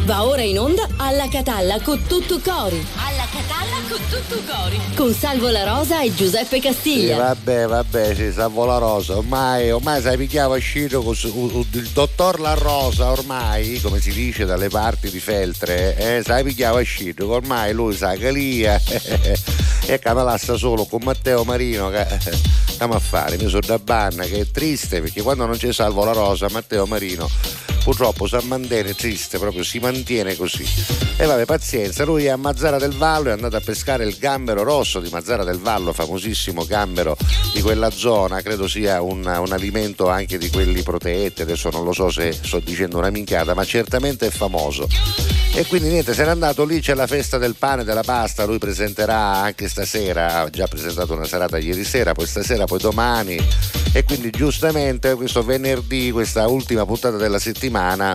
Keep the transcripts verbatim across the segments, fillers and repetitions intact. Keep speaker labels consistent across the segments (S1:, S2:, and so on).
S1: Va ora in onda Alla Catalla con tutto cori. Alla Catalla con tutto cori. Con Salvo La Rosa e Giuseppe Castiglia.
S2: Sì, vabbè, vabbè, sì, Salvo La Rosa. Ormai, ormai sai picchiava uscito con il dottor La Rosa, ormai, come si dice dalle parti di Feltre, eh, sai picchiava uscito, ormai lui sa che lì e che me la sta solo con Matteo Marino che stiamo a fare, mi sono da banna, che è triste perché quando non c'è Salvo La Rosa, Matteo Marino purtroppo si mantiene triste, proprio si mantiene così. E vabbè, pazienza, lui è a Mazzara del Vallo, è andato a pescare il gambero rosso di Mazzara del Vallo, famosissimo gambero di quella zona, credo sia un, un alimento anche di quelli proteette, adesso non lo so se sto dicendo una minchiata, ma certamente è famoso. E quindi niente, se n'è andato lì, c'è la festa del pane e della pasta, lui presenterà anche stasera, ha già presentato una serata ieri sera, poi stasera, poi domani, e quindi giustamente questo venerdì, questa ultima puntata della settimana,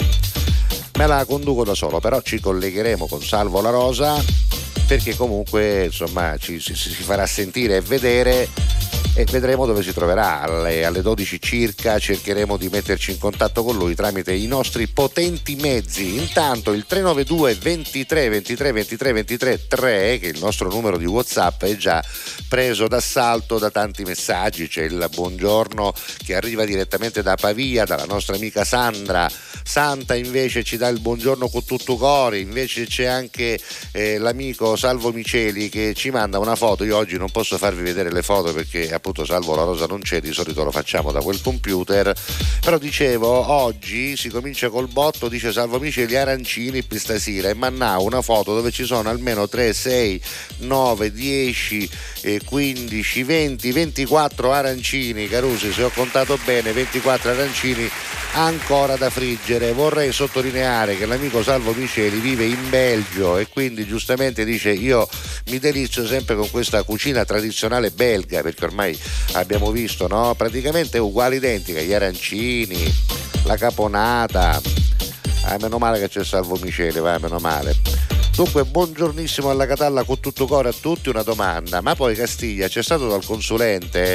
S2: me la conduco da solo, però ci collegheremo con Salvo La Rosa perché comunque insomma ci si, si farà sentire e vedere e vedremo dove si troverà. Alle, alle dodici circa cercheremo di metterci in contatto con lui tramite i nostri potenti mezzi. Intanto il tre nove due ventitré ventitré ventitré ventitré tre, che è il nostro numero di WhatsApp, è già preso d'assalto da tanti messaggi. C'è il buongiorno che arriva direttamente da Pavia dalla nostra amica Sandra. Santa invece ci dà il buongiorno con tutto cori. Invece c'è anche eh, l'amico Salvo Miceli che ci manda una foto. Io oggi non posso farvi vedere le foto perché appunto Salvo La Rosa non c'è, di solito lo facciamo da quel computer, però dicevo oggi si comincia col botto, dice Salvo Miceli, arancini per stasera, e mannà una foto dove ci sono almeno tre, sei, nove, dieci, quindici, venti, ventiquattro arancini, Carusi, se ho contato bene, ventiquattro arancini ancora da friggere. Vorrei sottolineare che l'amico Salvo Miceli vive in Belgio e quindi giustamente dice io mi delizio sempre con questa cucina tradizionale belga, perché ormai abbiamo visto, no? Praticamente è uguale, identica, gli arancini, la caponata. Ah, meno male che c'è Salvo Miceli, vai, meno male. Dunque, buongiornissimo alla Catalla con tutto cuore a tutti. Una domanda, ma poi Castiglia c'è stato dal consulente?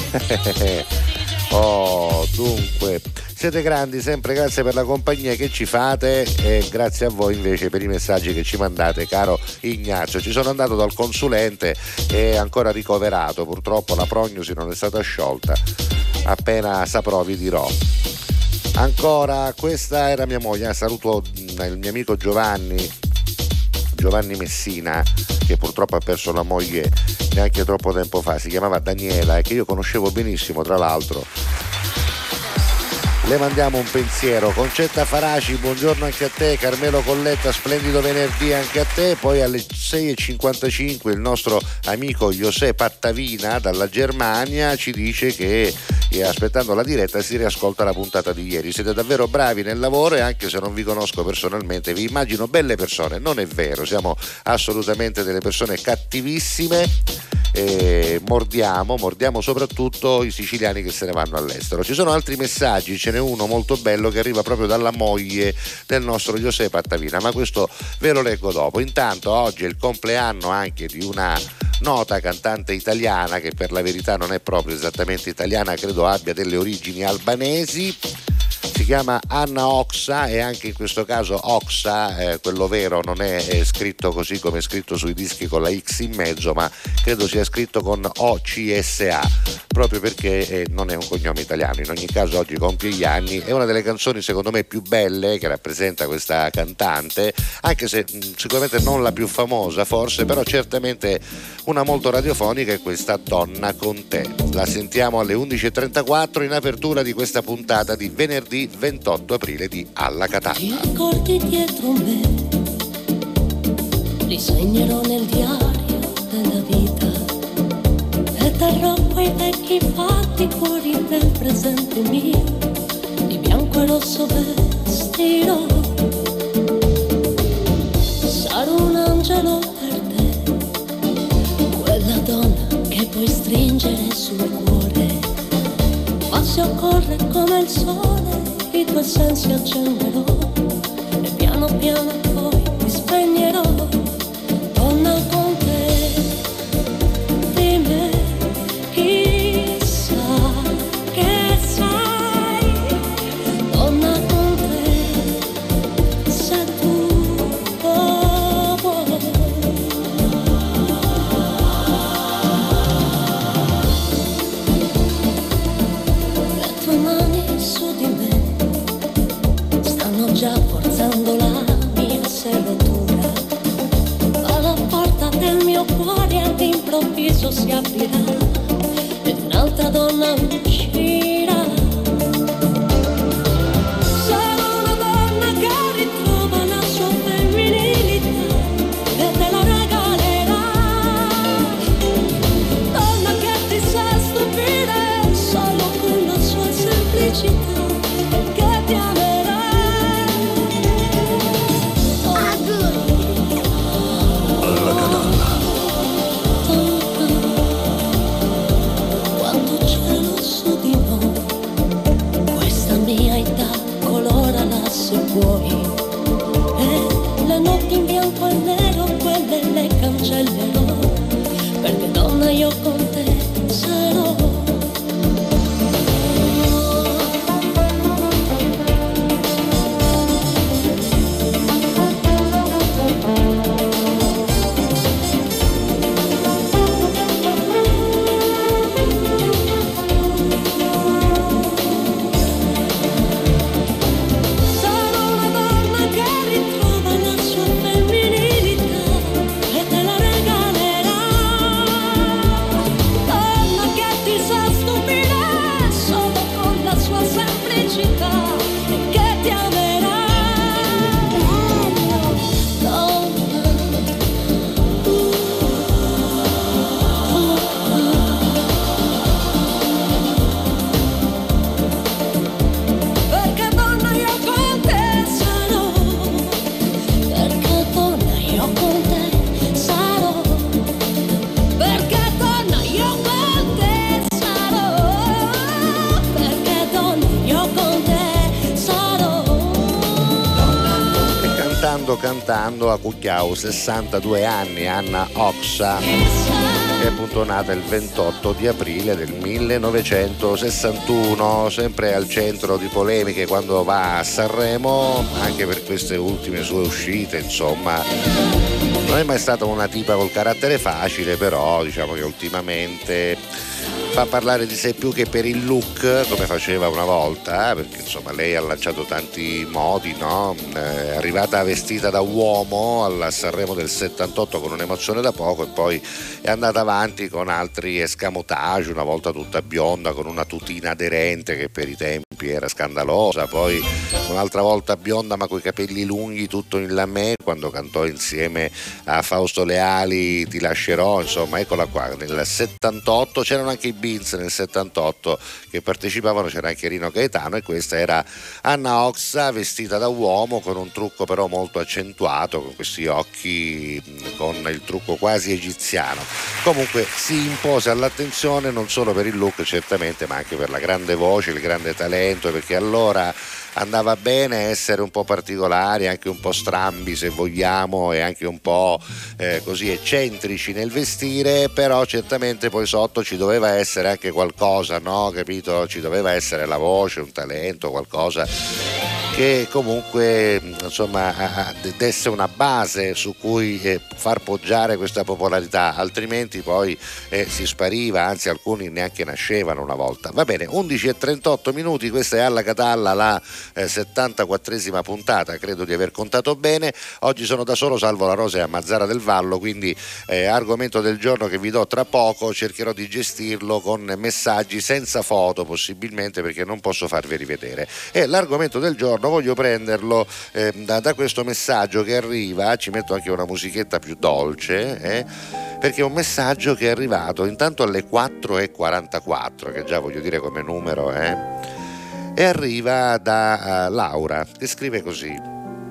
S2: Oh, dunque, siete grandi, sempre grazie per la compagnia che ci fate e grazie a voi invece per i messaggi che ci mandate, caro Ignazio. Ci sono andato dal consulente e è ancora ricoverato, purtroppo la prognosi non è stata sciolta, appena saprò vi dirò. Ancora, questa era mia moglie, saluto il mio amico Giovanni Giovanni Messina, che purtroppo ha perso la moglie neanche troppo tempo fa, si chiamava Daniela e che io conoscevo benissimo, tra l'altro. Le mandiamo un pensiero. Concetta Faraci, buongiorno anche a te. Carmelo Colletta, splendido venerdì anche a te. Poi alle sei e cinquantacinque il nostro amico José Pattavina dalla Germania ci dice che aspettando la diretta si riascolta la puntata di ieri. Siete davvero bravi nel lavoro e anche se non vi conosco personalmente vi immagino belle persone. Non è vero, siamo assolutamente delle persone cattivissime. E mordiamo, mordiamo soprattutto i siciliani che se ne vanno all'estero. Ci sono altri messaggi, ce n'è uno molto bello che arriva proprio dalla moglie del nostro Giuseppe Attavina, ma questo ve lo leggo dopo. Intanto oggi è il compleanno anche di una nota cantante italiana che per la verità non è proprio esattamente italiana, credo abbia delle origini albanesi. Si chiama Anna Oxa e anche in questo caso Oxa, eh, quello vero, non è, è scritto così come è scritto sui dischi con la X in mezzo, ma credo sia scritto con O C S A, proprio perché eh, non è un cognome italiano. In ogni caso oggi compie gli anni, è una delle canzoni secondo me più belle che rappresenta questa cantante, anche se mh, sicuramente non la più famosa forse, però certamente una molto radiofonica, è questa Donna con te. La sentiamo alle undici e trentaquattro in apertura di questa puntata di venerdì ventotto aprile di Alla Catalla.
S3: Ti ricordi dietro me, li segnerò nel diario della vita e terrò quei vecchi fatti fuori del presente mio, di bianco e rosso vestirò, sarò un angelo per te, quella donna che puoi stringere sul cuore, ma se occorre come il sole i tuoi sensi accenderò e piano piano poi ti spegnerò. Donna con te, di me, chissà che sai. Donna con te, se tu forzando la mia serratura, ma la porta del mio cuore all'improvviso si aprirà e un'altra donna uscirà. Sarà una donna che ritrova la sua femminilità e te la regalerà, donna che ti sa stupire solo con la sua semplicità e che ti amerà.
S2: Alla Catalla.
S3: Quando cielo su di noi, questa mia età colorala se vuoi, e le notti in bianco e nero quelle le cancellerò, perché donna io con te sarò.
S2: Cantando a Cucchiau, sessantadue anni, Anna Oxa, è appunto nata il ventotto di aprile del millenovecentosessantuno, sempre al centro di polemiche quando va a Sanremo, anche per queste ultime sue uscite, insomma. Non è mai stata una tipa col carattere facile, però diciamo che ultimamente fa parlare di sé più che per il look, come faceva una volta, eh, perché insomma lei ha lanciato tanti modi, no? È arrivata vestita da uomo al Sanremo del settantotto con un'emozione da poco e poi è andata avanti con altri escamotage, una volta tutta bionda con una tutina aderente che per i tempi era scandalosa, poi un'altra volta bionda ma coi capelli lunghi tutto in lamè quando cantò insieme a Fausto Leali Ti lascerò, insomma eccola qua. Nel settantotto c'erano anche i Beans, nel settantotto che partecipavano, c'era anche Rino Gaetano e questa era Anna Oxa vestita da uomo con un trucco però molto accentuato, con questi occhi con il trucco quasi egiziano. Comunque si impose all'attenzione non solo per il look certamente, ma anche per la grande voce, il grande talento, perché allora andava bene essere un po' particolari, anche un po' strambi se vogliamo e anche un po' eh, così eccentrici nel vestire, però certamente poi sotto ci doveva essere anche qualcosa, no? Capito? Ci doveva essere la voce, un talento, qualcosa che comunque insomma desse una base su cui eh, far poggiare questa popolarità, altrimenti poi eh, si spariva, anzi alcuni neanche nascevano una volta. Va bene, undici e trentotto minuti, questa è Alla Catalla, la eh, settantaquattresima puntata, credo di aver contato bene. Oggi sono da solo, salvo la Rosa e a Mazzara del Vallo, quindi eh, argomento del giorno che vi do tra poco, cercherò di gestirlo con messaggi senza foto possibilmente, perché non posso farvi rivedere. E l'argomento del giorno voglio prenderlo eh, da, da questo messaggio che arriva, ci metto anche una musichetta più dolce, eh, perché è un messaggio che è arrivato intanto alle quattro e quarantaquattro, che già voglio dire come numero, eh, e arriva da uh, Laura, che scrive così: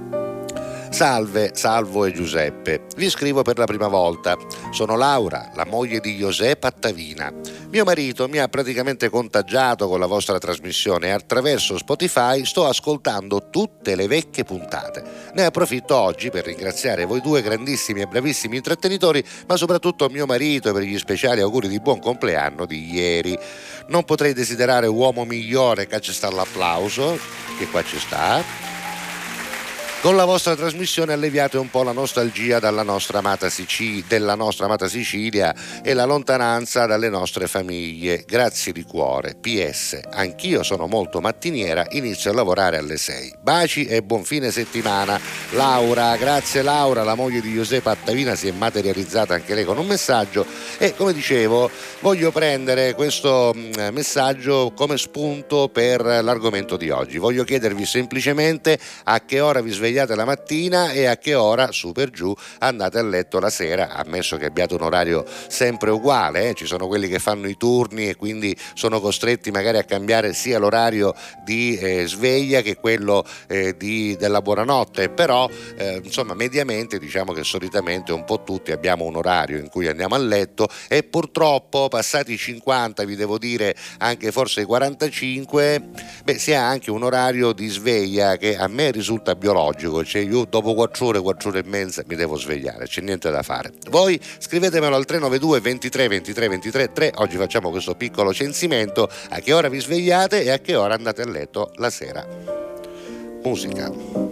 S2: Salve, Salvo e Giuseppe, vi scrivo per la prima volta. Sono Laura, la moglie di José Pattavina. Mio marito mi ha praticamente contagiato con la vostra trasmissione e attraverso Spotify sto ascoltando tutte le vecchie puntate. Ne approfitto oggi per ringraziare voi due grandissimi e bravissimi intrattenitori, ma soprattutto mio marito per gli speciali auguri di buon compleanno di ieri. Non potrei desiderare uomo migliore, che ci sta l'applauso, che qua ci sta. Con la vostra trasmissione alleviate un po' la nostalgia dalla nostra amata Sicilia, della nostra amata Sicilia e la lontananza dalle nostre famiglie. Grazie di cuore. P S. Anch'io sono molto mattiniera, inizio a lavorare alle sei. Baci e buon fine settimana. Laura, grazie Laura, la moglie di Giuseppe Attavina si è materializzata anche lei con un messaggio e come dicevo voglio prendere questo messaggio come spunto per l'argomento di oggi. Voglio chiedervi semplicemente a che ora vi svegliate la mattina e a che ora, su per giù, andate a letto la sera, ammesso che abbiate un orario sempre uguale, eh? Ci sono quelli che fanno i turni e quindi sono costretti magari a cambiare sia l'orario di eh, sveglia che quello eh, di, della buonanotte, però eh, insomma mediamente diciamo che solitamente un po' tutti abbiamo un orario in cui andiamo a letto e purtroppo passati i cinquanta, vi devo dire anche forse i quarantacinque, beh, si ha anche un orario di sveglia che a me risulta biologico. Cioè io dopo quattro ore, quattro ore e mezza mi devo svegliare, c'è niente da fare. Voi scrivetemelo al tre nove due ventitré ventitré ventitré tre. Oggi facciamo questo piccolo censimento: a che ora vi svegliate e a che ora andate a letto la sera. Musica.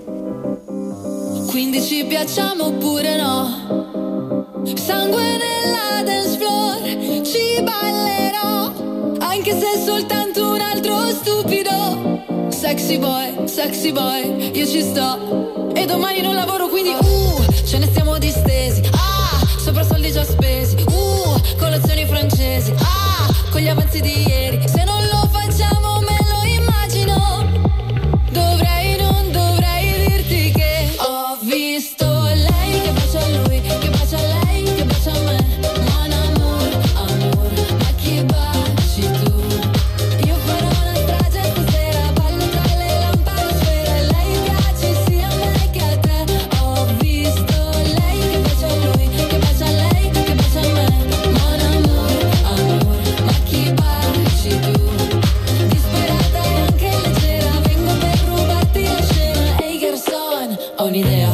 S3: Quindi ci piacciamo oppure no? Sangue nella dance floor, ci ballerò, anche se è soltanto un altro stupido. Sexy boy, sexy boy, io ci sto. E domani non lavoro quindi uh, ce ne stiamo distesi. Ah, sopra soldi già spesi. Uh, colazioni francesi. Ah, con gli avanzi di ieri. Se non lo facciamo me lo immagino. Dovrei, non dovrei dirti che ho visto lei che bacia a lui, che bacia a lei, che bacia a me. Mon amour, amour, ma chi baci tu? Io farò una strage stasera, ballo tra le lampadosfere. Lei piace sia a me che a te. Ho visto lei che bacia a lui, che bacia a lei, che bacia a me. Mon amour, amour, ma chi baci tu? Disperata e anche leggera, vengo per rubarti la scena. Ehi garçon, ho un'idea.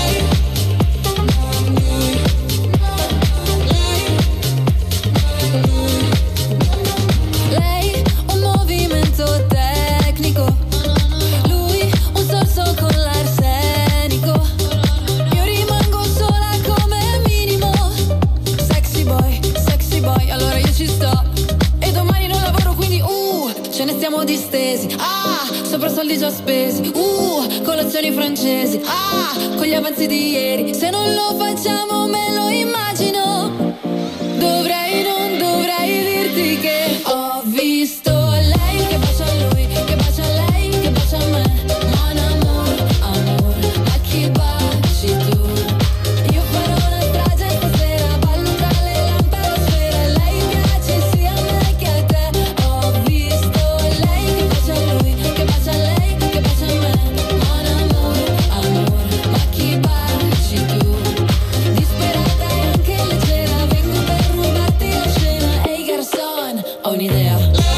S3: Lei un movimento tecnico, lui un sorso con l'arsenico. Io rimango sola come minimo. Sexy boy, sexy boy, allora io ci sto. E domani non lavoro quindi uh, ce ne stiamo distesi. Ah, sopra soldi già spesi. Uh, colazioni francesi. Ah, con gli avanzi di ieri. Se non lo facciamo me lo immagino. Dovrei, non dovrei dirti che ho visto lei che bacia a lui, che bacia a lei, che bacia a me. Mon amour, amour, ma chi baci tu? Io farò una strage stasera, ballo tra le lampadosfere. Lei piace sia a me che a te. Ho visto lei che bacia a lui, che bacia a lei, che bacia a me. Mon amour, amour, ma chi baci tu? Disperata e anche leggera, vengo per rubarti la scena. Ehi garçon, ho un'idea.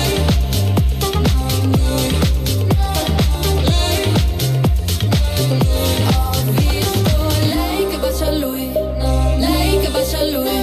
S3: Ho visto lei che bacia a lui, lei che bacia a lui.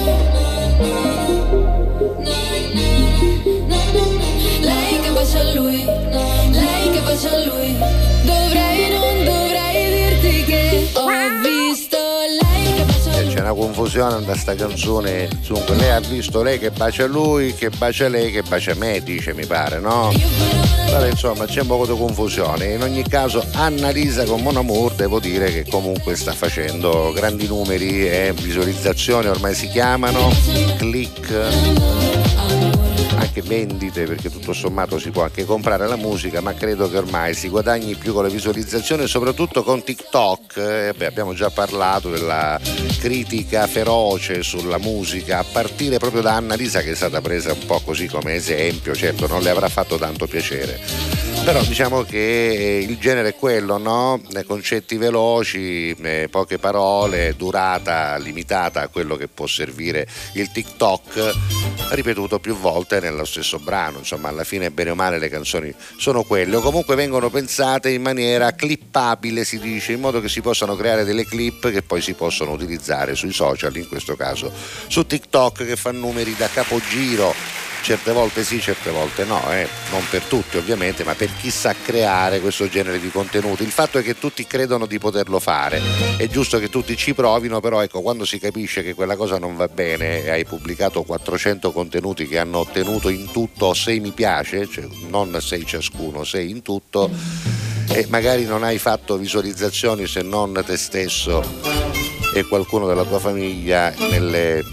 S3: Lei che bacia a lui, lei che bacia a lui. Dovrei, non dovrei dirti che ho visto lei che bacia a lui.
S2: C'è una confusione da sta canzone. Dunque lei ha visto lei che bacia lui, che bacia lei, che bacia me, dice, mi pare, no? Allora, insomma c'è un po' di confusione. In ogni caso Annalisa con Mon Amour devo dire che comunque sta facendo grandi numeri e visualizzazioni, ormai si chiamano click, anche vendite, perché tutto sommato si può anche comprare la musica, ma credo che ormai si guadagni più con le visualizzazioni, soprattutto con TikTok. Eh, beh, abbiamo già parlato della critica feroce sulla musica, a partire proprio da Annalisa, che è stata presa un po' così come esempio. Certo non le avrà fatto tanto piacere, però diciamo che il genere è quello, no? Concetti veloci, eh, poche parole, durata limitata a quello che può servire il TikTok, ripetuto più volte nello stesso brano. Insomma, alla fine bene o male le canzoni sono quelle, o comunque vengono pensate in maniera clippabile, si dice, in modo che si possano creare delle clip che poi si possono utilizzare sui social, in questo caso su TikTok, che fa numeri da capogiro. certe volte sì, certe volte no, eh. Non per tutti ovviamente, ma per chi sa creare questo genere di contenuti. Il fatto è che tutti credono di poterlo fare, è giusto che tutti ci provino, però ecco, quando si capisce che quella cosa non va bene e hai pubblicato quattrocento contenuti che hanno ottenuto in tutto sei mi piace, cioè non sei ciascuno, sei in tutto, e magari non hai fatto visualizzazioni se non te stesso e qualcuno della tua famiglia nelle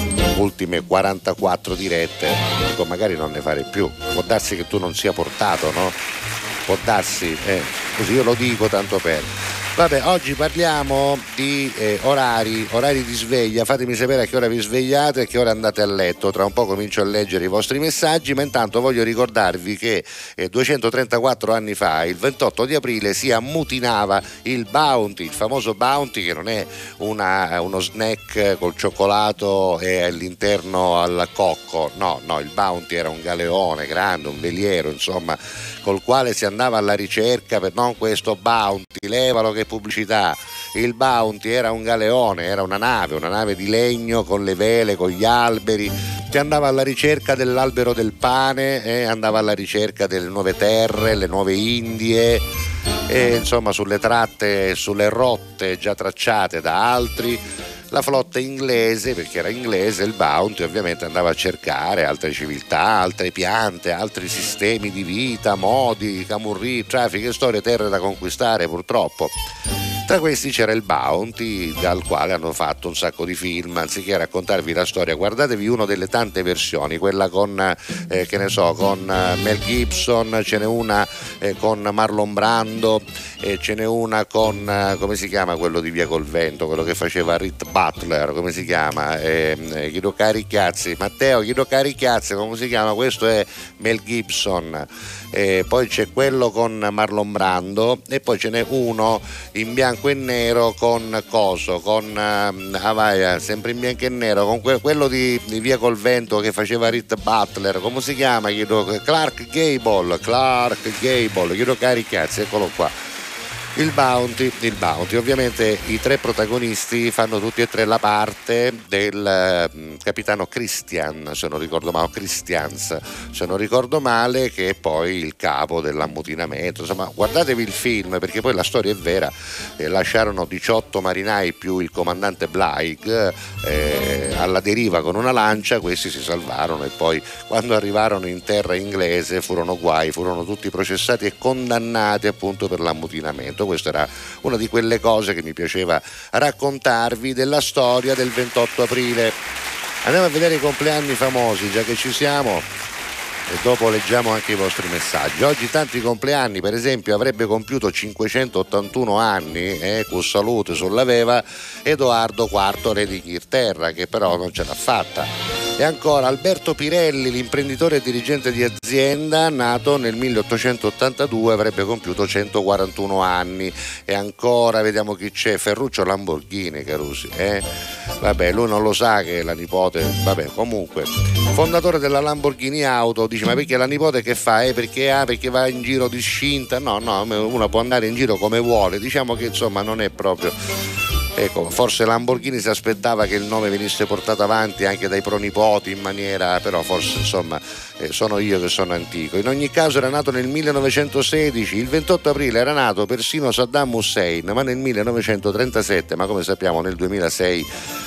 S2: ultime quarantaquattro dirette, dico, magari non ne fare più, può darsi che tu non sia portato, no? Può darsi, eh, così io lo dico tanto per. Vabbè, oggi parliamo di eh, orari, orari di sveglia. Fatemi sapere a che ora vi svegliate e a che ora andate a letto. Tra un po' comincio a leggere i vostri messaggi, ma intanto voglio ricordarvi che eh, duecentotrentaquattro anni fa, il ventotto di aprile, si ammutinava il Bounty, il famoso Bounty, che non è una, uno snack col cioccolato e all'interno al cocco, no, no, il Bounty era un galeone grande, un veliero, insomma, col quale si andava alla ricerca per non questo Bounty, levalo che pubblicità. Il Bounty era un galeone, era una nave, una nave di legno con le vele, con gli alberi, che andava alla ricerca dell'albero del pane, eh, andava alla ricerca delle nuove terre, le nuove Indie, e insomma sulle tratte, sulle rotte già tracciate da altri. La flotta inglese, perché era inglese, il Bounty ovviamente andava a cercare altre civiltà, altre piante, altri sistemi di vita, modi, camurri, traffici e storie, terre da conquistare purtroppo. Tra questi c'era il Bounty, dal quale hanno fatto un sacco di film. Anziché raccontarvi la storia, guardatevi una delle tante versioni, quella con eh, che ne so, con eh, Mel Gibson, ce n'è una eh, con Marlon Brando, eh, ce n'è una con eh, come si chiama quello di Via col Vento, quello che faceva Rit Butler, come si chiama? Eh, Chiedo cari chiazzi, Matteo, chiedo cari chiazzi, come si chiama? Questo è Mel Gibson. Eh, poi c'è quello con Marlon Brando e poi ce n'è uno in bianco e nero con coso, con uh, ah vai, sempre in bianco e nero, con que- quello di, di Via col Vento che faceva Rit Butler, come si chiama? Chiedo, Clark Gable, Clark Gable, chiedo cari cazzi, eccolo qua. Il Bounty, il Bounty, ovviamente i tre protagonisti fanno tutti e tre la parte del uh, capitano Christian, se non ricordo male, Christians, se non ricordo male, che è poi il capo dell'ammutinamento. Insomma, guardatevi il film perché poi la storia è vera. Eh, lasciarono diciotto marinai più il comandante Bligh eh, alla deriva con una lancia, questi si salvarono e poi quando arrivarono in terra inglese furono guai, furono tutti processati e condannati appunto per l'ammutinamento. Questa era una di quelle cose che mi piaceva raccontarvi della storia del ventotto aprile. Andiamo a vedere i compleanni famosi, già che ci siamo, e dopo leggiamo anche i vostri messaggi. Oggi tanti compleanni, per esempio avrebbe compiuto cinquecentottantuno anni, eh, con salute sull'aveva, Edoardo quarto re d'Inghilterra, che però non ce l'ha fatta. E ancora Alberto Pirelli, l'imprenditore e dirigente di azienda, nato nel milleottocentottantadue, avrebbe compiuto centoquarantuno anni. E ancora vediamo chi c'è, Ferruccio Lamborghini, Carusi, eh? Vabbè, lui non lo sa che la nipote, vabbè, comunque, fondatore della Lamborghini Auto. Dice, ma perché la nipote che fa? Eh, perché, ah, perché va in giro discinta? No, no, uno può andare in giro come vuole, diciamo che insomma non è proprio... Ecco, forse Lamborghini si aspettava che il nome venisse portato avanti anche dai pronipoti in maniera, però forse insomma eh, sono io che sono antico. In ogni caso era nato nel millenovecentosedici, il ventotto aprile era nato persino Saddam Hussein, ma nel millenovecentotrentasette, ma come sappiamo nel duemilasei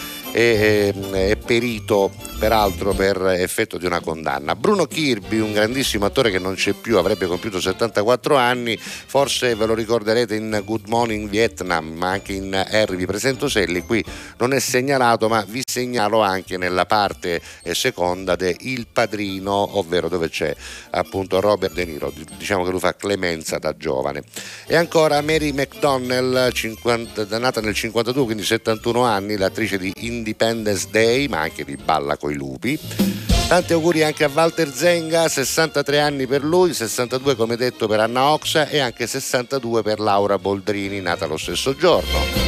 S2: è, è, è perito peraltro per effetto di una condanna. Bruno Kirby, un grandissimo attore che non c'è più, avrebbe compiuto settantaquattro anni, forse ve lo ricorderete in Good Morning Vietnam, ma anche in Harry vi presento Sally. Qui non è segnalato, ma vi segnalo anche nella parte seconda de Il Padrino, ovvero dove c'è appunto Robert De Niro, diciamo che lui fa clemenza da giovane. E ancora Mary McDonnell, cinquanta, nata nel cinquantadue, quindi settantuno anni, l'attrice di Independence Day, ma anche di Balla coi lupi. Tanti auguri anche a Walter Zenga, sessantatré anni per lui, sessantadue come detto per Anna Oxa e anche sessantadue per Laura Boldrini, nata lo stesso giorno.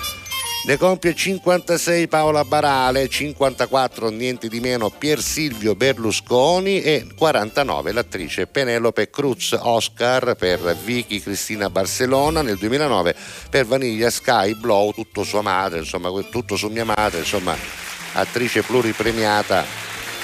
S2: Ne compie cinquantasei Paola Barale, cinquantaquattro niente di meno Pier Silvio Berlusconi e quarantanove l'attrice Penelope Cruz, Oscar per Vicky Cristina Barcellona, nel duemilanove per Vaniglia Sky Blow, tutto sua madre, insomma tutto su mia madre, insomma attrice pluripremiata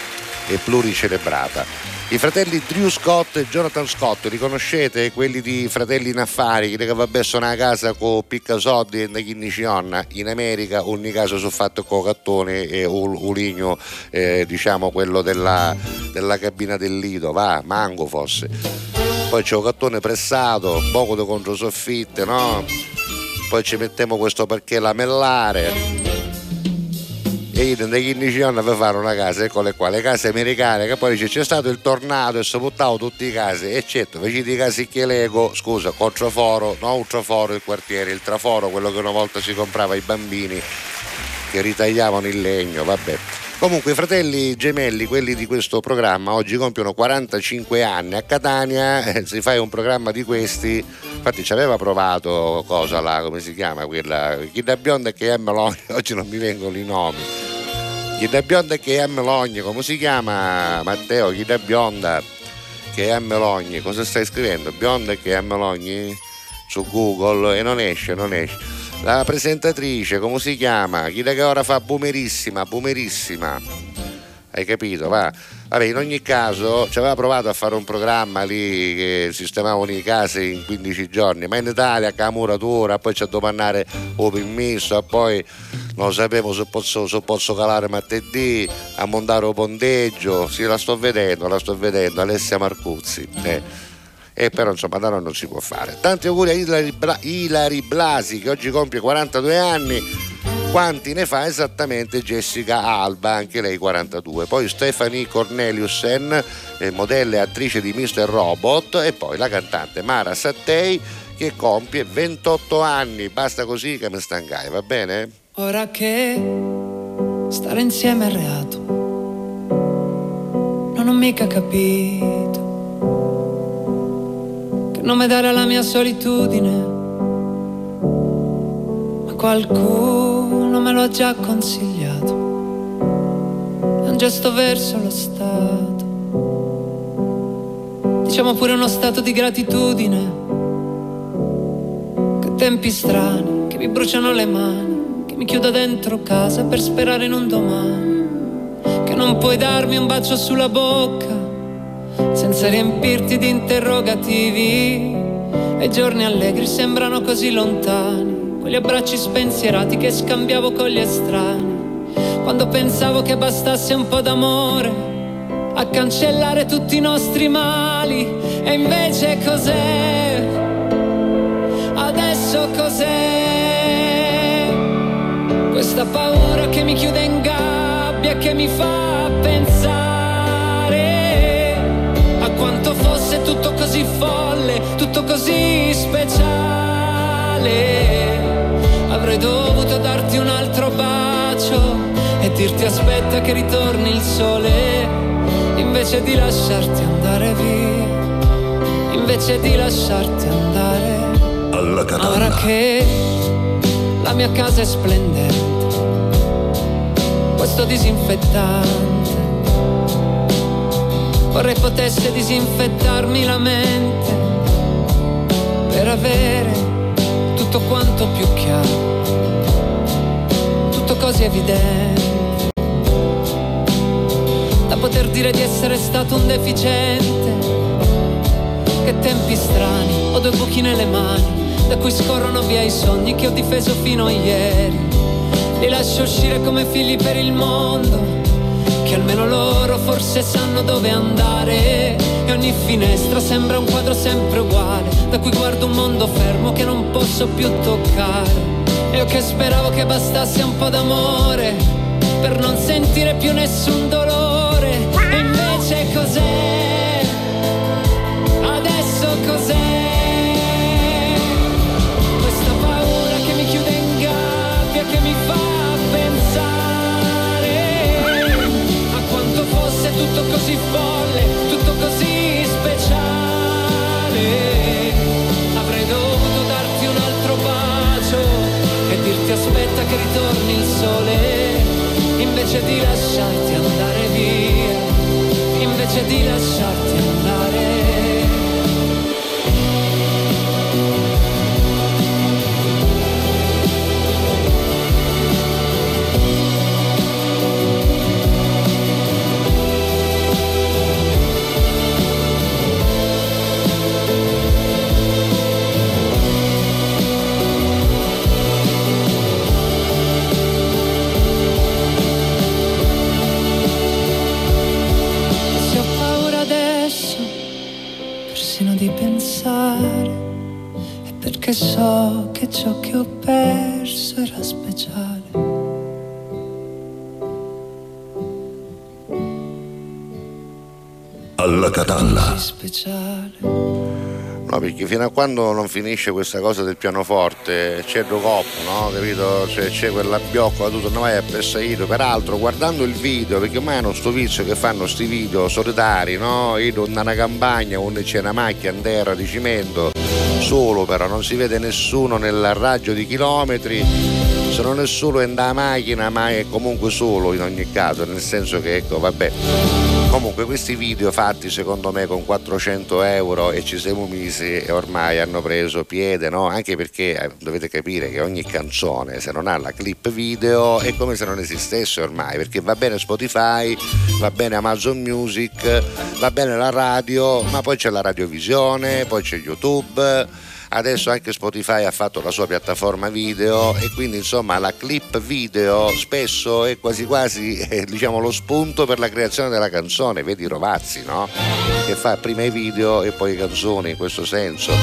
S2: e pluricelebrata. I fratelli Drew Scott e Jonathan Scott, li conoscete? Quelli di Fratelli in Affari, che vabbè sono a casa con piccasoldi e chi ne ci onna. In America ogni caso sono fatto con cattone e un, un ligno, eh, diciamo quello della, della cabina del Lido, va, mango forse. Poi c'è un cattone pressato, poco di controsoffitte, no? Poi ci mettiamo questo perché lamellare. E io da quindici anni per fare una casa, eccole qua, le case americane, che poi dice c'è stato il tornado e si buttavo tutti i casi, e certo, facete i casi che Lego, scusa, con traforo, no un traforo il quartiere, il traforo, quello che una volta si comprava ai bambini che ritagliavano il legno, vabbè. Comunque i fratelli gemelli, quelli di questo programma, oggi compiono quarantacinque anni. A Catania eh, si fa un programma di questi, infatti ci aveva provato cosa là, come si chiama quella, chi da bionda e che è Meloni, oggi non mi vengono i nomi. Chi da bionda e che è Meloni, come si chiama Matteo? Chi da bionda che è Meloni, cosa stai scrivendo? Bionda che è Meloni? Su Google e non esce, non esce. La presentatrice, come si chiama? Chi da che ora fa boomerissima, boomerissima. Hai capito? Va. Vabbè, in ogni caso ci aveva provato a fare un programma lì che sistemavano i casi in quindici giorni, ma in Italia con la muratura, poi c'è da mandare il permesso, e poi non sapevo se posso, se posso calare martedì, a montare un ponteggio. Sì, la sto vedendo, la sto vedendo, Alessia Marcuzzi. Eh. E però insomma da noi non si può fare. Tanti auguri a Ilari, Bla- Ilari Blasi che oggi compie quarantadue anni. Quanti ne fa esattamente Jessica Alba, anche lei quarantadue. Poi Stephanie Corneliussen, eh, modella e attrice di mister Robot, e poi la cantante Mara Sattei che compie ventotto anni. Basta così che mi stangai, va bene?
S4: Ora che stare insieme è reato, non ho mica capito nome dare alla mia solitudine, ma qualcuno me lo ha già consigliato, è un gesto verso lo Stato, diciamo pure uno stato di gratitudine, che tempi strani che mi bruciano le mani, che mi chiudo dentro casa per sperare in un domani, che non puoi darmi un bacio sulla bocca senza riempirti di interrogativi, e i giorni allegri sembrano così lontani, quegli abbracci spensierati che scambiavo con gli estranei, quando pensavo che bastasse un po' d'amore a cancellare tutti i nostri mali, e invece cos'è? Adesso cos'è? Questa paura che mi chiude in gabbia, che mi fa pensare a quanto fosse tutto così folle, tutto così speciale. Avrei dovuto darti un altro bacio e dirti aspetta che ritorni il sole, invece di lasciarti andare via, invece di lasciarti andare
S5: alla Catalla.
S4: Ora che la mia casa è splendente, questo disinfettante vorrei potesse disinfettarmi la mente per avere tutto quanto più chiaro, tutto così evidente, da poter dire di essere stato un deficiente. Che tempi strani, ho due buchi nelle mani da cui scorrono via i sogni che ho difeso fino a ieri, li lascio uscire come figli per il mondo, che almeno loro forse sanno dove andare, e ogni finestra sembra un quadro sempre uguale, da cui guardo un mondo fermo che non posso più toccare, e io che speravo che bastasse un po' d'amore per non sentire più nessun dolore, e invece cos'è? Adesso cos'è? Questa paura che mi chiude in gabbia, che mi fa tutto così folle, tutto così speciale. Avrei dovuto darti un altro bacio e dirti aspetta che ritorni il sole, invece di lasciarti andare via, invece di lasciarti andare. ciò che ho perso era speciale.
S5: Alla Catalla.
S4: Speciale.
S2: No, perché fino a quando non finisce questa cosa del pianoforte c'è il rocoppo, no? Capito? Cioè, c'è quella bioccola, tu non vai a Pessaito. Peraltro, guardando il video, perché ormai hanno sto vizio che fanno sti video solitari, no? Io in una campagna dove c'è una macchina in terra di cemento, solo però, non si vede nessuno nel raggio di chilometri, se non è solo in da macchina, ma è comunque solo in ogni caso, nel senso che, ecco, vabbè. Comunque questi video fatti secondo me con quattrocento euro e ci siamo misi e ormai hanno preso piede, no? Anche perché eh, dovete capire che ogni canzone, se non ha la clip video, è come se non esistesse ormai, perché va bene Spotify, va bene Amazon Music, va bene la radio, ma poi c'è la radiovisione, poi c'è YouTube. Adesso anche Spotify ha fatto la sua piattaforma video e quindi insomma la clip video spesso è quasi quasi eh, diciamo lo spunto per la creazione della canzone. Vedi Rovazzi, no? Che fa prima i video e poi le canzoni, in questo senso.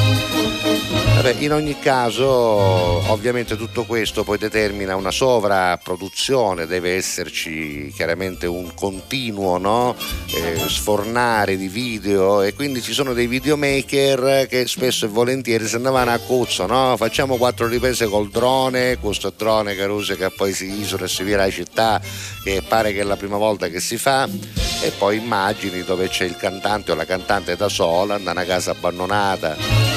S2: Vabbè, in ogni caso ovviamente tutto questo poi determina una sovrapproduzione, deve esserci chiaramente un continuo, no? eh, sfornare di video, e quindi ci sono dei videomaker che spesso e volentieri se ne vanno a cuzzo, no? Facciamo quattro riprese col drone, questo drone che usa, che poi si isola e si vira la città, che pare che è la prima volta che si fa, e poi immagini dove c'è il cantante o la cantante da sola, da una casa abbandonata,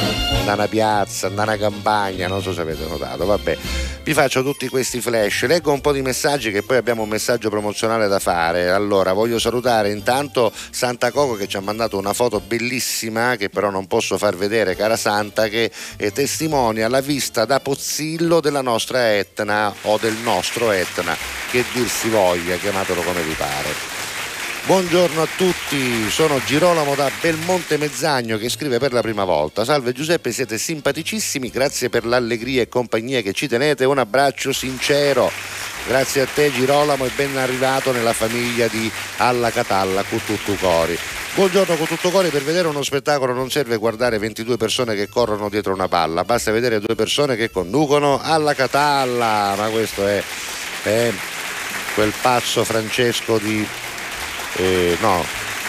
S2: da una piazza, da una campagna, non so se avete notato. Vabbè, vi faccio tutti questi flash, leggo un po' di messaggi che poi abbiamo un messaggio promozionale da fare. Allora, voglio salutare intanto Santa Coco che ci ha mandato una foto bellissima che però non posso far vedere, cara Santa, che testimonia la vista da Pozzillo della nostra Etna o del nostro Etna, che dir si voglia, chiamatelo come vi pare. Buongiorno a tutti, sono Girolamo da Belmonte Mezzagno che scrive per la prima volta. Salve Giuseppe, siete simpaticissimi, grazie per l'allegria e compagnia che ci tenete, un abbraccio sincero. Grazie a te Girolamo e ben arrivato nella famiglia di Alla Catalla con tutto cori. Buongiorno con tutto cori, per vedere uno spettacolo non serve guardare ventidue persone che corrono dietro una palla, basta vedere due persone che conducono Alla Catalla. Ma questo è, è quel pazzo Francesco di... Eh, no,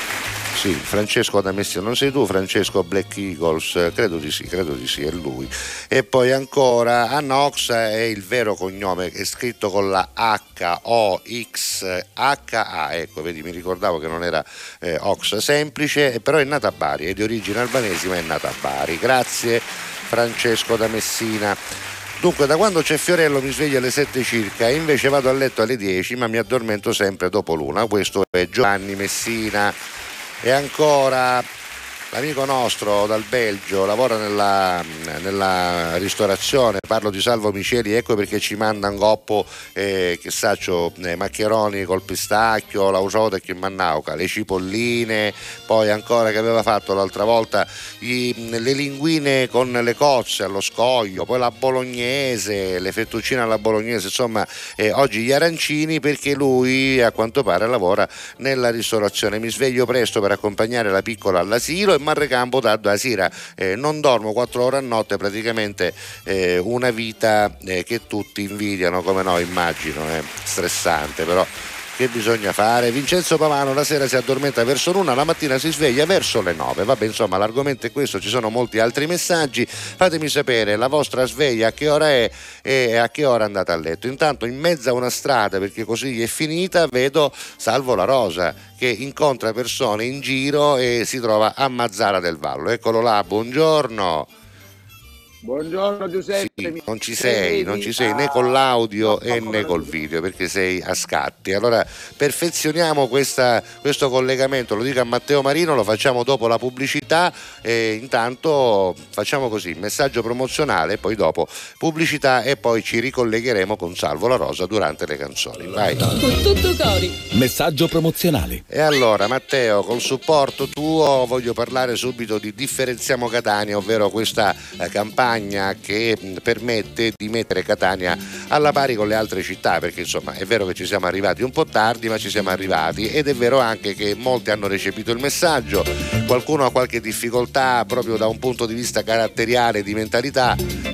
S2: sì, Francesco da Messina, non sei tu Francesco Black Eagles? Credo di sì, credo di sì, è lui. E poi ancora Anna Oxa è il vero cognome, è scritto con la H O X H A, ecco, vedi, mi ricordavo che non era eh, Oxa semplice, però è nata a Bari, è di origine albanesi ma è nata a Bari. Grazie Francesco da Messina. Dunque, da quando c'è Fiorello mi sveglio alle sette circa e invece vado a letto alle dieci, ma mi addormento sempre dopo l'una. Questo è Giovanni Messina. E ancora l'amico nostro dal Belgio, lavora nella, nella ristorazione, parlo di Salvo Miceli, ecco perché ci manda un coppo eh, che saccio eh, maccheroni col pistacchio, la usota che mannauca, le cipolline, poi ancora che aveva fatto l'altra volta i, le linguine con le cozze allo scoglio, poi la bolognese, le fettuccine alla bolognese, insomma eh, oggi gli arancini, perché lui a quanto pare lavora nella ristorazione. Mi sveglio presto per accompagnare la piccola all'asilo e mi arrecampo tardi a sera, eh, non dormo quattro ore a notte, praticamente eh, una vita eh, che tutti invidiano come noi, immagino, eh, stressante, però che bisogna fare? Vincenzo Pavano la sera si addormenta verso l'una, la mattina si sveglia verso le nove. Vabbè, insomma, l'argomento è questo, ci sono molti altri messaggi. Fatemi sapere la vostra sveglia, a che ora è e a che ora andate a letto. Intanto in mezzo a una strada, perché così è finita, vedo Salvo La Rosa che incontra persone in giro e si trova a Mazzara del Vallo. Eccolo là, buongiorno.
S6: Buongiorno Giuseppe.
S2: Sì, non ci sei, non ci sei né con l'audio e né col video perché sei a scatti. Allora perfezioniamo questa, questo collegamento, lo dico a Matteo Marino, lo facciamo dopo la pubblicità e intanto facciamo così, messaggio promozionale, poi dopo pubblicità e poi ci ricollegheremo con Salvo La Rosa durante le canzoni. Vai.
S1: Con tutto cori.
S5: Messaggio promozionale.
S2: E allora Matteo, col supporto tuo voglio parlare subito di Differenziamo Catania, ovvero questa eh, campagna che permette di mettere Catania alla pari con le altre città, perché insomma è vero che ci siamo arrivati un po' tardi, ma ci siamo arrivati, ed è vero anche che molti hanno recepito il messaggio, qualcuno ha qualche difficoltà proprio da un punto di vista caratteriale, di mentalità, ma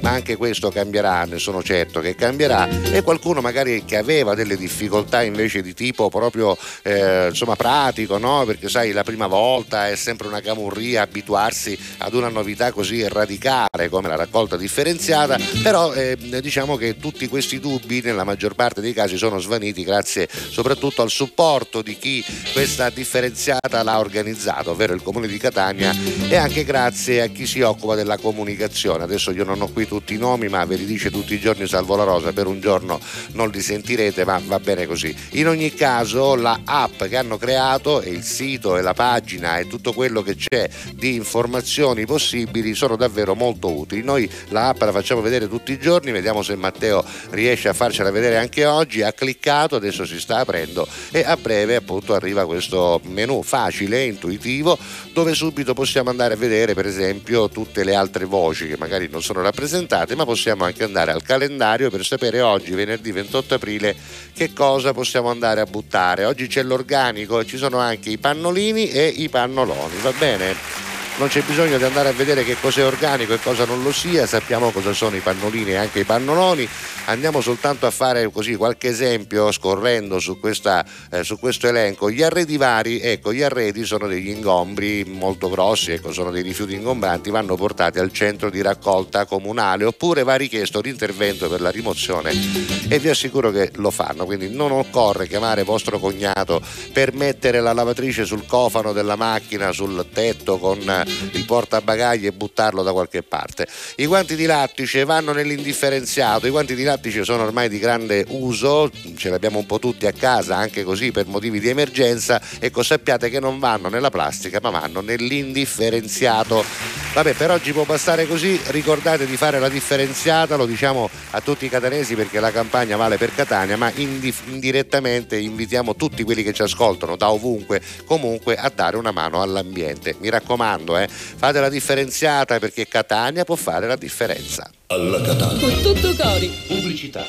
S2: ma anche questo cambierà, ne sono certo che cambierà, e qualcuno magari che aveva delle difficoltà invece di tipo proprio eh, insomma pratico, no? Perché sai, la prima volta è sempre una camurria abituarsi ad una novità così radicale come la raccolta differenziata, però eh, diciamo che tutti questi dubbi nella maggior parte dei casi sono svaniti grazie soprattutto al supporto di chi questa differenziata l'ha organizzato, ovvero il Comune di Catania, e anche grazie a chi si occupa della comunicazione. Adesso io non ho qui tutti i nomi, ma ve li dice tutti i giorni Salvo La Rosa, per un giorno non li sentirete, ma va bene così. In ogni caso la app che hanno creato e il sito e la pagina e tutto quello che c'è di informazioni possibili sono davvero molto utili. Noi la app la facciamo vedere tutti i giorni, vediamo se Matteo riesce a farcela vedere anche oggi. Ha cliccato, adesso si sta aprendo e a breve appunto arriva questo menu facile, intuitivo, dove subito possiamo andare a vedere per esempio tutte le altre voci che magari non sono rappresentate, ma possiamo anche andare al calendario per sapere oggi, venerdì ventotto aprile, che cosa possiamo andare a buttare. Oggi c'è l'organico e ci sono anche i pannolini e i pannoloni, va bene? Non c'è bisogno di andare a vedere che cos'è organico e cosa non lo sia, sappiamo cosa sono i pannolini e anche i pannoloni. Andiamo soltanto a fare così qualche esempio scorrendo su, questa, eh, su questo elenco. Gli arredi vari, ecco, gli arredi sono degli ingombri molto grossi, ecco, sono dei rifiuti ingombranti, vanno portati al centro di raccolta comunale, oppure va richiesto l'intervento per la rimozione e vi assicuro che lo fanno, quindi non occorre chiamare vostro cognato per mettere la lavatrice sul cofano della macchina, sul tetto con il portabagagli e buttarlo da qualche parte. I guanti di lattice vanno nell'indifferenziato. I guanti di lattice sono ormai di grande uso, ce li abbiamo un po' tutti a casa, anche così per motivi di emergenza. Ecco, sappiate che non vanno nella plastica ma vanno nell'indifferenziato. Vabbè, per oggi può bastare così, ricordate di fare la differenziata, lo diciamo a tutti i catanesi perché la campagna vale per Catania, ma indif- indirettamente invitiamo tutti quelli che ci ascoltano da ovunque comunque a dare una mano all'ambiente. Mi raccomando, eh, fate la differenziata perché Catania può fare la differenza.
S5: Alla Catania.
S1: Con tutto cori.
S5: Pubblicità.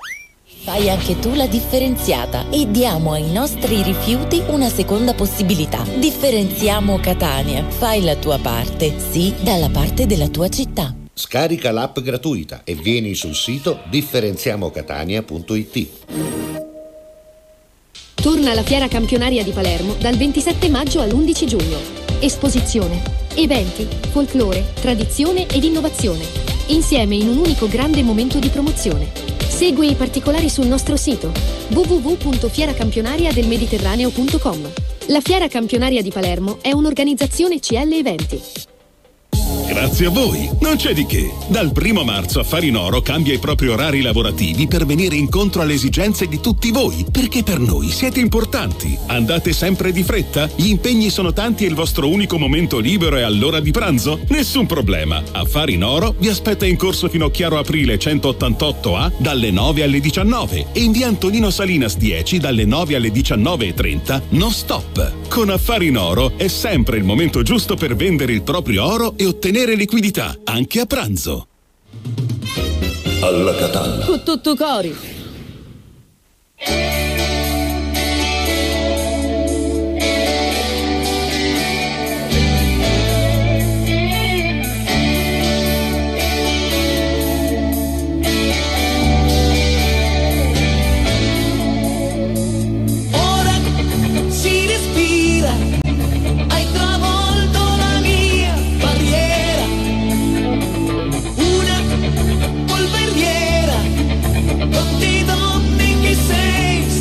S1: Fai anche tu la differenziata e diamo ai nostri rifiuti una seconda possibilità. Differenziamo Catania. Fai la tua parte, sì, dalla parte della tua città.
S5: Scarica l'app gratuita e vieni sul sito differenziamo catania punto it.
S7: Torna la Fiera Campionaria di Palermo dal ventisette maggio all'undici giugno. Esposizione, eventi, folklore, tradizione ed innovazione, insieme in un unico grande momento di promozione. Segui i particolari sul nostro sito w w w punto fiera campionaria del mediterraneo punto com. La Fiera Campionaria di Palermo è un'organizzazione C L Eventi.
S8: Grazie a voi, non c'è di che. Dal primo marzo Affari in Oro cambia i propri orari lavorativi per venire incontro alle esigenze di tutti voi, perché per noi siete importanti. Andate sempre di fretta? Gli impegni sono tanti e il vostro unico momento libero è all'ora di pranzo? Nessun problema. Affari in Oro vi aspetta in corso Finocchiaro Aprile centottantotto A dalle nove alle diciannove e in via Antonino Salinas dieci dalle nove alle diciannove e trenta, non stop. Con Affari in Oro è sempre il momento giusto per vendere il proprio oro e ottenere liquidità, anche a pranzo.
S5: Alla Catalla.
S1: Con tutto cori.
S3: Polveriera, non ti donne chi sei.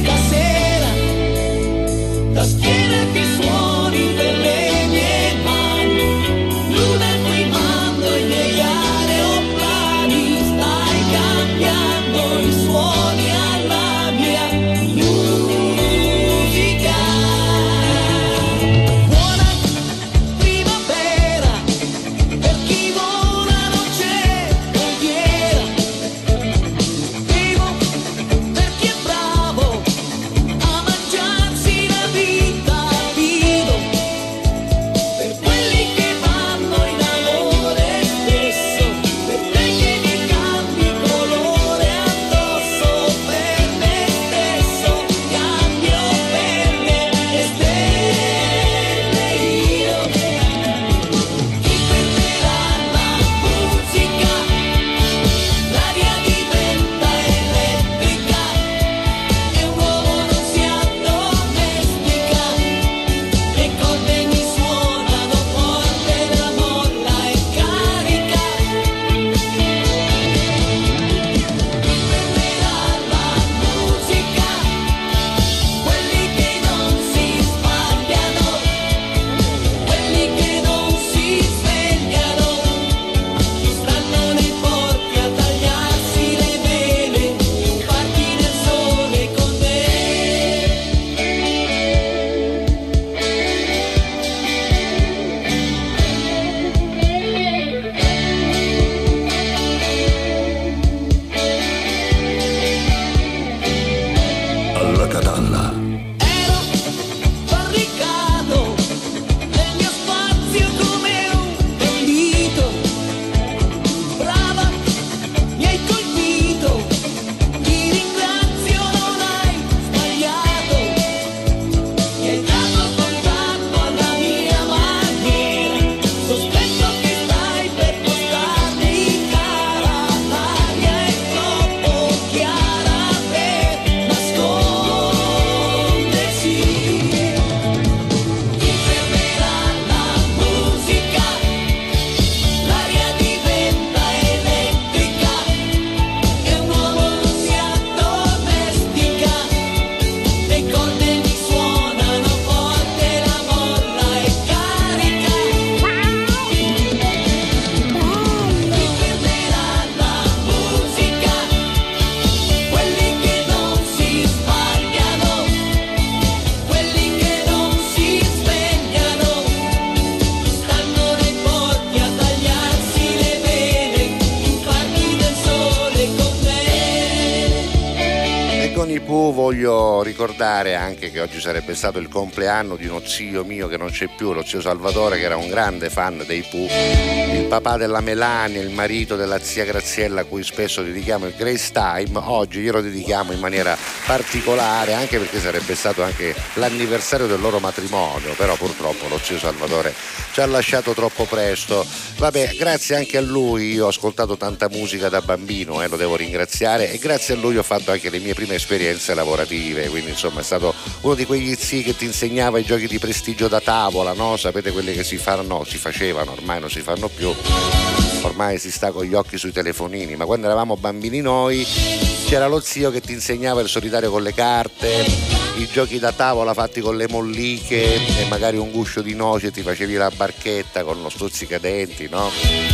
S2: con i Pooh voglio ricordare anche che oggi sarebbe stato il compleanno di uno zio mio che non c'è più, lo zio Salvatore, che era un grande fan dei Pooh, il papà della Melania, il marito della zia Graziella, a cui spesso dedichiamo il Grace Time. Oggi glielo dedichiamo in maniera particolare, anche perché sarebbe stato anche l'anniversario del loro matrimonio, però purtroppo lo zio Salvatore ci ha lasciato troppo presto. Vabbè, grazie anche a lui, io ho ascoltato tanta musica da bambino, eh, lo devo ringraziare, e grazie a lui ho fatto anche le mie prime esperienze lavorative, quindi insomma è stato uno di quegli zii che ti insegnava i giochi di prestigio da tavola, no? Sapete, quelli che si fanno, si facevano, ormai non si fanno più, ormai si sta con gli occhi sui telefonini, ma quando eravamo bambini noi c'era lo zio che ti insegnava il solitario con le carte, i giochi da tavola fatti con le molliche e magari un guscio di noce, ti facevi la barchetta con lo stuzzicadenti, no?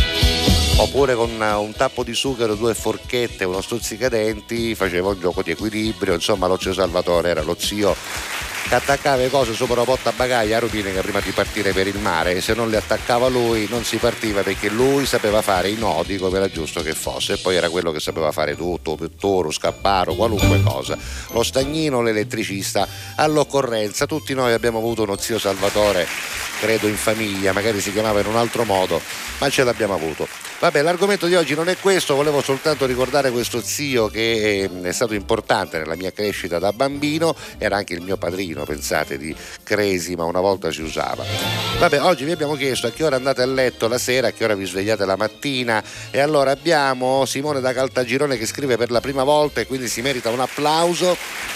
S2: Oppure con un tappo di sughero, due forchette, uno stuzzicadenti, faceva un gioco di equilibrio. Insomma, lo zio Salvatore era lo zio che attaccava le cose sopra una portabagaglia a Rubinica prima di partire per il mare, e se non le attaccava lui non si partiva, perché lui sapeva fare i nodi come era giusto che fosse, e poi era quello che sapeva fare tutto, pittore, scapparo, qualunque cosa, lo stagnino, l'elettricista all'occorrenza. Tutti noi abbiamo avuto uno zio Salvatore, credo in famiglia, magari si chiamava in un altro modo, ma ce l'abbiamo avuto. Vabbè, l'argomento di oggi non è questo, volevo soltanto ricordare questo zio che è stato importante nella mia crescita da bambino, era anche il mio padrino, pensate, di Cresi, ma una volta si usava. Vabbè, oggi vi abbiamo chiesto a che ora andate a letto la sera, a che ora vi svegliate la mattina, e allora abbiamo Simone da Caltagirone che scrive per la prima volta e quindi si merita un applauso,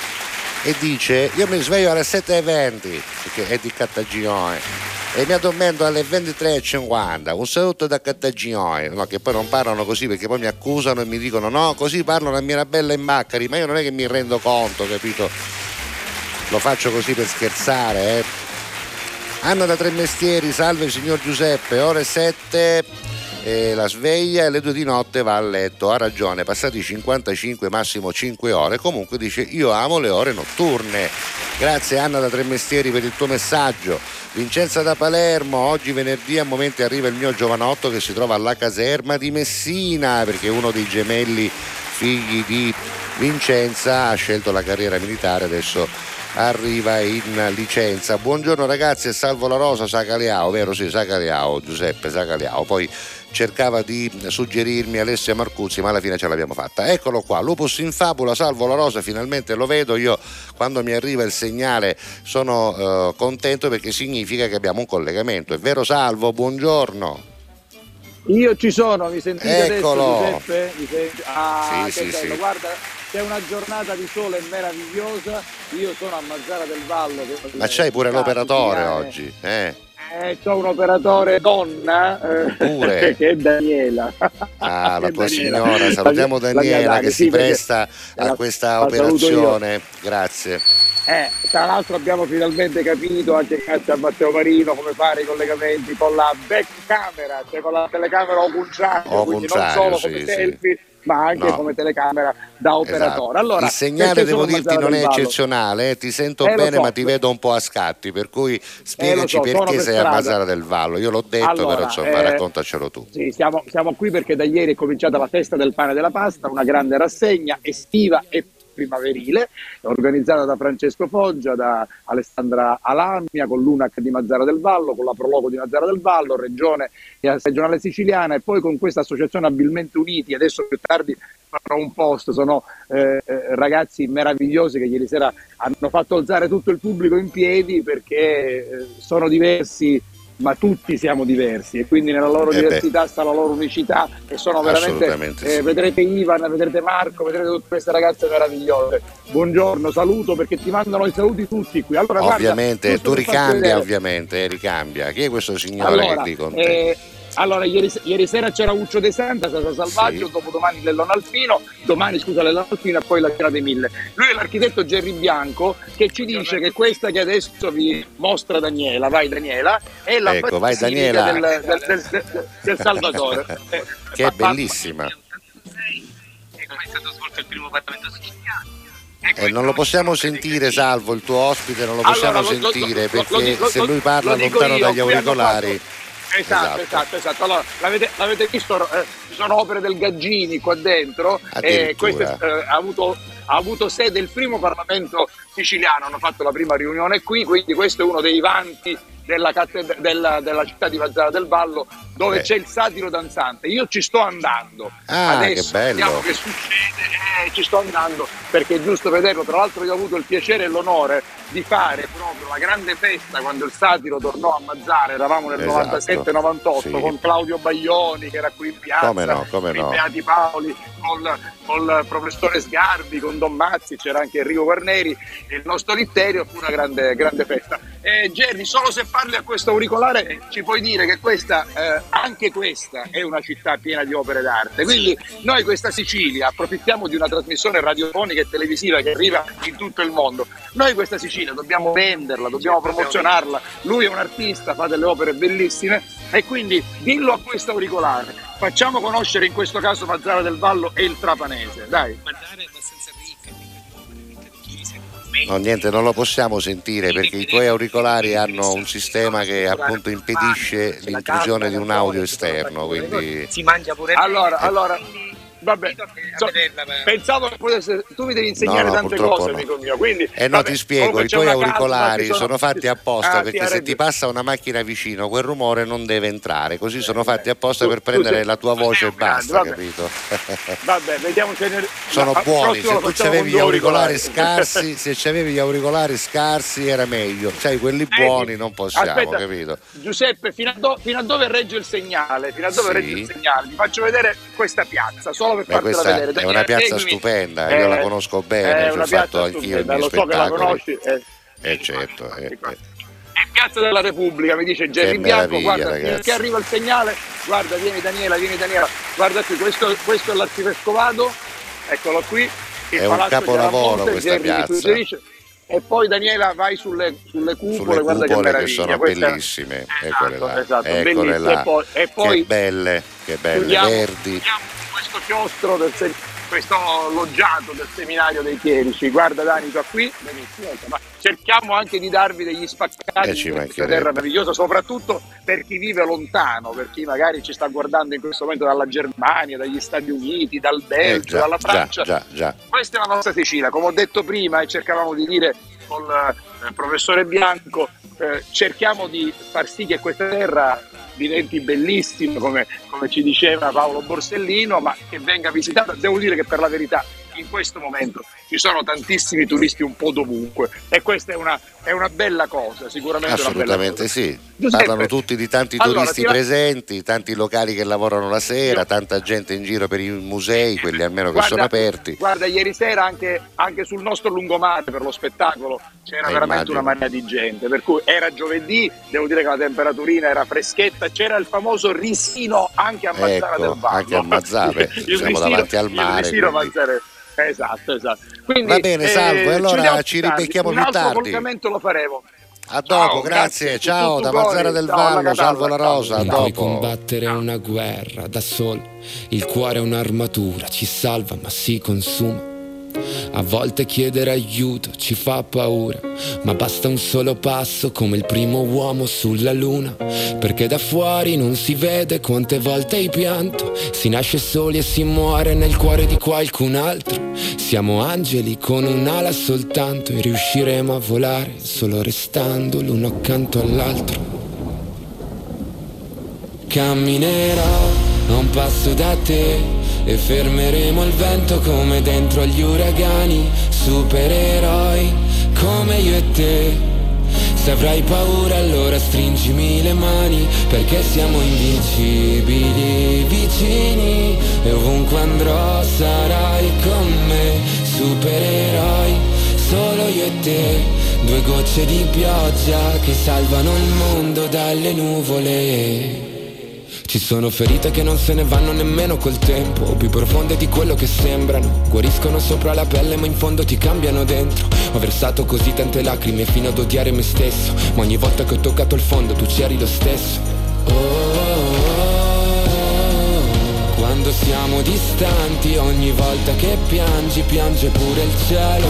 S2: e dice: io mi sveglio alle sette e venti, perché è di Caltagirone, e mi addormento alle ventitré e cinquanta. Un saluto da Caltagirone. No, che poi non parlano così, perché poi mi accusano e mi dicono: no, così parlano a Mirabella e Maccari, ma io non è che mi rendo conto, capito? Lo faccio così per scherzare, eh. Anna da Tremestieri: salve signor Giuseppe, ore sette e la sveglia, e alle due di notte va a letto. Ha ragione, passati cinquantacinque, massimo cinque ore. Comunque dice: io amo le ore notturne. Grazie Anna da Tremestieri per il tuo messaggio. Vincenza da Palermo: oggi venerdì a momenti arriva il mio giovanotto che si trova alla caserma di Messina, perché uno dei gemelli figli di Vincenza ha scelto la carriera militare, adesso arriva in licenza. Buongiorno ragazzi, e salvo la rosa, Sacaleao, vero? Sì, Sacaleao, Giuseppe Sacaleao. Poi cercava di suggerirmi Alessia Marcuzzi, ma alla fine ce l'abbiamo fatta. Eccolo qua, Lupus in fabula, salvo la rosa, finalmente lo vedo. Io quando mi arriva il segnale sono eh, contento, perché significa che abbiamo un collegamento. È vero Salvo? Buongiorno.
S6: Io ci sono, mi sentite?
S2: Eccolo.
S6: Adesso, Giuseppe? Mi senti? Ah,
S2: sì,
S6: che
S2: sì,
S6: bello.
S2: sì.
S6: Guarda, c'è una giornata di sole meravigliosa, io sono a Mazzara del Vallo. Che
S2: Ma c'hai pure l'operatore
S6: eh.
S2: oggi, eh?
S6: Eh, c'ho un operatore donna, eh,
S2: Pure.
S6: che è Daniela.
S2: Ah, la
S6: Che
S2: tua
S6: Daniela.
S2: signora, salutiamo
S6: La mia- la mia
S2: Daniela
S6: Dani,
S2: che
S6: sì,
S2: si
S6: perché
S2: presta a
S6: la-
S2: questa
S6: la saluto io.
S2: operazione. Grazie.
S6: Eh, tra l'altro abbiamo finalmente capito, anche grazie a Matteo Marino, come fare i collegamenti con la back camera, cioè con la telecamera ocunciale, quindi non
S2: Ocunciario,
S6: solo
S2: sì,
S6: come
S2: sì.
S6: selfie, ma anche
S2: No.
S6: come telecamera da operatore.
S2: Esatto.
S6: Allora,
S2: il segnale,
S6: perché
S2: devo
S6: sono
S2: dirti,
S6: Mazzara
S2: non
S6: del
S2: è
S6: Vallo?
S2: eccezionale, eh? Ti sento
S6: Eh, lo
S2: bene
S6: so.
S2: ma ti vedo un po' a scatti, per cui spiegaci
S6: Eh, lo so, sono
S2: perché
S6: per
S2: sei a
S6: strada.
S2: Mazzara del Vallo. Io l'ho detto,
S6: Allora,
S2: però insomma
S6: eh,
S2: raccontacelo tu.
S6: Sì, siamo, siamo qui perché da ieri è cominciata la festa del pane e della pasta, una grande rassegna estiva e primaverile, organizzata da Francesco Foggia, da Alessandra Alamia, con l'U N A C di Mazzara del Vallo, con la Prologo di Mazzara del Vallo, regione e regionale siciliana, e poi con questa associazione Abilmente Uniti. Adesso più tardi farò un post, sono eh, eh, ragazzi meravigliosi che ieri sera hanno fatto alzare tutto il pubblico in piedi, perché eh, sono diversi, ma tutti siamo diversi, e quindi nella loro
S2: Eh
S6: diversità
S2: beh.
S6: sta la loro unicità, e sono veramente,
S2: Assolutamente
S6: eh,
S2: sì.
S6: vedrete Ivan, vedrete Marco, vedrete tutte queste ragazze meravigliose. Buongiorno, saluto, perché ti mandano i saluti tutti qui. Allora, guarda,
S2: Ovviamente,
S6: giusto
S2: tu
S6: per farti
S2: ricambia,
S6: vedere.
S2: ovviamente, eh, ricambia. Chi è questo signore
S6: Allora,
S2: che è lì con te?
S6: eh, allora ieri, ieri sera c'era Uccio De Santa, Casa Salvaggio,
S2: Sì.
S6: dopodomani Lellone Alpino, domani scusa Lellone Alpino, e poi la Cena dei Mille. Lui è l'architetto Gerry Bianco, che ci dice che questa che adesso vi mostra Daniela, vai Daniela, è la
S2: Ecco, vai,
S6: basilica
S2: Daniela.
S6: del, del, del, del, del Salvatore. Eh,
S2: Che
S6: fa-
S2: è bellissima.
S6: E come è stato svolto il primo Parlamento siciliano.
S2: Eh, non lo possiamo sentire, Salvo, il tuo ospite non lo possiamo
S6: Allora, lo- lo-
S2: sentire,
S6: lo- lo-
S2: perché
S6: lo dico-
S2: se
S6: lo-
S2: lui parla
S6: lo dico
S2: lontano
S6: io,
S2: dagli
S6: qui hanno
S2: auricolari.
S6: fatto- Esatto, esatto, esatto. Allora, l'avete, l'avete visto, eh, ci sono opere del Gaggini qua dentro, e
S2: Addirittura.
S6: questo eh, ha avuto ha avuto sede il primo Parlamento siciliano, hanno fatto la prima riunione qui, quindi questo è uno dei vanti della, cattedra, della, della città di Mazara del Vallo, dove eh. c'è il satiro danzante. Io ci sto andando
S2: ah,
S6: adesso,
S2: che bello.
S6: vediamo che succede, eh, ci sto andando perché è giusto vederlo. Tra l'altro io ho avuto il piacere e l'onore di fare proprio la grande festa quando il satiro tornò a Mazara, eravamo nel
S2: esatto.
S6: novantasette novantotto,
S2: sì.
S6: con Claudio Baglioni che era qui in piazza,
S2: come no, come
S6: con
S2: no.
S6: i Beati Paoli, col, col professore Sgarbi, con Don Mazzi, c'era anche Enrico Guarneri, il nostro Litterio, fu una grande, grande festa. Eh, Gerry, solo se parli a questo auricolare ci puoi dire che questa, eh, anche questa è una città piena di opere d'arte, quindi noi questa Sicilia, approfittiamo di una trasmissione radiofonica e televisiva che arriva in tutto il mondo, noi questa Sicilia dobbiamo venderla, dobbiamo promozionarla, lui è un artista, fa delle opere bellissime e quindi dillo a questo auricolare, facciamo conoscere in questo caso Mazara del Vallo e il trapanese, dai.
S2: No, niente, non lo possiamo sentire perché i tuoi auricolari hanno un sistema che appunto impedisce l'intrusione di un audio esterno, quindi
S9: si mangia pure.
S6: Allora, allora vabbè, so, pensavo che potesse, tu mi devi insegnare
S2: no, no,
S6: tante cose,
S2: no.
S6: amico mio, quindi
S2: eh no,
S6: vabbè,
S2: ti spiego, i tuoi auricolari sono... sono fatti apposta
S6: ah,
S2: perché se ti passa una macchina vicino quel rumore non deve entrare, così sono fatti apposta
S6: tu,
S2: per prendere
S6: sei,
S2: la tua voce e basta,
S6: grande,
S2: capito?
S6: Vabbè, vediamo se ne...
S2: sono
S6: no,
S2: buoni, se tu c'avevi gli auricolari, auricolari scarsi, se c'avevi gli auricolari scarsi era meglio, sai, quelli buoni non possiamo,
S6: aspetta,
S2: capito?
S6: Giuseppe, fino a, do, fino a dove regge il segnale? Fino a dove
S2: sì.
S6: regge il segnale? Ti faccio vedere questa piazza, solo per fartela vedere.
S2: È una piazza
S6: Seguimi.
S2: stupenda,
S6: eh,
S2: io la conosco bene, ci ho fatto anch'io i miei
S6: lo so che la conosci.
S2: Eh, eh certo. Eh, eh.
S6: È Piazza della Repubblica, mi dice Gerry Bianco, guarda, che arriva il segnale, guarda, vieni Daniela, vieni Daniela, guarda qui, questo, questo è l'Arcivescovado, eccolo qui, il
S2: è un capolavoro questa
S6: Gerry
S2: piazza.
S6: E poi Daniela vai sulle, sulle cupole,
S2: sulle
S6: guarda
S2: cupole
S6: che,
S2: che sono
S6: questa...
S2: bellissime,
S6: esatto,
S2: eccole là,
S6: esatto,
S2: eccole là.
S6: E poi, e poi
S2: che belle, che belle,
S6: chiudiamo,
S2: verdi.
S6: Chiudiamo questo chiostro del se... questo loggiato del seminario dei chierici, guarda Dani, qua qui, benissimo, ma cerchiamo anche di darvi degli spaccati
S2: eh,
S6: di questa terra meravigliosa, soprattutto per chi vive lontano, per chi magari ci sta guardando in questo momento dalla Germania, dagli Stati Uniti, dal Belgio,
S2: eh, già,
S6: dalla Francia.
S2: Già, già, già.
S6: Questa è la nostra Sicilia, come ho detto prima e cercavamo di dire con il professore Bianco, eh, cerchiamo di far sì che questa terra diventi bellissima, come, come ci diceva Paolo Borsellino, ma che venga visitata. Devo dire che per la verità in questo momento ci sono tantissimi turisti un po' dovunque e questa è una, è una bella cosa, sicuramente.
S2: Assolutamente
S6: una bella cosa.
S2: Sì,
S6: Giuseppe,
S2: parlano tutti di tanti
S6: allora,
S2: turisti
S6: la...
S2: presenti, tanti locali che lavorano la sera,
S6: Io...
S2: tanta gente in giro per i musei, quelli almeno che
S6: guarda,
S2: sono aperti.
S6: Guarda, ieri sera anche, anche sul nostro lungomare per lo spettacolo c'era eh, veramente immagino. una marea di gente, per cui era giovedì, devo dire che la temperaturina era freschetta, c'era il famoso risino anche a Mazara
S2: ecco,
S6: del Vallo.
S2: Anche a Mazara, siamo risino, davanti al mare.
S6: Esatto, esatto. Quindi,
S2: va bene, Salvo,
S6: eh,
S2: allora ci ribecchiamo
S6: più tardi. Un altro collegamento lo faremo.
S2: A dopo, ciao, grazie, grazie. Ciao da Mazara del Vallo, Salvo La Rosa, a dopo.
S10: Puoi combattere una guerra da solo, il cuore è un'armatura, ci salva ma si consuma. A volte chiedere aiuto ci fa paura, ma basta un solo passo come il primo uomo sulla luna, perché da fuori non si vede quante volte hai pianto, si nasce soli e si muore nel cuore di qualcun altro. Siamo angeli con un'ala soltanto e riusciremo a volare solo restando l'uno accanto all'altro. Camminerò a un passo da te e fermeremo il vento come dentro agli uragani, supereroi come io e te. Se avrai paura allora stringimi le mani, perché siamo invincibili, vicini, e ovunque andrò sarai con me. Supereroi, solo io e te, due gocce di pioggia che salvano il mondo dalle nuvole. Ci sono ferite che non se ne vanno nemmeno col tempo, più profonde di quello che sembrano, guariscono sopra la pelle ma in fondo ti cambiano dentro. Ho versato così tante lacrime fino ad odiare me stesso, ma ogni volta che ho toccato il fondo tu c'eri lo stesso. Oh, oh, oh, quando siamo distanti, ogni volta che piangi, piange pure il cielo.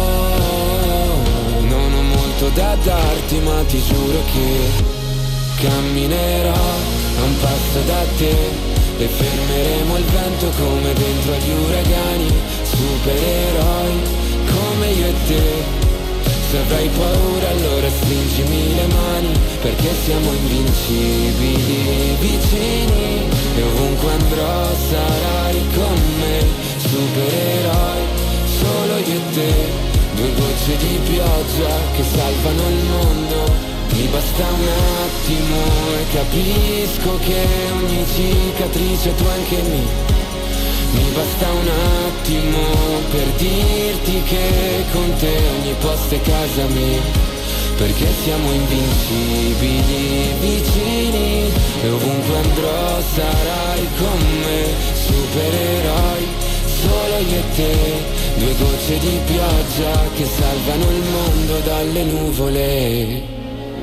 S10: Oh, non ho molto da darti ma ti giuro che camminerò a un passo da te e fermeremo il vento come dentro agli uragani. Supereroi come io e te. Se avrai paura allora stringimi le mani, perché siamo invincibili, vicini, e ovunque andrò sarai con me. Supereroi, solo io e te, due gocce di pioggia che salvano il mondo. Mi basta un attimo e capisco che ogni cicatrice tu anche mi. Mi basta un attimo per dirti che con te ogni posto è casa mia, perché siamo invincibili, vicini, e ovunque andrò sarai con me. Supereroi, solo io e te, due gocce di pioggia che salvano il mondo dalle nuvole.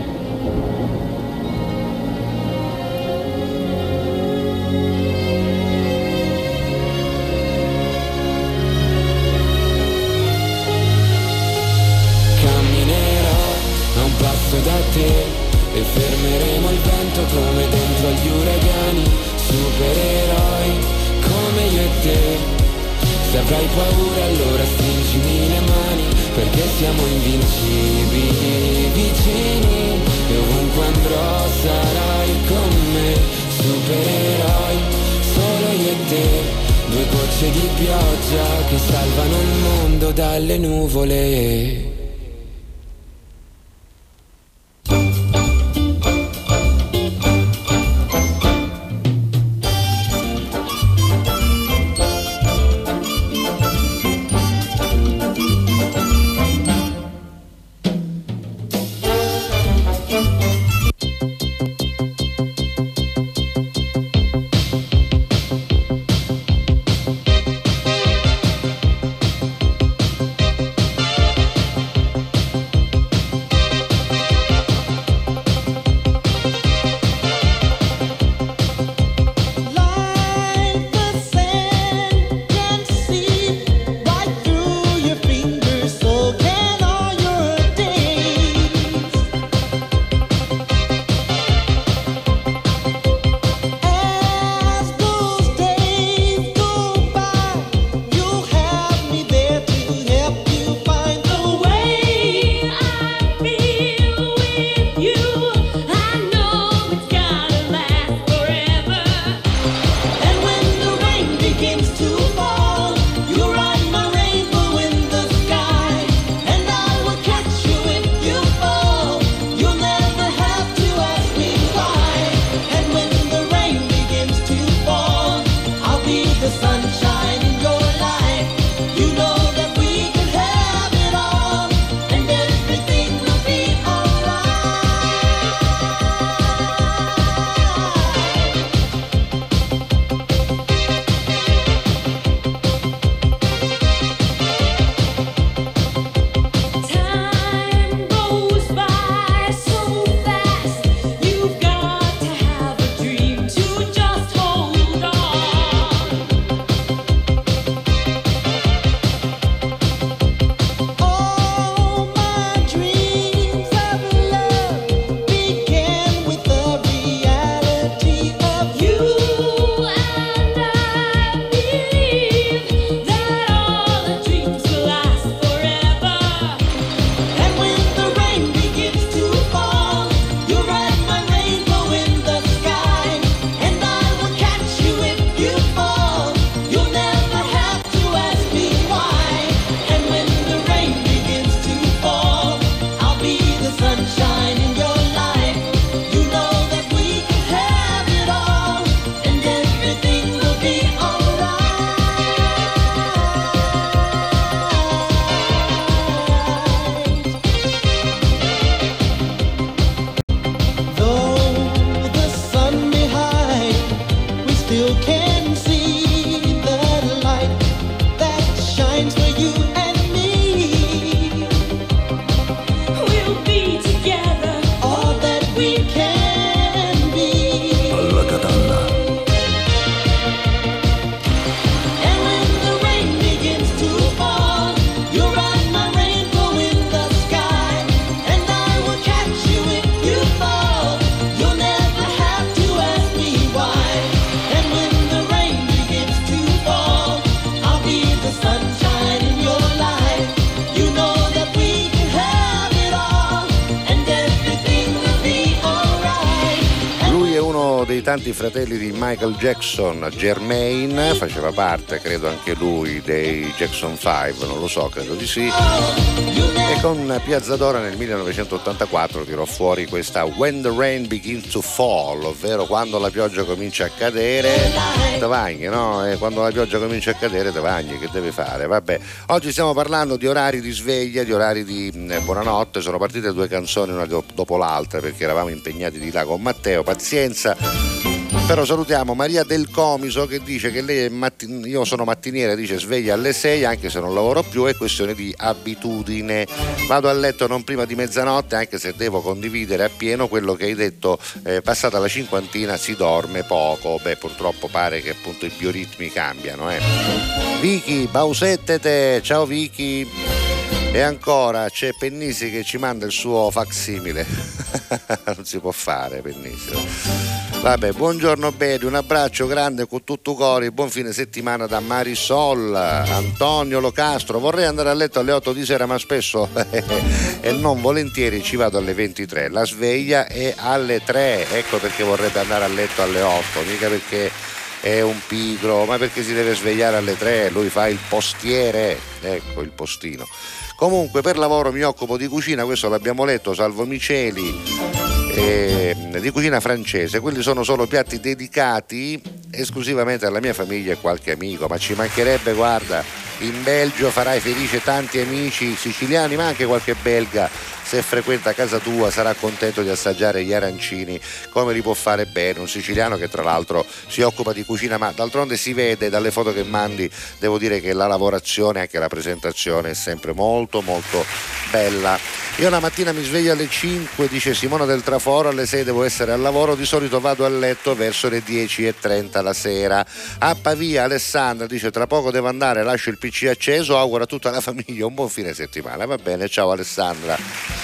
S10: Da te e fermeremo il vento come dentro agli uragani. Supereroi come io e te. Se avrai paura allora stringimi le mani, perché siamo invincibili, vicini, e ovunque andrò sarai con me. Supereroi, solo io e te, due gocce di pioggia che salvano il mondo dalle nuvole.
S2: dei tanti fratelli di Michael Jackson, Jermaine, faceva parte, credo anche lui, dei Jackson cinque, non lo so, credo di sì. E con Piazza Dora nel millenovecentottantaquattro tirò fuori questa When the Rain Begins to Fall, ovvero quando la pioggia comincia a cadere, te vagni, no? E quando la pioggia comincia a cadere te vagni, che deve fare? Vabbè, oggi stiamo parlando di orari di sveglia, di orari di eh, buonanotte, sono partite due canzoni una dopo l'altra perché eravamo impegnati di là con Matteo, pazienza. Però salutiamo Maria del Comiso che dice che lei è mattin- io sono mattiniera, dice sveglia alle sei anche se non lavoro più, è questione di abitudine, vado a letto non prima di mezzanotte anche se devo condividere appieno quello che hai detto, eh, passata la cinquantina si dorme poco, beh purtroppo pare che appunto i bioritmi cambiano, eh. Vicky Bausettete, ciao Vicky. E ancora c'è Pennisi che ci manda il suo facsimile. Non si può fare, Pennisi. Vabbè, buongiorno Bedi, un abbraccio grande con tutto cuore, buon fine settimana da Marisol. Antonio Locastro, vorrei andare a letto alle otto di sera ma spesso e non volentieri ci vado alle ventitré, la sveglia è alle tre, ecco perché vorrebbe andare a letto alle otto, mica perché è un pigro, ma perché si deve svegliare alle tre, lui fa il postiere, ecco il postino. Comunque per lavoro mi occupo di cucina, questo l'abbiamo letto, Salvo Miceli, eh, di cucina francese, quelli sono solo piatti dedicati esclusivamente alla mia famiglia e qualche amico, ma ci mancherebbe, guarda, in Belgio farai felice tanti amici siciliani ma anche qualche belga, se frequenta casa tua sarà contento di assaggiare gli arancini come li può fare bene un siciliano che tra l'altro si occupa di cucina, ma d'altronde si vede dalle foto che mandi, devo dire che la lavorazione, anche la presentazione è sempre molto molto bella. Io una mattina mi sveglio alle cinque, dice Simona del Traforo, alle sei devo essere al lavoro, di solito vado a letto verso le dieci e trenta la sera. A Pavia Alessandra dice tra poco devo andare, lascio il P C acceso, auguro a tutta la famiglia un buon fine settimana. Va bene, ciao Alessandra.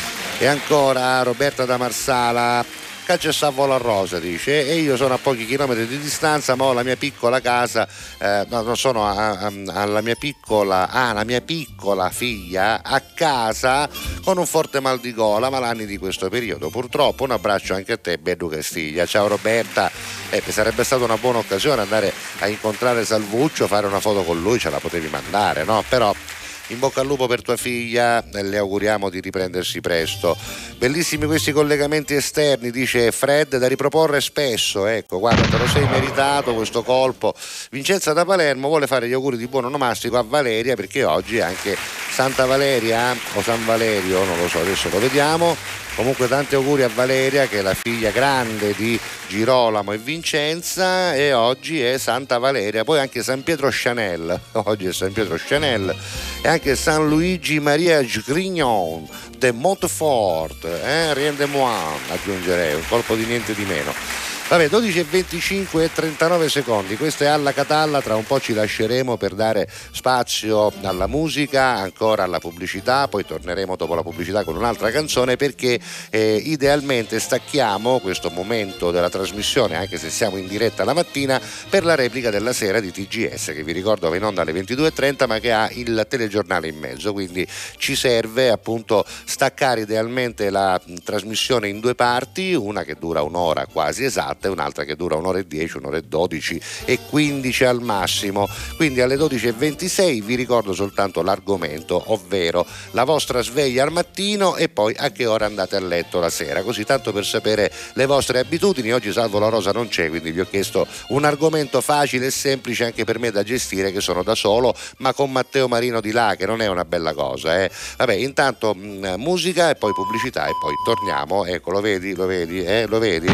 S2: E ancora Roberta da Marsala, Caccia Savola Rosa dice, e io sono a pochi chilometri di distanza ma ho la mia piccola casa, eh, no, non sono a, a, alla mia piccola, ah, la mia piccola figlia a casa con un forte mal di gola, malanni di questo periodo. Purtroppo un abbraccio anche a te, Bedu Castiglia. Ciao Roberta, eh, sarebbe stata una buona occasione andare a incontrare Salvuccio, fare una foto con lui, ce la potevi mandare, no? Però in bocca al lupo per tua figlia, le auguriamo di riprendersi presto. Bellissimi questi collegamenti esterni, dice Fred, da riproporre spesso, ecco, guarda, te lo sei meritato questo colpo. Vincenza da Palermo vuole fare gli auguri di buon onomastico a Valeria perché oggi è anche Santa Valeria o San Valerio, non lo so, adesso lo vediamo. Comunque tanti auguri a Valeria che è la figlia grande di Girolamo e Vincenza e oggi è Santa Valeria, poi anche San Pietro Chanel, oggi è San Pietro Chanel e anche San Luigi Maria Grignon de Montfort, eh? Rien de moi, aggiungerei, un colpo di niente di meno. Vabbè, dodici e venticinque e trentanove secondi, questa è Alla Catalla, tra un po' ci lasceremo per dare spazio alla musica, ancora alla pubblicità, poi torneremo dopo la pubblicità con un'altra canzone perché eh, idealmente stacchiamo questo momento della trasmissione, anche se siamo in diretta la mattina, per la replica della sera di T G S, che vi ricordo va in onda alle ventidue e trenta ma che ha il telegiornale in mezzo, quindi ci serve appunto staccare idealmente la mh, trasmissione in due parti, una che dura un'ora quasi esatta e un'altra che dura un'ora e dieci, un'ora e dodici e quindici al massimo. Quindi alle dodici e ventisei vi ricordo soltanto l'argomento, ovvero la vostra sveglia al mattino e poi a che ora andate a letto la sera, così tanto per sapere le vostre abitudini. Oggi Salvo La Rosa non c'è, quindi vi ho chiesto un argomento facile e semplice anche per me da gestire, che sono da solo ma con Matteo Marino di là, che non è una bella cosa, eh. Vabbè, intanto mh, musica e poi pubblicità e poi torniamo, ecco, lo vedi, lo vedi, eh, lo vedi?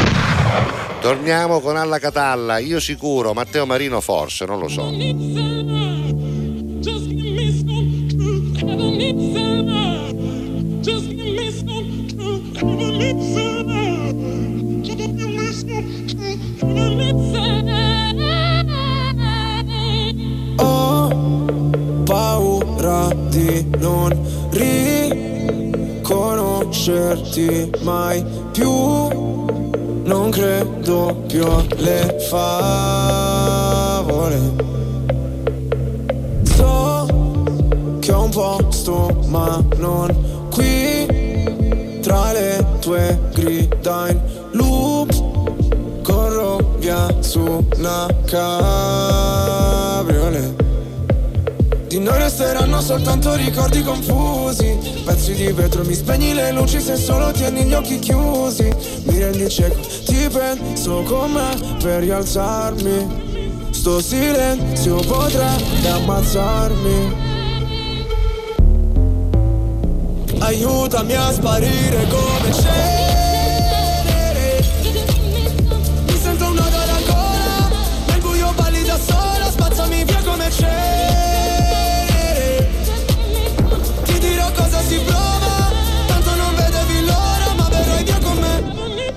S2: Torniamo con Alla Catalla, io sicuro, Matteo Marino forse, non lo so.
S9: Ho paura di non riconoscerti mai più. Non credo più alle favole. So che ho un posto ma non qui. Tra le tue grida in loop corro via su una cabriolet. Di noi resteranno soltanto ricordi confusi, pezzi di vetro, mi spegni le luci se solo tieni gli occhi chiusi. Mi rendi cieco, ti penso con me per rialzarmi. Sto silenzio potrebbe ammazzarmi. Aiutami a sparire come cenere. Mi sento un nodo alla gola, nel buio balli da sola, spazzami via come cenere. Cosa si prova, tanto non vedevi l'ora, ma verrai via con me.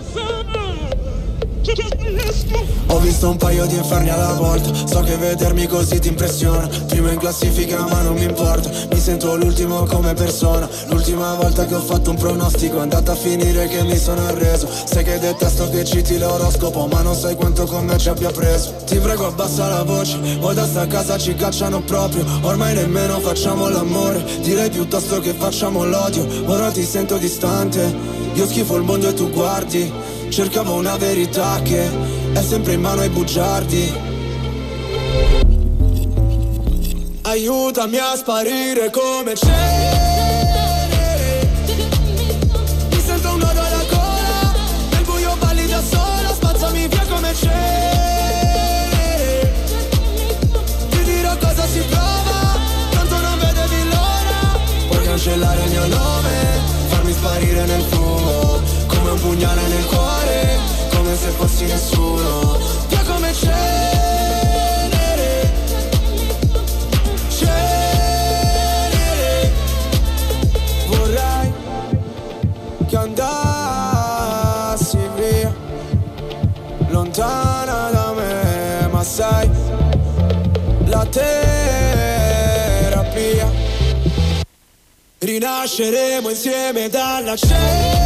S9: Ho visto un paio di inferni alla volta, so che vedermi così ti impressiona. Primo in classifica ma non mi importa, mi sento l'ultimo come persona. L'ultima volta che ho fatto un pronostico è andata a finire che mi sono arreso. Sai che detesto che citi l'oroscopo, ma non sai quanto con me ci abbia preso. Ti prego abbassa la voce, o da sta casa ci cacciano proprio. Ormai nemmeno facciamo l'amore, direi piuttosto che facciamo l'odio. Ora ti sento distante, io schifo il mondo e tu guardi. Cercavo una verità che è sempre in mano ai bugiardi. Aiutami a sparire come cenere. Mi sento un nodo alla gola, nel buio balli da sola, spazzami via come cenere. Ti dirò cosa si prova, tanto non vedevi l'ora. Puoi cancellare il mio nome, farmi sparire nel fumo, come un pugnale nel cuore, come se fossi nessuno. Via come cenere, cenere. Vorrei che andassi via, lontana da me, ma sai, la terapia. Rinasceremo insieme dalla cenere.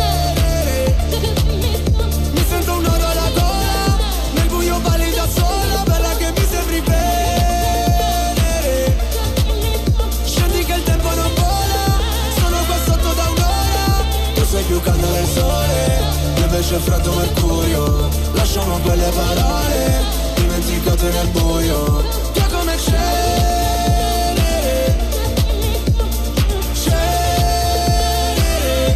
S9: Più caldo del sole, io invece freddo mercurio. Lasciamo quelle parole dimenticate nel buio. Via come cenere, cenere.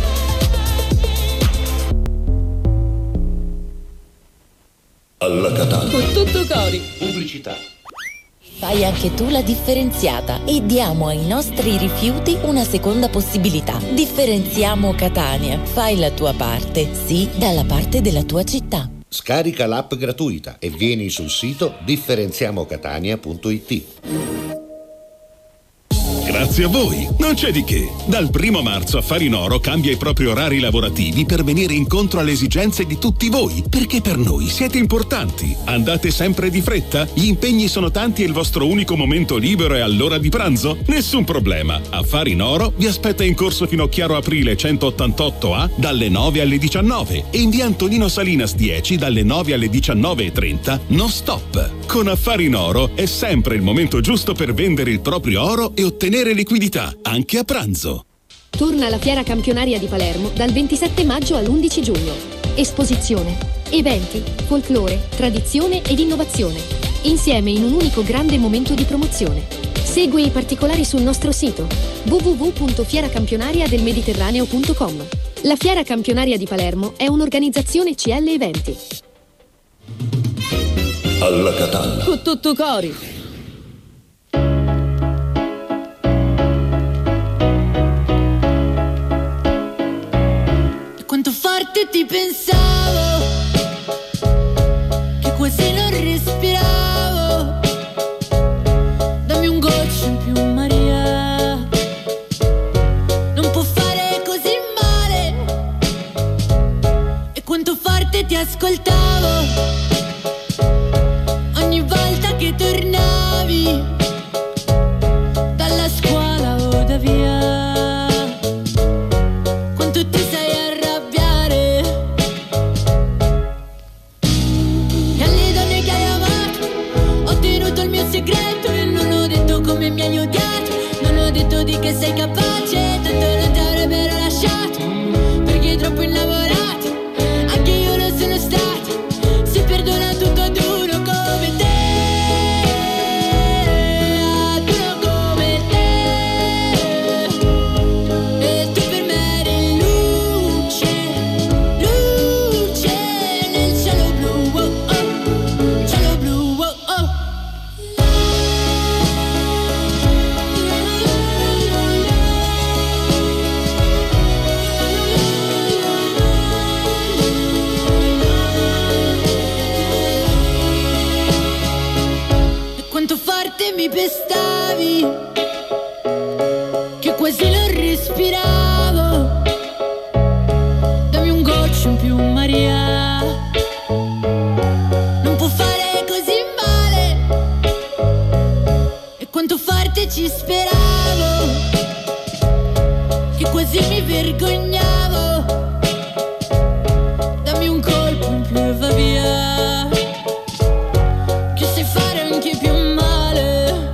S5: Alla Catalla.
S1: Con tutto cori.
S5: Pubblicità.
S1: Fai anche tu la differenziata e diamo ai nostri rifiuti una seconda possibilità. Differenziamo Catania. Fai la tua parte, sì, dalla parte della tua città.
S5: Scarica l'app gratuita e vieni sul sito differenziamo catania punto it.
S8: Grazie a voi, non c'è di che. Dal primo marzo Affari in Oro cambia i propri orari lavorativi per venire incontro alle esigenze di tutti voi, perché per noi siete importanti. Andate sempre di fretta? Gli impegni sono tanti e il vostro unico momento libero è all'ora di pranzo? Nessun problema. Affari in Oro vi aspetta in corso Fino Chiaro Aprile centottantotto A dalle nove alle diciannove e in via Antonino Salinas dieci dalle nove alle diciannove e trenta, no stop. Con Affari in Oro è sempre il momento giusto per vendere il proprio oro e ottenere liquidità, anche a pranzo.
S7: Torna la Fiera Campionaria di Palermo dal ventisette maggio all'undici giugno. Esposizione, eventi, folklore, tradizione ed innovazione. Insieme in un unico grande momento di promozione. Segui i particolari sul nostro sito w w w punto fiera campionaria del mediterraneo punto com. La Fiera Campionaria di Palermo è un'organizzazione C L Eventi.
S5: Alla Catalla.
S1: Con tutto cori.
S11: Quanto forte ti pensavo, che quasi non respiravo. Dammi un goccio in più, Maria. Non può fare così male. E quanto forte ti ascoltavo ogni volta che tornavi dalla scuola o da via. Quanto ti sei mi hai odiato, non ho detto di che sei capace, tanto non ti avrebbero lasciato, perché troppo innamorato, anche io lo sono stato, se perdonato così mi vergognavo. Dammi un colpo in più e va via, che sai fare anche più male.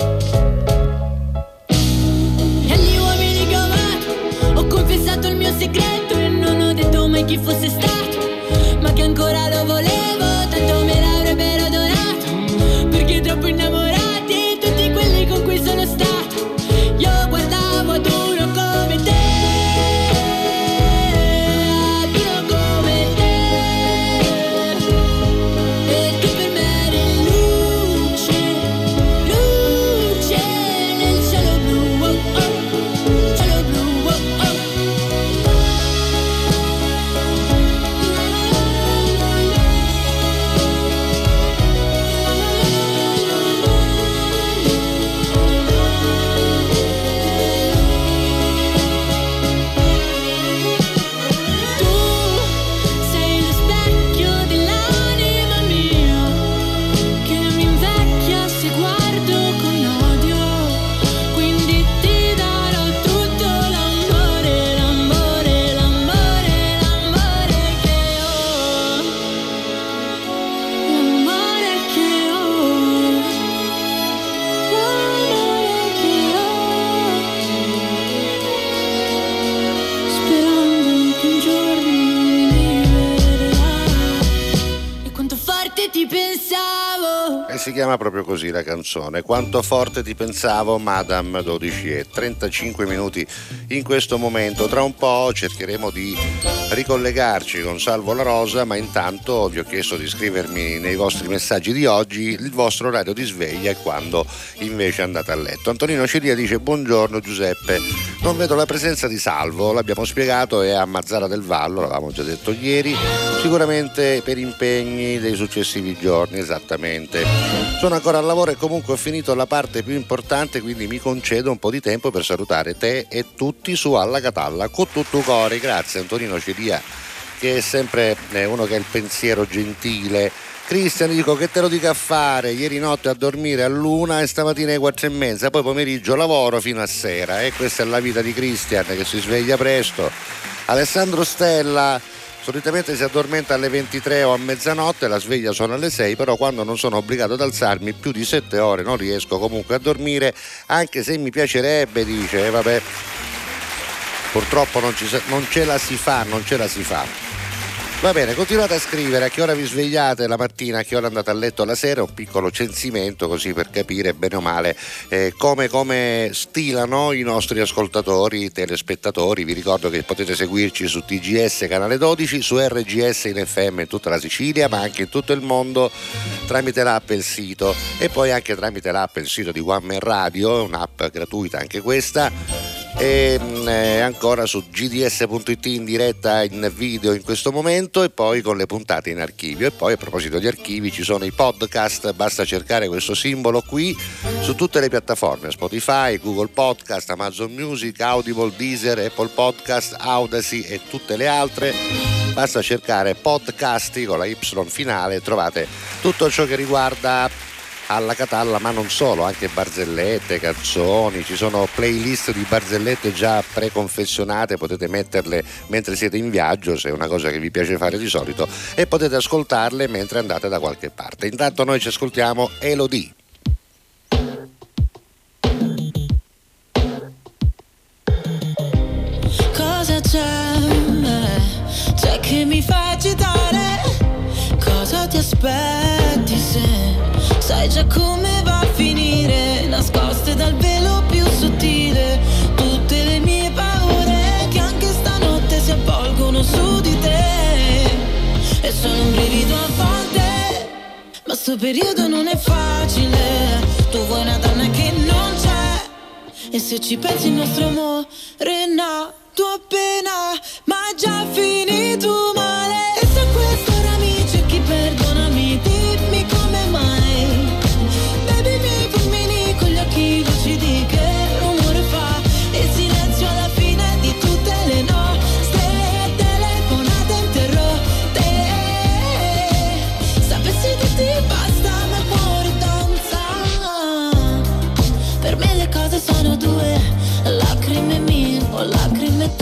S11: E agli uomini che ho amato ho confessato il mio segreto e non ho detto mai chi fosse stato, ma che ancora lo volevo, tanto me l'avrebbero donato, perché troppo innamorati tutti quelli con cui sono stato. Io guardavo ad uno come te, ad uno come te, e tu per me eri luce, luce nel cielo blu, oh oh, cielo blu, oh oh. Ti pensavo.
S2: E si chiama proprio così la canzone, Quanto forte ti pensavo, Madame dodici e trentacinque minuti in questo momento. Tra un po' cercheremo di ricollegarci con Salvo La Rosa, ma intanto vi ho chiesto di scrivermi nei vostri messaggi di oggi il vostro orario di sveglia e quando invece andate a letto. Antonino Ciria dice: buongiorno Giuseppe, non vedo la presenza di Salvo, l'abbiamo spiegato, è a Mazzara del Vallo, l'avevamo già detto ieri, sicuramente per impegni dei successivi giorni. Esattamente, sono ancora al lavoro e comunque ho finito la parte più importante, quindi mi concedo un po' di tempo per salutare te e tutti su Alla Catalla con tutto cuore. Grazie Antonino Ciria, che è sempre uno che ha il pensiero gentile. Cristian, dico che te lo dica a fare, ieri notte a dormire all'una e stamattina alle quattro e mezza, poi pomeriggio lavoro fino a sera, e questa è la vita di Cristian che si sveglia presto. Alessandro Stella: solitamente si addormenta alle ventitré o a mezzanotte, la sveglia sono alle sei, però quando non sono obbligato ad alzarmi più di sette ore non riesco comunque a dormire, anche se mi piacerebbe, dice. E vabbè, purtroppo non, ci, non ce la si fa, non ce la si fa. Va bene, continuate a scrivere a che ora vi svegliate la mattina, a che ora andate a letto la sera, un piccolo censimento così per capire bene o male eh, come, come stilano i nostri ascoltatori, i telespettatori. Vi ricordo che potete seguirci su T G S canale dodici, su R G S in F M in tutta la Sicilia, ma anche in tutto il mondo tramite l'app e il sito, e poi anche tramite l'app e il sito di One Man Radio, un'app gratuita anche questa. E eh, ancora su G D S punto it in diretta in video in questo momento, e poi con le puntate in archivio. E poi, a proposito di archivi, ci sono i podcast, basta cercare questo simbolo qui su tutte le piattaforme: Spotify, Google Podcast, Amazon Music, Audible, Deezer, Apple Podcast, Audacy e tutte le altre. Basta cercare podcasti con la Y finale e trovate tutto ciò che riguarda Alla Catalla, ma non solo, anche barzellette, canzoni, ci sono playlist di barzellette già preconfezionate, potete metterle mentre siete in viaggio, se è una cosa che vi piace fare di solito, e potete ascoltarle mentre andate da qualche parte. Intanto noi ci ascoltiamo Elodie.
S11: Cosa c'è? C'è che mi fa agitare? Cosa ti aspetti se sai già come va a finire, nascoste dal velo più sottile, tutte le mie paure che anche stanotte si avvolgono su di te, e sono un brivido a volte, ma sto periodo non è facile, tu vuoi una donna che non c'è, e se ci pensi il nostro amore è nato appena, ma già finito male, e se a quest'ora mi cerchi perdonami, dimmi come mai. Lucidi, che rumore fa il silenzio alla fine di tutte le nostre telefonate interrotte. Sapessi che ti basta ma il cuore danza. Per me le cose sono due, lacrime mie o lacrime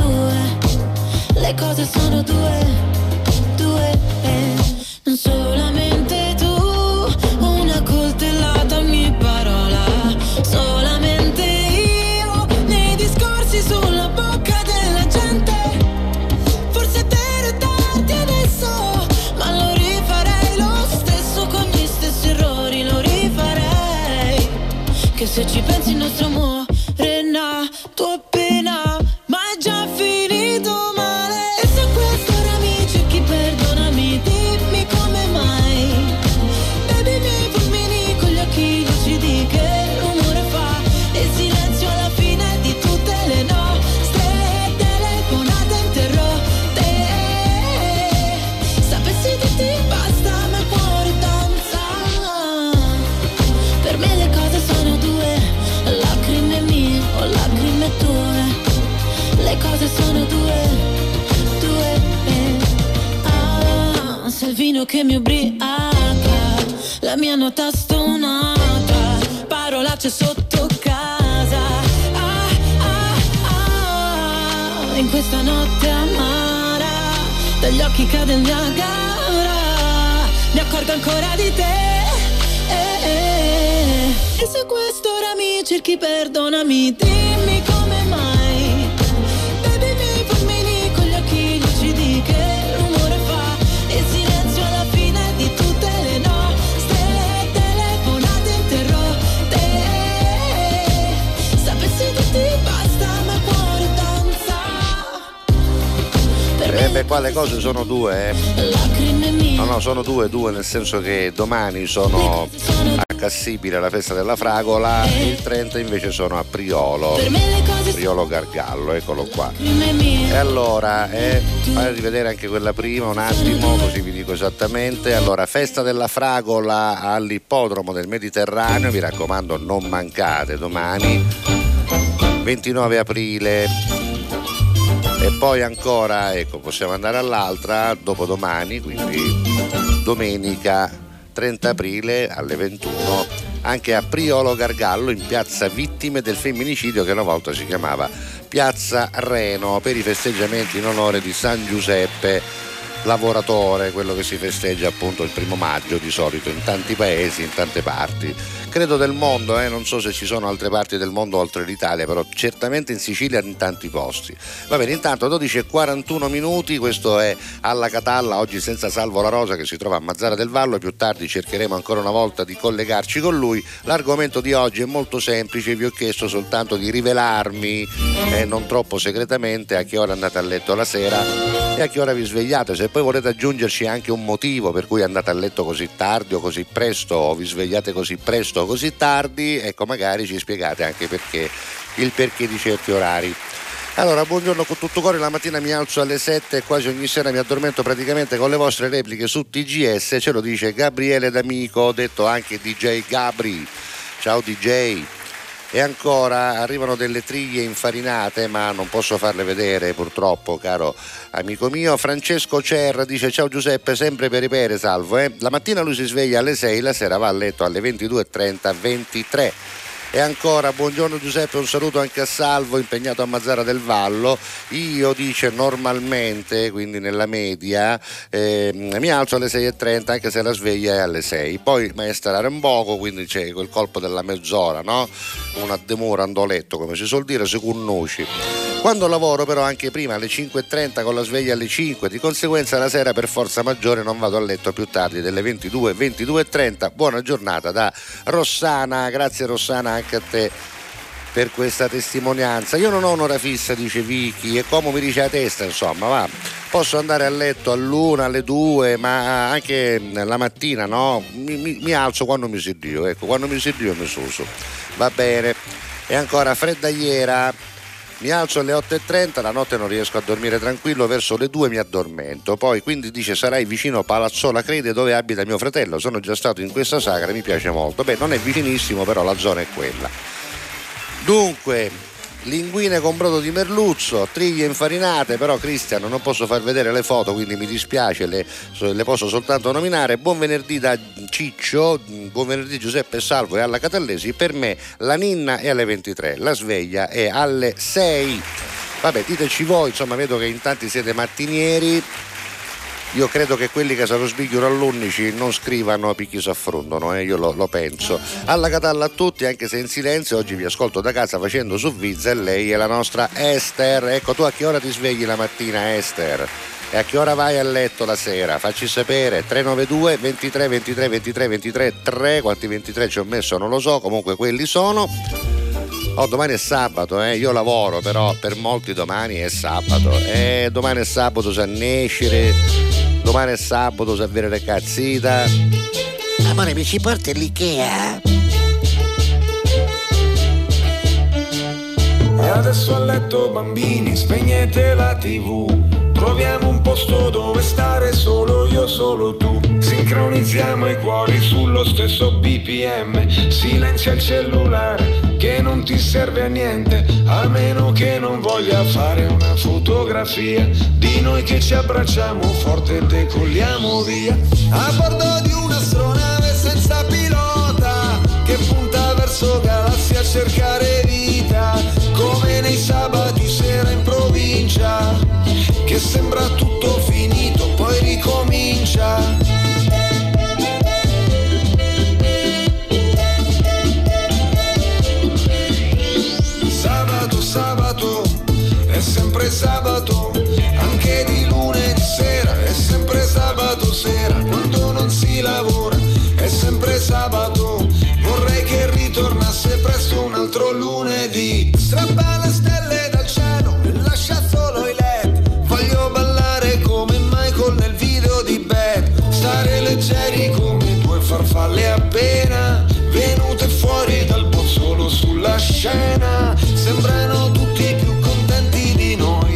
S11: le cose sono due, due, eh. Non solamente tu, una coltellata ogni parola, solamente io, nei discorsi sulla bocca della gente. Forse è vero tardi adesso, ma lo rifarei lo stesso, con gli stessi errori lo rifarei. Che se ci pensi il nostro amore è nato appena, ma è già finito male. E se questo ora mi cerchi, perdonami, dimmi come mai. Baby, mi fulmini con gli occhi lucidi, che rumore fa il silenzio alla fine di tutte le nostre telefonate interrotte. Sapessi dirti basta, ma il cuore danza. Per me le cose sono due, lacrime mie o lacrime tue. Le cose sono due, due, eh. Ah, se il vino che mi ubriaca, la mia nota stonata, parolacce sotto casa. Ah, ah, ah, in questa notte amara, dagli occhi cade il Niagara, mi accorgo ancora di te. Eh, eh. E se quest'ora mi cerchi, perdonami, dimmi come mai. Baby, mi fulmini con gli occhi lucidi, che rumore fa il silenzio alla fine di tutte le nostre telefonate interrotte. Sapessi dirti basta, ma il cuore danza. Per
S2: Eh beh, qua le cose sono due, eh.
S11: lacrime mie.
S2: No, no, sono due, due, nel senso che domani sono a Cassibile alla festa della fragola, e il trenta invece sono a Priolo,
S11: Per me le cose
S2: Priolo Gargallo, eccolo qua.
S11: lacrime mie.
S2: E allora, eh, fai rivedere anche quella prima un attimo, così vi dico esattamente. Allora, festa della fragola all'ippodromo del Mediterraneo, mi raccomando non mancate, domani ventinove aprile. E poi ancora, ecco, possiamo andare all'altra, dopodomani, quindi domenica trenta aprile alle ventuno, anche a Priolo Gargallo, in piazza Vittime del Femminicidio, che una volta si chiamava Piazza Reno, per i festeggiamenti in onore di San Giuseppe Lavoratore, quello che si festeggia appunto il primo maggio di solito in tanti paesi, in tante parti, credo del mondo, eh? Non so se ci sono altre parti del mondo oltre l'Italia, però certamente in Sicilia in tanti posti. Va bene, intanto dodici e quarantuno minuti, questo è Alla Catalla, oggi senza Salvo La Rosa che si trova a Mazzara del Vallo, più tardi cercheremo ancora una volta di collegarci con lui. L'argomento di oggi è molto semplice, vi ho chiesto soltanto di rivelarmi, eh, non troppo segretamente, a che ora andate a letto la sera e a che ora vi svegliate. Se poi volete aggiungerci anche un motivo per cui andate a letto così tardi o così presto, o vi svegliate così presto o così tardi, ecco, magari ci spiegate anche perché, il perché di certi orari. Allora, buongiorno con tutto cuore, la mattina mi alzo alle sette e quasi ogni sera mi addormento praticamente con le vostre repliche su T G S, ce lo dice Gabriele D'Amico, detto anche D J Gabri. Ciao D J. E ancora arrivano delle triglie infarinate, ma non posso farle vedere purtroppo, caro amico mio. Francesco Cer dice: ciao Giuseppe, sempre per ripere, salvo, eh. La mattina lui si sveglia alle sei, la sera va a letto alle ventidue e trenta, ventitré. E ancora, buongiorno Giuseppe, un saluto anche a Salvo, impegnato a Mazzara del Vallo. Io, dice, normalmente, quindi nella media, eh, mi alzo alle sei e trenta, anche se la sveglia è alle sei. Poi maestrare un poco, quindi c'è quel colpo della mezz'ora, no? Una demora ando a letto, come si suol dire, secondo noci. Quando lavoro però anche prima alle cinque e trenta con la sveglia alle cinque, di conseguenza la sera per forza maggiore non vado a letto più tardi delle ventidue, ventidue e trenta. Buona giornata da Rossana, grazie Rossana anche a te per questa testimonianza. Io non ho un'ora fissa, dice Vicky, e come mi dice la testa, insomma, va. Posso andare a letto all'una, alle due, ma anche la mattina, no? Mi, mi, mi alzo quando mi seddio, ecco, quando mi seddio mi suso. Va bene. E ancora freddagliera. Mi alzo alle otto e trenta, la notte non riesco a dormire tranquillo, verso le due mi addormento. Poi quindi dice sarai vicino a Palazzola Crede dove abita mio fratello, sono già stato in questa sagra, mi piace molto. Beh, non è vicinissimo, però la zona è quella. Dunque, linguine con brodo di merluzzo, triglie infarinate, però Cristian non posso far vedere le foto, quindi mi dispiace, le, le posso soltanto nominare. Buon venerdì da Ciccio, buon venerdì Giuseppe Salvo e alla Catallesi. Per me la ninna è alle ventitré, la sveglia è alle sei. Vabbè, diteci voi, insomma, vedo che in tanti siete mattinieri. Io credo che quelli che sono svigliano all'undici non scrivano picchi s'affrontano, eh? Io lo, lo penso. Alla catalla a tutti, anche se in silenzio, oggi vi ascolto da casa facendo su Vizza e lei è la nostra Esther. Ecco, tu a che ora ti svegli la mattina, Esther? E a che ora vai a letto la sera? Facci sapere. Tre nove due ventitré ventitré ventitré ventitré tre, quanti ventitré ci ho messo non lo so, comunque quelli sono. Oh, domani è sabato, eh? Io lavoro, però per molti domani è sabato. Eh, domani è sabato, sa nescere, domani è sabato, sa avere le cazzita.
S12: Amore, mi ci porti all'Ikea?
S13: E adesso a letto bambini, spegnete la tivù. Troviamo un posto dove stare solo io, solo tu. Sincronizziamo i cuori sullo stesso B P M. Silenzia il cellulare che non ti serve a niente, a meno che non voglia fare una fotografia di noi che ci abbracciamo forte e decolliamo via. A bordo di un'astronave senza pilota che punta verso galassie a cercare vita, come nei sabati sera in provincia, che sembra tutto finito, poi ricomincia. Sabato, sabato, è sempre sabato, anche di lunedì sera, è sempre sabato sera, quando non si lavora, è sempre sabato, vorrei che ritornasse presto un altro lunedì. Strappa le stelle dal cielo e lascia solo i led, voglio ballare come Michael nel video di Bad, stare leggeri come due farfalle appena venute fuori dal bozzolo sulla scena, sembrano tutti più contenti di noi,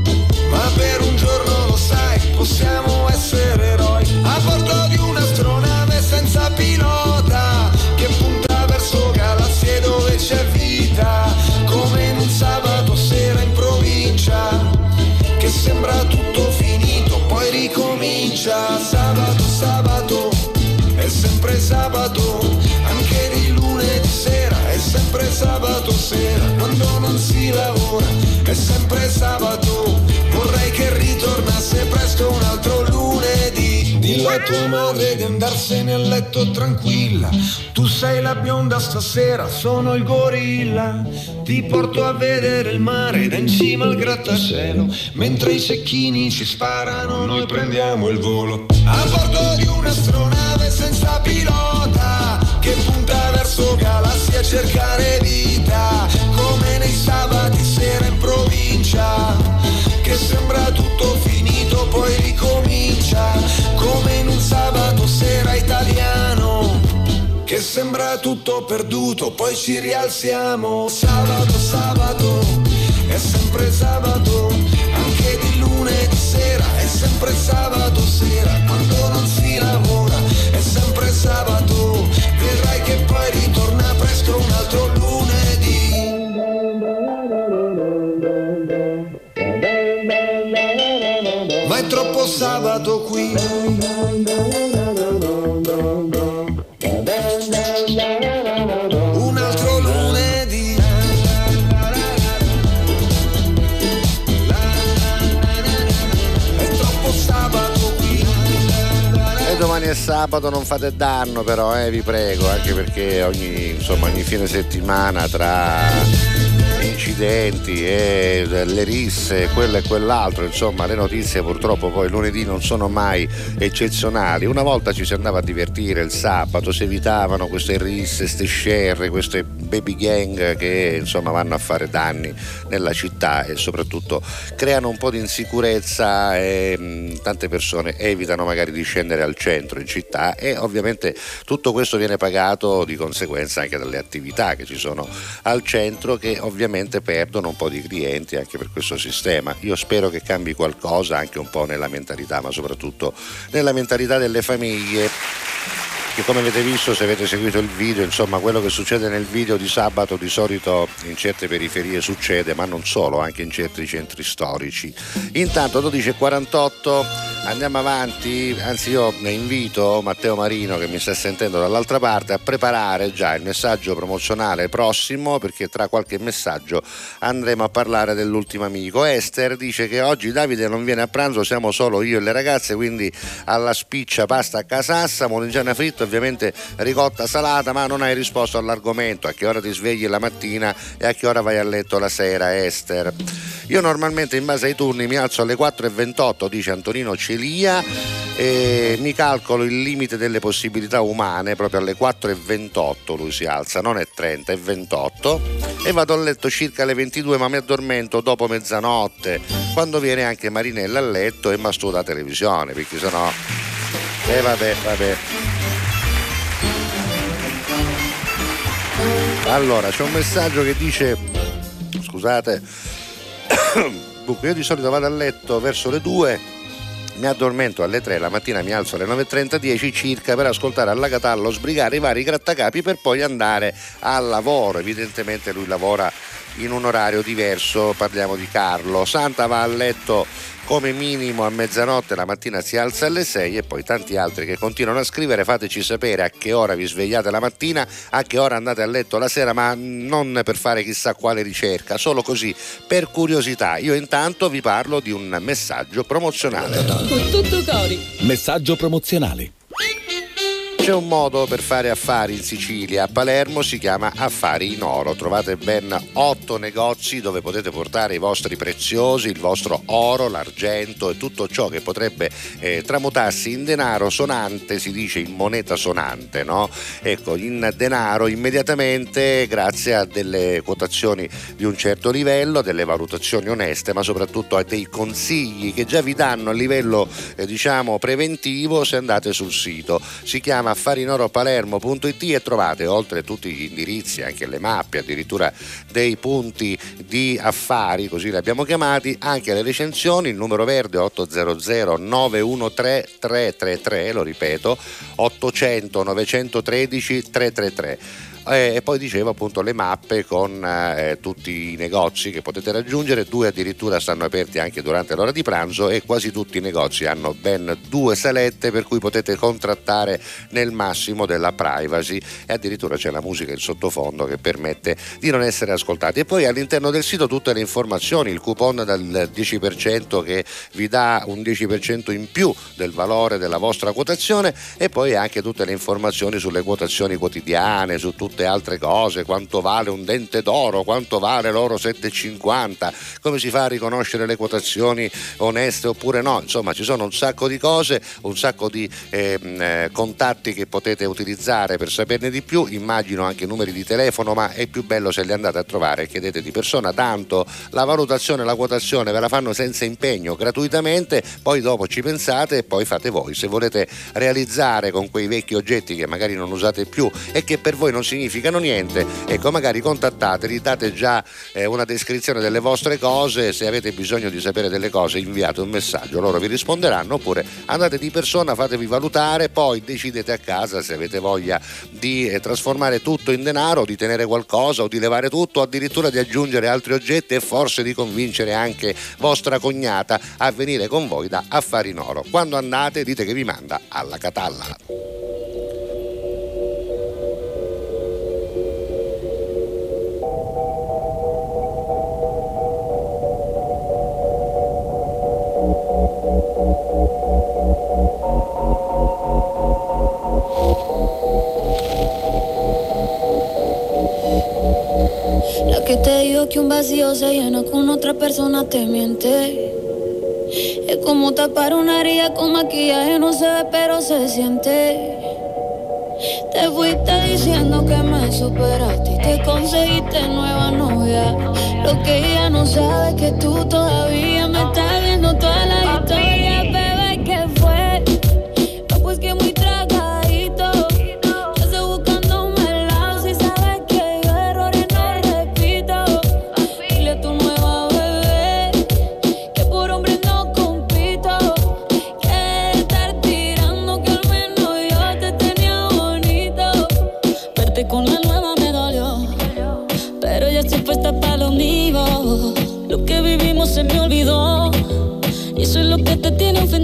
S13: ma per un giorno lo sai, possiamo essere eroi, a bordo di un'astronave senza pilota, che punta verso galassie dove c'è vita, come in un sabato sera in provincia, che sembra tutto finito, poi ricomincia. Sabato, sabato, è sempre sabato, anche di lunedì sera, è sempre sabato sera, quando non si lavora, è sempre sabato, vorrei che ritornasse presto un altro lunedì. Dillo a tua madre di andarsene a letto tranquilla, tu sei la bionda stasera, sono il gorilla, ti porto a vedere il mare da in cima al grattacielo, mentre i cecchini ci sparano noi prendiamo il volo, a bordo di un'astronave senza pilota, che punta verso galassie a cercare vita, come nei sabati sera in provincia, che sembra tutto finito poi ricomincia, come in un sabato sera italiano, che sembra tutto perduto poi ci rialziamo. Sabato, sabato, è sempre sabato, anche di lunedì sera, è sempre sabato sera, quando non si lavora, è sempre sabato, vedrai che poi ritorna presto un altro lunedì. Ma è troppo sabato qui, un altro lunedì. È troppo sabato qui.
S2: E domani è sabato, non fate danno però, eh, vi prego, anche perché ogni, insomma, ogni fine settimana tra incidenti e le risse, quello e quell'altro, insomma le notizie purtroppo poi lunedì non sono mai eccezionali. Una volta ci si andava a divertire il sabato, si evitavano queste risse, queste scerre, queste baby gang che insomma vanno a fare danni nella città e soprattutto creano un po' di insicurezza e mh, tante persone evitano magari di scendere al centro in città e ovviamente tutto questo viene pagato di conseguenza anche dalle attività che ci sono al centro, che ovviamente perdono un po' di clienti anche per questo sistema. Io spero che cambi qualcosa anche un po' nella mentalità, ma soprattutto nella mentalità delle famiglie, che come avete visto, se avete seguito il video, insomma quello che succede nel video di sabato di solito in certe periferie succede, ma non solo, anche in certi centri storici. Intanto dodici e quarantotto, Andiamo avanti, anzi io ne invito Matteo Marino, che mi sta sentendo dall'altra parte, a preparare già il messaggio promozionale prossimo, perché tra qualche messaggio andremo a parlare dell'ultimo amico. Esther dice che oggi Davide non viene a pranzo, siamo solo io e le ragazze, quindi alla spiccia pasta a casassa, molingiana fritta, ovviamente ricotta salata, ma non hai risposto all'argomento: a che ora ti svegli la mattina e a che ora vai a letto la sera, Esther? Io normalmente in base ai turni mi alzo alle quattro e ventotto, dice Antonino Celia, e mi calcolo il limite delle possibilità umane, proprio alle quattro e ventotto lui si alza, non è trenta, è ventotto, e vado a letto circa alle ventidue, ma mi addormento dopo mezzanotte, quando viene anche Marinella a letto e mastuda la televisione, perché sennò... E eh, vabbè, vabbè. Allora, c'è un messaggio che dice, scusate, io di solito vado a letto verso le due, mi addormento alle tre, la mattina mi alzo alle nove e trenta, dieci circa, per ascoltare alla Catallo sbrigare i vari grattacapi per poi andare al lavoro. Evidentemente lui lavora in un orario diverso, parliamo di Carlo. Santa va a letto come minimo a mezzanotte, la mattina si alza alle sei, e poi tanti altri che continuano a scrivere. Fateci sapere a che ora vi svegliate la mattina, a che ora andate a letto la sera, ma non per fare chissà quale ricerca, solo così per curiosità. Io intanto vi parlo di un messaggio promozionale.
S14: Con tutto cori.
S5: Messaggio promozionale.
S2: C'è un modo per fare affari in Sicilia, a Palermo si chiama Affari in Oro. Trovate ben otto negozi dove potete portare i vostri preziosi, il vostro oro, l'argento e tutto ciò che potrebbe eh, tramutarsi in denaro sonante, si dice in moneta sonante, no? Ecco, in denaro immediatamente, grazie a delle quotazioni di un certo livello, a delle valutazioni oneste, ma soprattutto a dei consigli che già vi danno a livello eh, diciamo preventivo se andate sul sito. Si chiama affarinoropalermo punto it e trovate, oltre a tutti gli indirizzi, anche le mappe, addirittura dei punti di affari, così li abbiamo chiamati, anche le recensioni. Il numero verde otto zero zero nove uno tre tre tre tre, lo ripeto, ottocento novecentotredici tre tre tre. E poi dicevo appunto le mappe con eh, tutti i negozi che potete raggiungere. Due addirittura stanno aperti anche durante l'ora di pranzo, e quasi tutti i negozi hanno ben due salette per cui potete contrattare nel massimo della privacy, e addirittura c'è la musica in sottofondo che permette di non essere ascoltati. E poi all'interno del sito tutte le informazioni, il coupon dal dieci per cento che vi dà un dieci per cento in più del valore della vostra quotazione, e poi anche tutte le informazioni sulle quotazioni quotidiane, su tutte altre cose, quanto vale un dente d'oro, quanto vale l'oro sette e cinquanta, come si fa a riconoscere le quotazioni oneste oppure no. Insomma, ci sono un sacco di cose, un sacco di eh, eh, contatti che potete utilizzare per saperne di più. Immagino anche numeri di telefono, ma è più bello se li andate a trovare e chiedete di persona, tanto la valutazione, la quotazione ve la fanno senza impegno, gratuitamente, poi dopo ci pensate e poi fate voi. Se volete realizzare con quei vecchi oggetti che magari non usate più e che per voi non significano niente, ecco, magari contattateli, date già eh, una descrizione delle vostre cose. Se avete bisogno di sapere delle cose, inviate un messaggio, loro vi risponderanno, oppure andate di persona, fatevi valutare, poi decidete a casa se avete voglia di eh, trasformare tutto in denaro, di tenere qualcosa o di levare tutto, o addirittura di aggiungere altri oggetti, e forse di convincere anche vostra cognata a venire con voi da Affari in Oro. Quando andate dite che vi manda alla Catalla.
S3: La que te dijo que un vacío se llena con otra persona te miente. Es como tapar una herida con maquillaje, no se ve pero se siente. Te fuiste diciendo que me superaste y te conseguiste nueva novia. Lo que ella no sabe es que tú todavía me estás viendo toda la historia. Bebé, ¿qué fue? No, pues que muy tragadito. Yo estoy buscándome el lado. Si sabes que yo errores no repito. Dile a tu nueva bebé que por hombre no compito. Que estar tirando, que al menos yo te tenía bonito. Verte con la nueva me dolió, pero ya estoy puesta para lo mío. Lo que vivimos se me olvidó, y eso es lo que te tiene ofendido.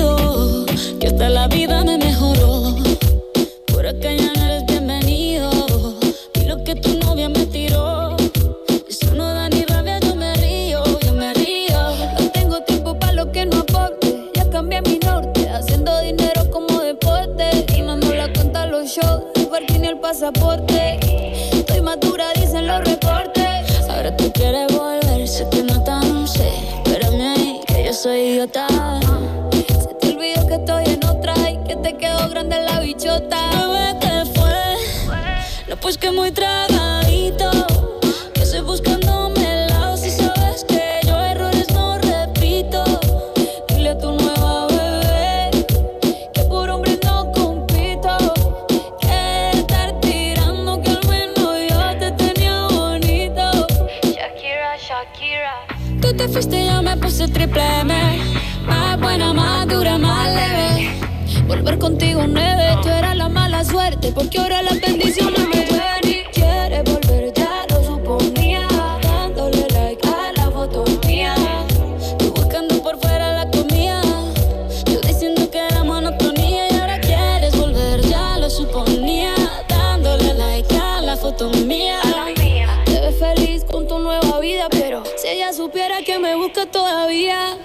S11: contigo, que hasta la vida me mejoró. Por acá ya no eres bienvenido, y lo que tu novia me tiró, eso no da ni rabia, yo me río, yo me río. No tengo tiempo para lo que no aporte, ya cambié mi norte, haciendo dinero como deporte, y no nos la cuentan los shows, el parking ni el pasaporte. Estoy madura, dicen los reportes. Ahora tú quieres volver, sé que no tan sé, espérame ahí, que yo soy idiota. Se te olvidó que estoy en otra y que te quedó grande la bichota. Bebé, ¿qué fue? No, pues que muy tragadito, que estoy buscándome el lado. Si sabes que yo errores no repito, dile a tu nueva bebé que por hombres no compito, que estar tirando que al menos yo te tenía bonito. Shakira, Shakira. Tú te fuiste y yo me puse triple M, más buena, más dura, más leve. Volver contigo nueve, tú eras la mala suerte, porque ahora las bendiciones me llueven. Y quieres volver, ya lo suponía, dándole like a la foto mía. Tú buscando por fuera la comida, yo diciendo que era monotonía. Y ahora quieres volver, ya lo suponía, dándole like a la foto mía. Te ves feliz con tu nueva vida, pero si ella supiera que me busca todavía.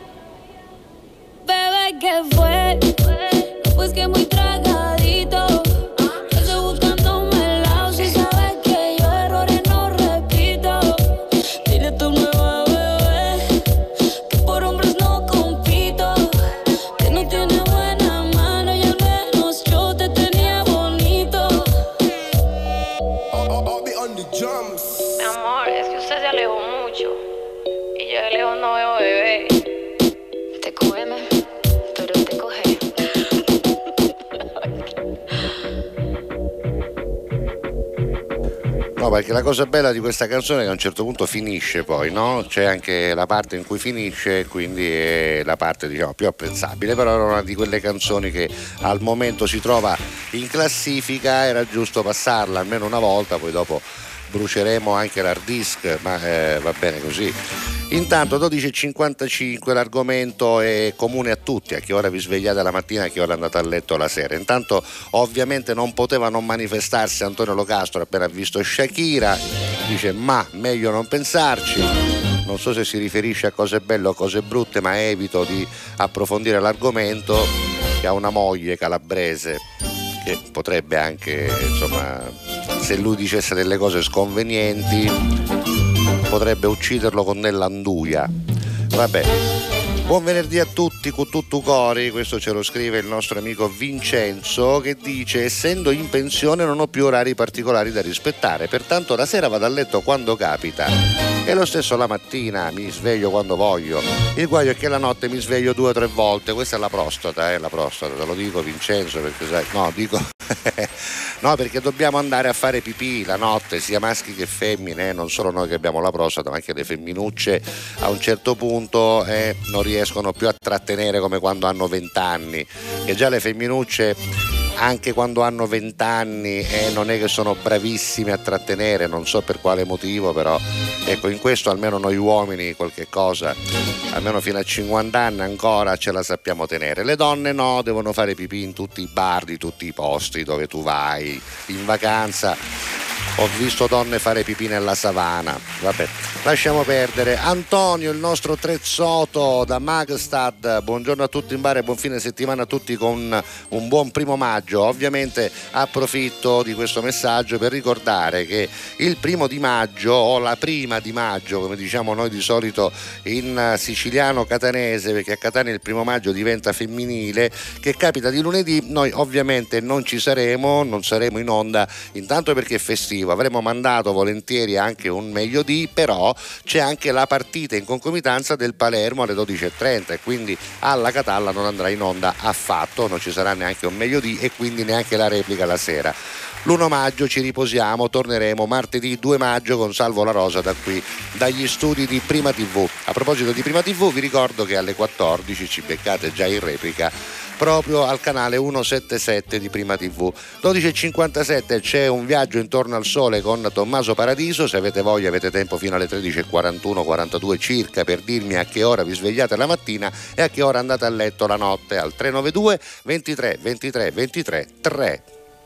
S11: Bebé, ¿qué fue? No, pues que muy tragadito, que estoy buscándome el lado. Si sabes que yo errores no repito, dile a tu nueva bebé que por hombres no compito, que no tiene buena mano y al menos yo te tenía bonito.
S14: Mi amor, es que usted se alejó mucho y yo de lejos no veo bebé. Te cógeme, pero te coge.
S2: No, perché la cosa bella di questa canzone è che a un certo punto finisce poi, no? C'è anche la parte in cui finisce, quindi è la parte, diciamo, più apprezzabile, però era una di quelle canzoni che al momento si trova in classifica, era giusto passarla almeno una volta, poi dopo bruceremo anche l'hard disk, ma eh, va bene così. Intanto dodici e cinquantacinque, l'argomento è comune a tutti, a che ora vi svegliate la mattina, a che ora andate a letto la sera. Intanto ovviamente non poteva non manifestarsi Antonio Locastro appena ha visto Shakira, dice ma meglio non pensarci. Non so se si riferisce a cose belle o cose brutte, ma evito di approfondire l'argomento, che ha una moglie calabrese che potrebbe anche, insomma, se lui dicesse delle cose sconvenienti potrebbe ucciderlo con dell'anduia. Vabbè, buon venerdì a tutti con tutto cori, questo ce lo scrive il nostro amico Vincenzo, che dice: essendo in pensione non ho più orari particolari da rispettare, pertanto la sera vado a letto quando capita e lo stesso la mattina mi sveglio quando voglio. Il guaio è che la notte mi sveglio due o tre volte. Questa è la prostata, eh, la prostata, te lo dico Vincenzo, perché sai, no, dico no, perché dobbiamo andare a fare pipì la notte, sia maschi che femmine, eh? Non solo noi che abbiamo la prostata, ma anche le femminucce a un certo punto eh, non riescono più a trattenere come quando hanno vent'anni, che già le femminucce anche quando hanno vent'anni eh, non è che sono bravissime a trattenere, non so per quale motivo, però ecco, in questo almeno noi uomini qualche cosa, almeno fino a cinquanta anni ancora ce la sappiamo tenere. Le donne no, devono fare pipì in tutti i bar di tutti i posti dove tu vai in vacanza. Ho visto donne fare pipì nella savana. Vabbè, lasciamo perdere. Antonio, il nostro Trezzoto da Magstad, buongiorno a tutti in bar e buon fine settimana a tutti con un buon primo maggio. Ovviamente approfitto di questo messaggio per ricordare che il primo di maggio, o la prima di maggio come diciamo noi di solito in siciliano catanese, perché a Catania il primo maggio diventa femminile, che capita di lunedì, noi ovviamente non ci saremo, non saremo in onda, intanto perché è festivo, avremmo mandato volentieri anche un meglio di, però c'è anche la partita in concomitanza del Palermo alle dodici e trenta e quindi alla Catalla non andrà in onda affatto, non ci sarà neanche un meglio di e quindi neanche la replica la sera. L'primo maggio ci riposiamo, torneremo martedì due maggio con Salvo La Rosa da qui, dagli studi di Prima tivù. A proposito di Prima tivù vi ricordo che alle quattordici ci beccate già in replica proprio al canale centosettantasette di Prima tivù. dodici e cinquantasette c'è un viaggio intorno al sole con Tommaso Paradiso. Se avete voglia avete tempo fino alle tredici e quarantuno quarantadue circa per dirmi a che ora vi svegliate la mattina e a che ora andate a letto la notte al tre nove due ventitré ventitré ventitré tre.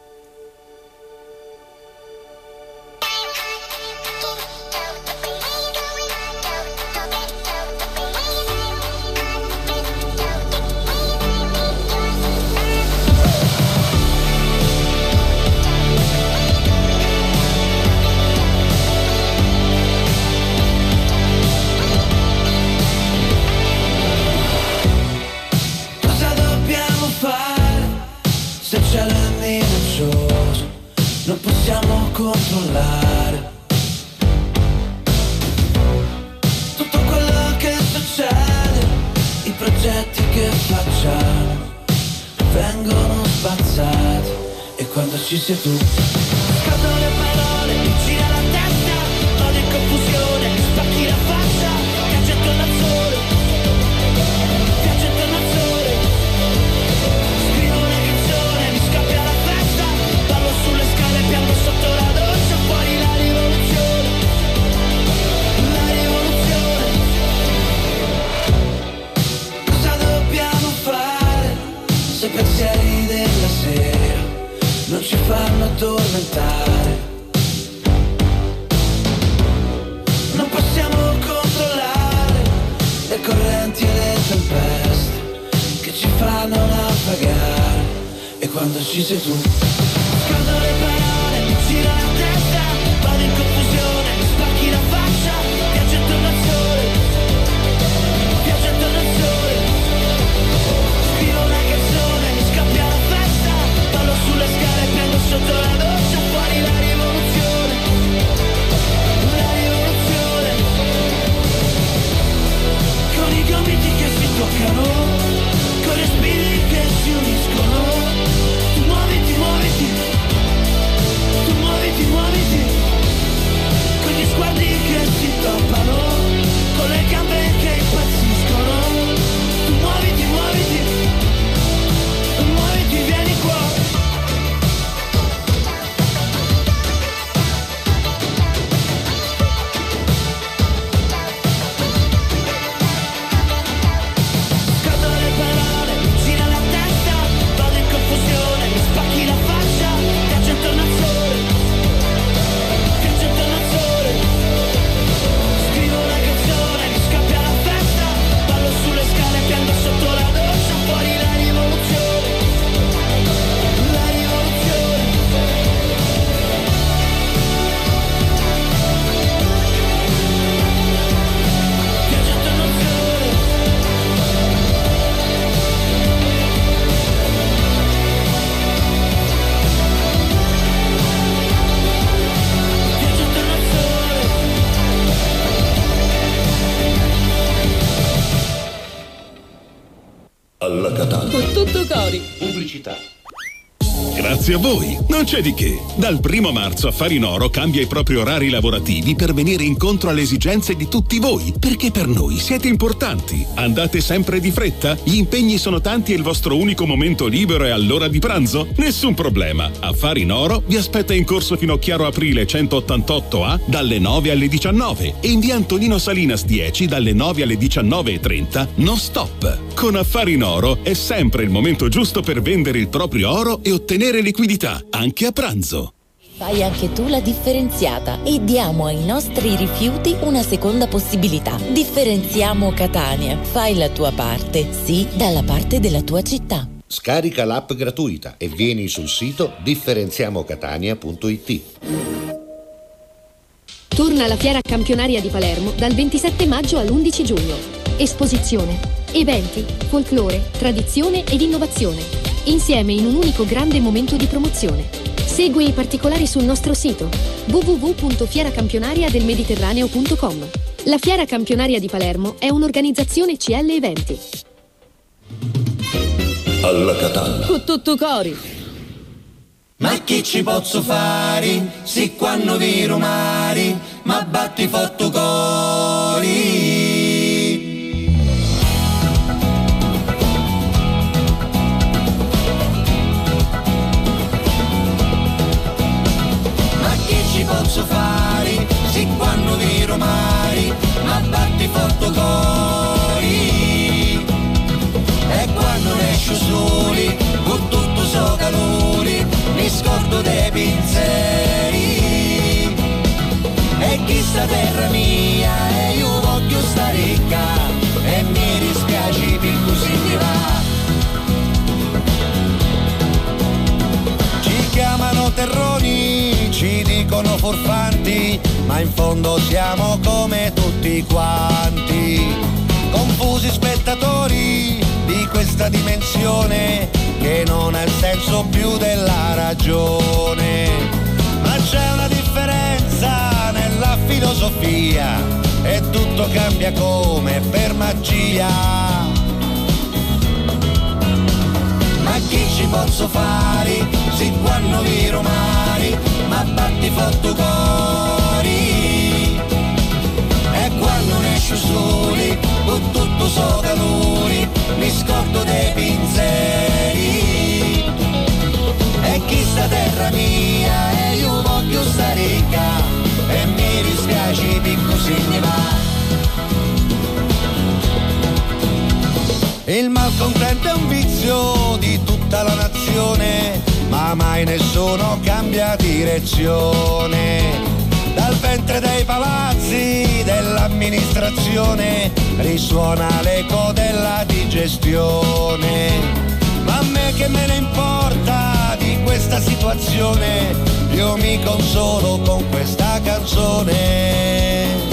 S15: Non possiamo controllare tutto quello che succede, i progetti che facciamo vengono spazzati e quando ci sei tu scadono le parole, mi gira la testa, vado in confusione, mi spacchi la faccia, viaggio attorno al sole, viaggio attorno al sole, scrivo una canzone, mi scappia la festa, ballo sulle scale, piango sotto la doccia, fuori la rivoluzione, la rivoluzione. Cosa dobbiamo fare se i pensieri della sera non ci fanno addormentare? Non possiamo controllare le correnti e le tempeste che ci fanno naufragare. E quando ci sei tu scadono le parole, mi gira la testa, vado in confusione, mi spacchi la faccia, viaggio attorno al sole, viaggio attorno al sole, scrivo una canzone, mi scappia la festa, ballo sulle scale, piango sotto la doccia, fuori la rivoluzione, la rivoluzione, con i gomiti che si toccano, con i respiri che si uniscono, tu muoviti, muoviti, tu muoviti, muoviti, con gli sguardi che si toppano, con le gambe che impazziscono, tu muoviti, muoviti, muoviti, vieni qua. Scadono le parole, mi gira la testa, vado in confusione, mi spacchi la faccia, viaggio attorno al sole, viaggio attorno al sole, scrivo una canzone, mi scappia la festa, ballo sulle scale, piango sotto la doccia, fuori la rivoluzione, la rivoluzione. Viaggio attorno al sole, viaggio attorno al sole.
S8: Alla Catalla.
S16: Con tutto cori.
S8: Pubblicità. Grazie a voi, non c'è di che. Dal primo marzo Affari in Oro cambia i propri orari lavorativi per venire incontro alle esigenze di tutti voi, perché per noi siete importanti. Andate sempre di fretta? Gli impegni sono tanti e il vostro unico momento libero è all'ora di pranzo? Nessun problema. Affari in Oro vi aspetta in corso Finocchiaro Aprile centottantotto A dalle nove alle diciannove e in via Antonino Salinas dieci dalle nove alle diciannove e trenta, non stop. Con Affari in Oro è sempre il momento giusto per vendere il proprio oro e ottenere liquidità, anche a pranzo.
S1: Fai anche tu la differenziata e diamo ai nostri rifiuti una seconda possibilità. Differenziamo Catania. Fai la tua parte, sì, dalla parte della tua città.
S5: Scarica l'app gratuita e vieni sul sito differenziamo catania punto it.
S7: Torna la fiera campionaria di Palermo dal ventisette maggio all'undici giugno. Esposizione, eventi, folklore, tradizione ed innovazione. Insieme in un unico grande momento di promozione. Segui i particolari sul nostro sito w w w punto fiera campionaria del mediterraneo punto com. La Fiera Campionaria di Palermo è un'organizzazione C L Eventi.
S8: Alla Catalla.
S16: Con tutto cori.
S15: Ma che ci posso fare? Se quando vi romari, ma batti fatto cori.
S16: dicono furfanti, ma in fondo siamo come tutti quanti, confusi spettatori di questa dimensione che non ha il senso più della ragione. Ma c'è una differenza nella filosofia e tutto cambia come per magia. Ma chi ci posso fare, si quando vi romari, ma batti fotto cori. E quando ne esce soli, con tutto so calori, mi scordo dei pensieri. E chi sta terra mia, e io voglio stare ricca, e mi dispiace di così ne va. Il malcontento è un vizio di tutta la nazione, ma mai nessuno cambia direzione. Dal ventre dei palazzi dell'amministrazione risuona l'eco della digestione. Ma a me che me ne importa di questa situazione, io mi consolo con questa canzone.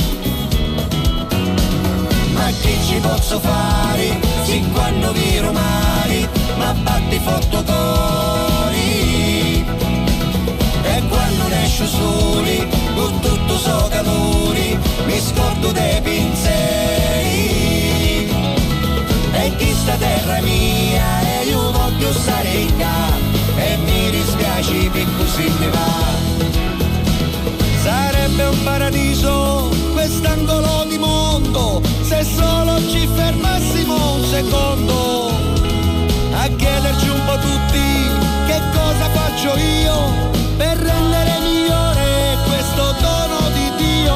S16: Ma chi ci posso fare, sì quando vi romari, ma batti fotto cori. E quando ne esce soli, con tutto so calori, mi scordo dei pensieri. E chi sta terra mia, e io voglio stare ricca, e mi dispiace per così ne va. Sarebbe un paradiso quest'angolo di mondo, se solo ci fermassimo un secondo a chiederci un po' tutti che cosa faccio io per rendere migliore questo dono di Dio.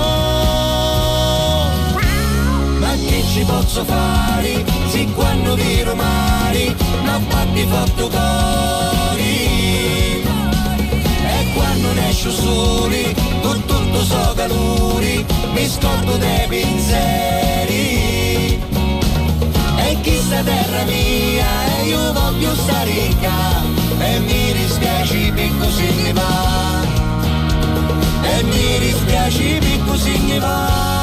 S16: Ma che ci posso fare, sì quando vi romari, ma batti fatto cori. E quando ne esce soli, con tutto so calori, mi scordo dei pensieri. E chi sta terra mia, e io voglio stare ricca, e mi dispiace per così ne va. E mi dispiace per così ne va.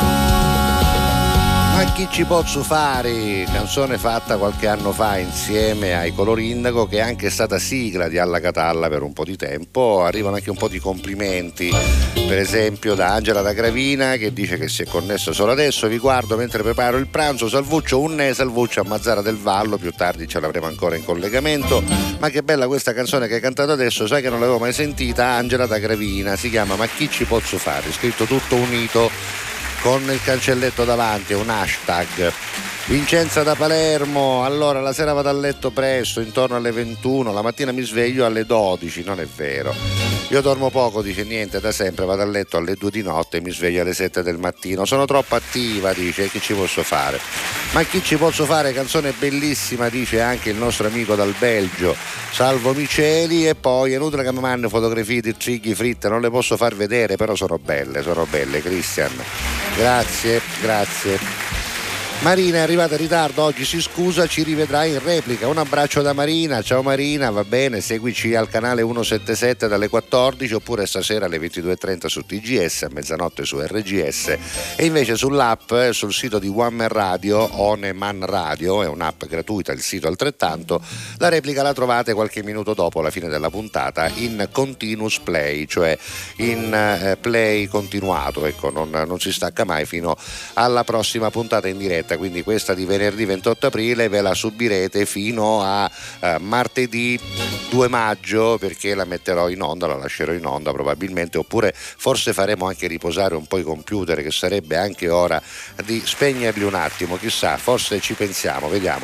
S2: Ma chi ci posso fare, canzone fatta qualche anno fa insieme ai Color Indigo, che è anche stata sigla di Alla Catalla per un po' di tempo. Arrivano anche un po' di complimenti, per esempio da Angela da Gravina, che dice che si è connessa solo adesso, vi guardo mentre preparo il pranzo, Salvuccio unne Salvuccio a Mazzara del Vallo, più tardi ce l'avremo ancora in collegamento. Ma che bella questa canzone che hai cantato adesso, sai che non l'avevo mai sentita? Angela da Gravina, si chiama Ma chi ci posso fare, scritto tutto unito con il cancelletto davanti, un hashtag. Vincenza da Palermo, allora la sera vado a letto presto, intorno alle ventuno, la mattina mi sveglio alle dodici, non è vero. Io dormo poco, dice, niente, da sempre vado a letto alle due di notte e mi sveglio alle sette del mattino, sono troppo attiva, dice, che ci posso fare? Ma chi ci posso fare, canzone bellissima, dice anche il nostro amico dal Belgio, Salvo Miceli. E poi è inutile che mi mandi fotografie di trighi fritte, non le posso far vedere, però sono belle, sono belle, Cristian. Grazie, grazie. Marina è arrivata in ritardo, oggi si scusa, ci rivedrà in replica. Un abbraccio da Marina, ciao Marina, va bene, seguici al canale centosettantasette dalle quattordici, oppure stasera alle ventidue e trenta su T G S, a mezzanotte su R G S, e invece sull'app, sul sito di One Man Radio, One Man Radio, è un'app gratuita, il sito altrettanto. La replica la trovate qualche minuto dopo la fine della puntata in continuous play, cioè in eh, play continuato, ecco, non, non si stacca mai fino alla prossima puntata in diretta. Quindi questa di venerdì ventotto aprile ve la subirete fino a eh, martedì due maggio, perché la metterò in onda, la lascerò in onda probabilmente, oppure forse faremo anche riposare un po' i computer, che sarebbe anche ora di spegnerli un attimo, chissà, forse ci pensiamo, vediamo.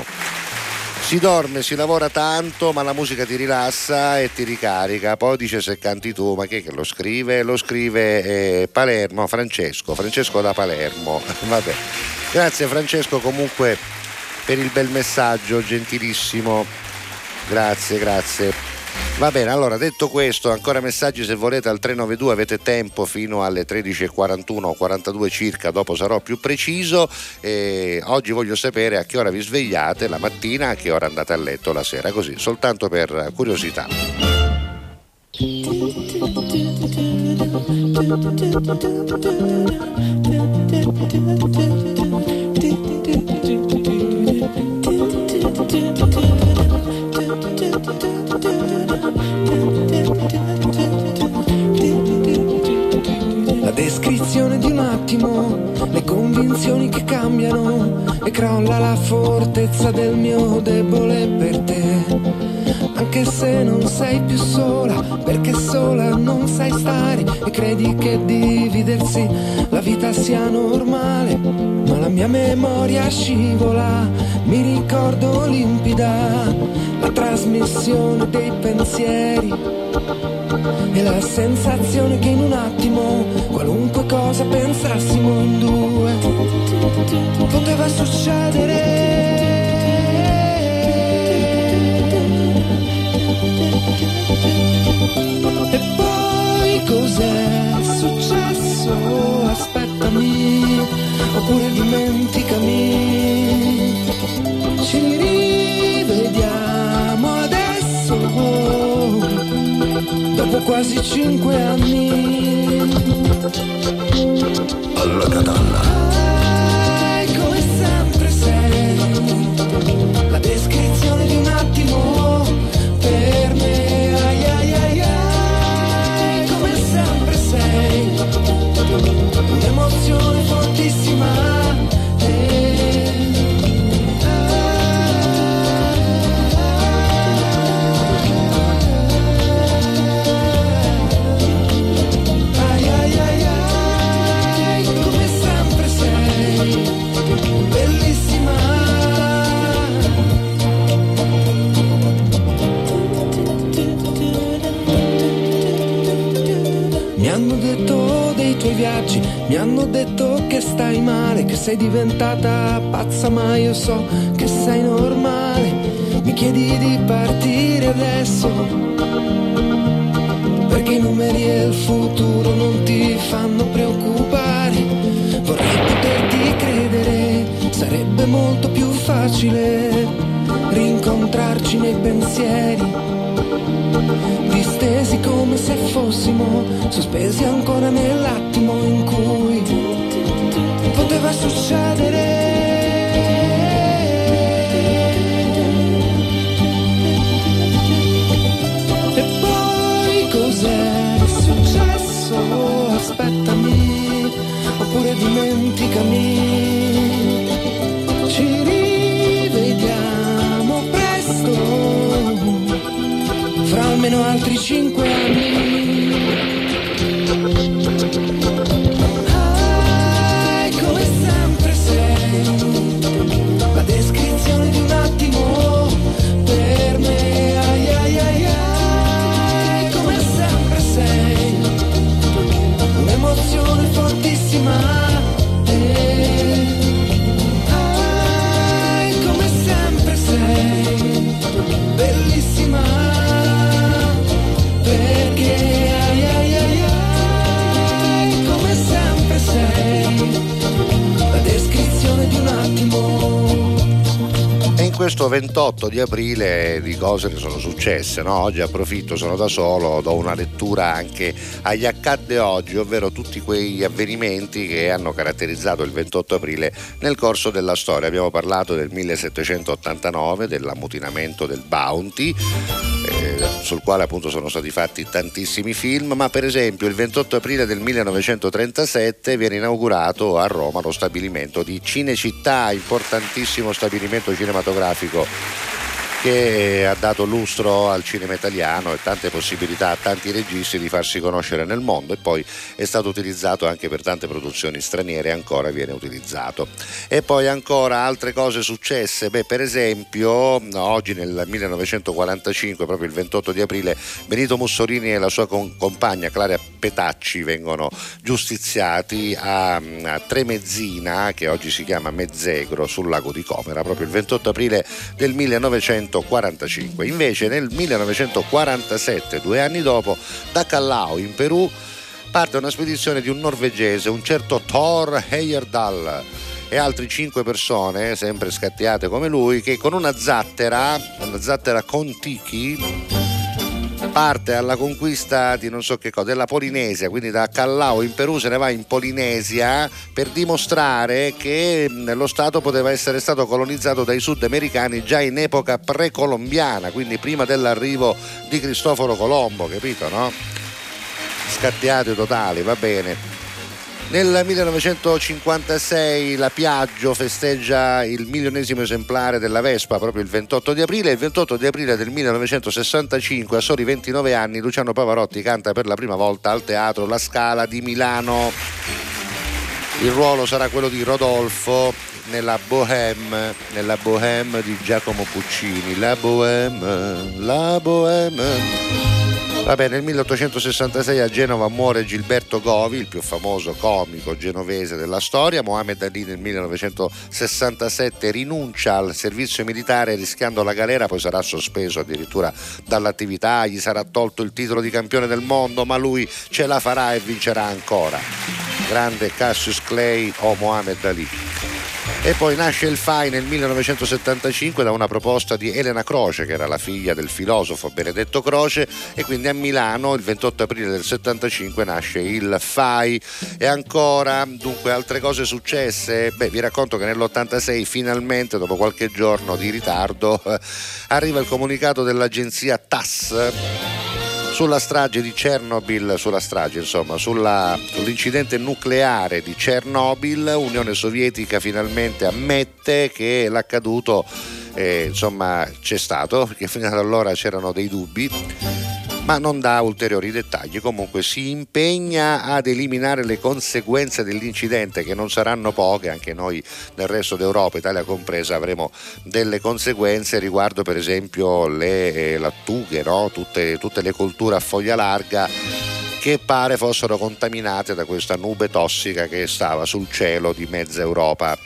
S2: Si dorme, si lavora tanto, ma la musica ti rilassa e ti ricarica. Poi dice se canti tu, ma chi è che lo scrive? Lo scrive eh, Palermo, Francesco, Francesco da Palermo. Vabbè. Grazie Francesco comunque per il bel messaggio, gentilissimo. Grazie, grazie. Va bene, allora detto questo, ancora messaggi se volete al tre nove due, avete tempo fino alle tredici e quarantuno o quarantadue circa, dopo sarò più preciso. E oggi voglio sapere a che ora vi svegliate la mattina, a che ora andate a letto la sera, così, soltanto per curiosità.
S17: La descrizione di un attimo, le convinzioni che cambiano e crolla la fortezza del mio debole per te. Anche se non sei più sola, perché sola non sai stare e credi che dividersi la vita sia normale. Ma la mia memoria scivola, mi ricordo limpida la trasmissione dei pensieri e la sensazione che in un attimo qualunque cosa pensassimo in due poteva succedere. E poi cos'è successo? Aspettami, oppure dimenticami. Ci rivediamo adesso, dopo quasi cinque anni.
S18: Alla Catalla.
S17: Ai, come sempre sei la descrizione di un attimo per me. Ai ai ai ai, come sempre sei un'emozione fortissima. Viaggi, mi hanno detto che stai male, che sei diventata pazza, ma io so che sei normale. Mi chiedi di partire adesso, perché i numeri e il futuro non ti fanno preoccupare. Vorrei poterti credere, sarebbe molto più facile rincontrarci nei pensieri, distesi come se fossimo sospesi ancora nell'attimo in cui poteva succedere. E poi cos'è successo? Aspettami, oppure dimenticami. Ci rivediamo presto, fra almeno altri cinque anni. Ai, come sempre sei la descrizione di un attimo per me. Ai ai ai ai, come sempre sei un'emozione fortissima. Ai, come sempre sei bellissima. Perché ai ai ai ai, come sempre sei la descrizione di un attimo.
S2: E in questo ventotto di aprile di cose ne sono successe, no? Oggi approfitto, sono da solo, do una lettura anche agli accadde oggi, ovvero tutti quegli avvenimenti che hanno caratterizzato il ventotto aprile nel corso della storia. Abbiamo parlato del millesettecentottantanove, dell'ammutinamento del Bounty, eh, sul quale appunto sono stati fatti tantissimi film, ma per esempio il ventotto aprile del millenovecentotrentasette viene inaugurato a Roma lo stabilimento di Cinecittà, importantissimo stabilimento cinematografico che ha dato lustro al cinema italiano e tante possibilità a tanti registi di farsi conoscere nel mondo, e poi è stato utilizzato anche per tante produzioni straniere e ancora viene utilizzato. E poi ancora altre cose successe, beh, per esempio oggi nel millenovecentoquarantacinque, proprio il ventotto di aprile, Benito Mussolini e la sua con- compagna Clara Petacci vengono giustiziati a, a Tremezzina, che oggi si chiama Mezzegro, sul lago di Comera, proprio il ventotto aprile del millenovecentoquarantacinque. Invece nel millenovecentoquarantasette, due anni dopo, da Callao in Perù parte una spedizione di un norvegese, un certo Thor Heyerdahl, e altri cinque persone, sempre scattiate come lui, che con una zattera, una zattera Kon-Tiki, parte alla conquista di non so che cosa, della Polinesia, quindi da Callao in Perù se ne va in Polinesia per dimostrare che lo stato poteva essere stato colonizzato dai sudamericani già in epoca precolombiana, quindi prima dell'arrivo di Cristoforo Colombo, capito, no? Scattiati totali, va bene. Nel millenovecentocinquantasei la Piaggio festeggia il milionesimo esemplare della Vespa proprio il ventotto di aprile. Il ventotto di aprile del millenovecentosessantacinque, a soli ventinove anni, Luciano Pavarotti canta per la prima volta al Teatro La Scala di Milano. Il ruolo sarà quello di Rodolfo nella Bohème, nella Bohème di Giacomo Puccini. La Bohème, la Bohème. Vabbè, nel milleottocentosessantasei a Genova muore Gilberto Govi, il più famoso comico genovese della storia. Mohamed Ali nel millenovecentosessantasette rinuncia al servizio militare rischiando la galera, poi sarà sospeso addirittura dall'attività, gli sarà tolto il titolo di campione del mondo, ma lui ce la farà e vincerà ancora. Grande Cassius Clay o Mohamed Ali. E poi nasce il F A I nel millenovecentosettantacinque da una proposta di Elena Croce, che era la figlia del filosofo Benedetto Croce, e quindi a Milano il ventotto aprile del settantacinque nasce il F A I. E ancora, dunque, altre cose successe. Beh, vi racconto che nell'ottantasei finalmente, dopo qualche giorno di ritardo, eh, arriva il comunicato dell'agenzia T A S sulla strage di Chernobyl, sulla strage insomma, sulla, sull'incidente nucleare di Chernobyl. Unione Sovietica finalmente ammette che l'accaduto eh, insomma c'è stato, perché fino ad allora c'erano dei dubbi, ma non dà ulteriori dettagli. Comunque si impegna ad eliminare le conseguenze dell'incidente, che non saranno poche. Anche noi nel resto d'Europa, Italia compresa, avremo delle conseguenze riguardo per esempio le eh, lattughe, no? tutte, tutte le colture a foglia larga che pare fossero contaminate da questa nube tossica che stava sul cielo di mezza Europa.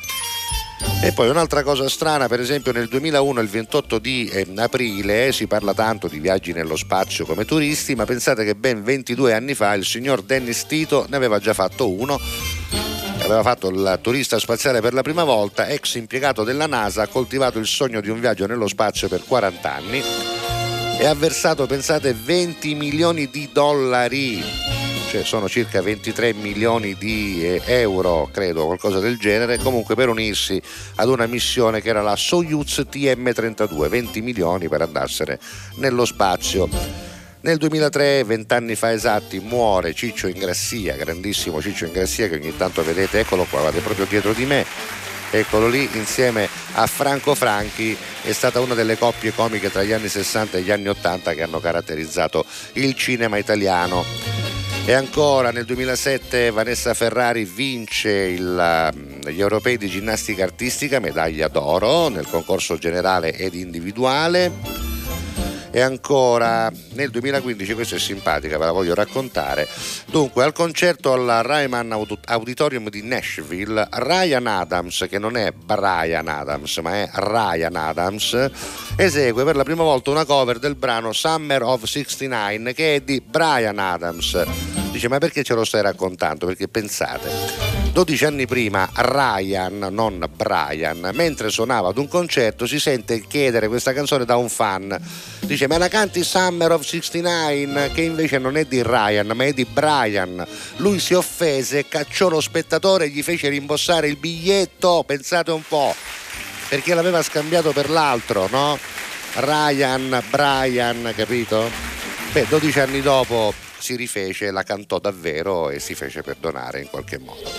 S2: E poi un'altra cosa strana, per esempio nel duemilauno, il ventotto di aprile, si parla tanto di viaggi nello spazio come turisti, ma pensate che ben ventidue anni fa il signor Dennis Tito ne aveva già fatto uno. Aveva fatto il turista spaziale per la prima volta, ex impiegato della NASA, ha coltivato il sogno di un viaggio nello spazio per quaranta anni e ha versato, pensate, venti milioni di dollari, cioè sono circa ventitré milioni di euro, credo, qualcosa del genere, comunque per unirsi ad una missione che era la Soyuz T M trentadue, venti milioni per andarsene nello spazio. Nel duemilatré, vent'anni fa esatti, muore Ciccio Ingrassia, grandissimo Ciccio Ingrassia, che ogni tanto vedete, eccolo qua, guardate, proprio dietro di me, eccolo lì, insieme a Franco Franchi. È stata una delle coppie comiche tra gli anni sessanta e gli anni ottanta che hanno caratterizzato il cinema italiano. E ancora nel duemilasette Vanessa Ferrari vince il, gli europei di ginnastica artistica, medaglia d'oro nel concorso generale ed individuale. E ancora nel duemilaquindici, questa è simpatica, ve la voglio raccontare. Dunque, al concerto alla Ryman Auditorium di Nashville, Ryan Adams, che non è Brian Adams ma è Ryan Adams, esegue per la prima volta una cover del brano Summer of sessantanove, che è di Brian Adams. Dice, ma perché ce lo stai raccontando? Perché pensate, dodici anni prima Ryan, non Brian, mentre suonava ad un concerto si sente chiedere questa canzone da un fan. Dice, ma la canti Summer of sessantanove, che invece non è di Ryan ma è di Brian. Lui si offese, cacciò lo spettatore e gli fece rimborsare il biglietto, pensate un po', perché l'aveva scambiato per l'altro, no? Ryan, Brian, capito? Beh, dodici anni dopo si rifece, la cantò davvero e si fece perdonare in qualche modo.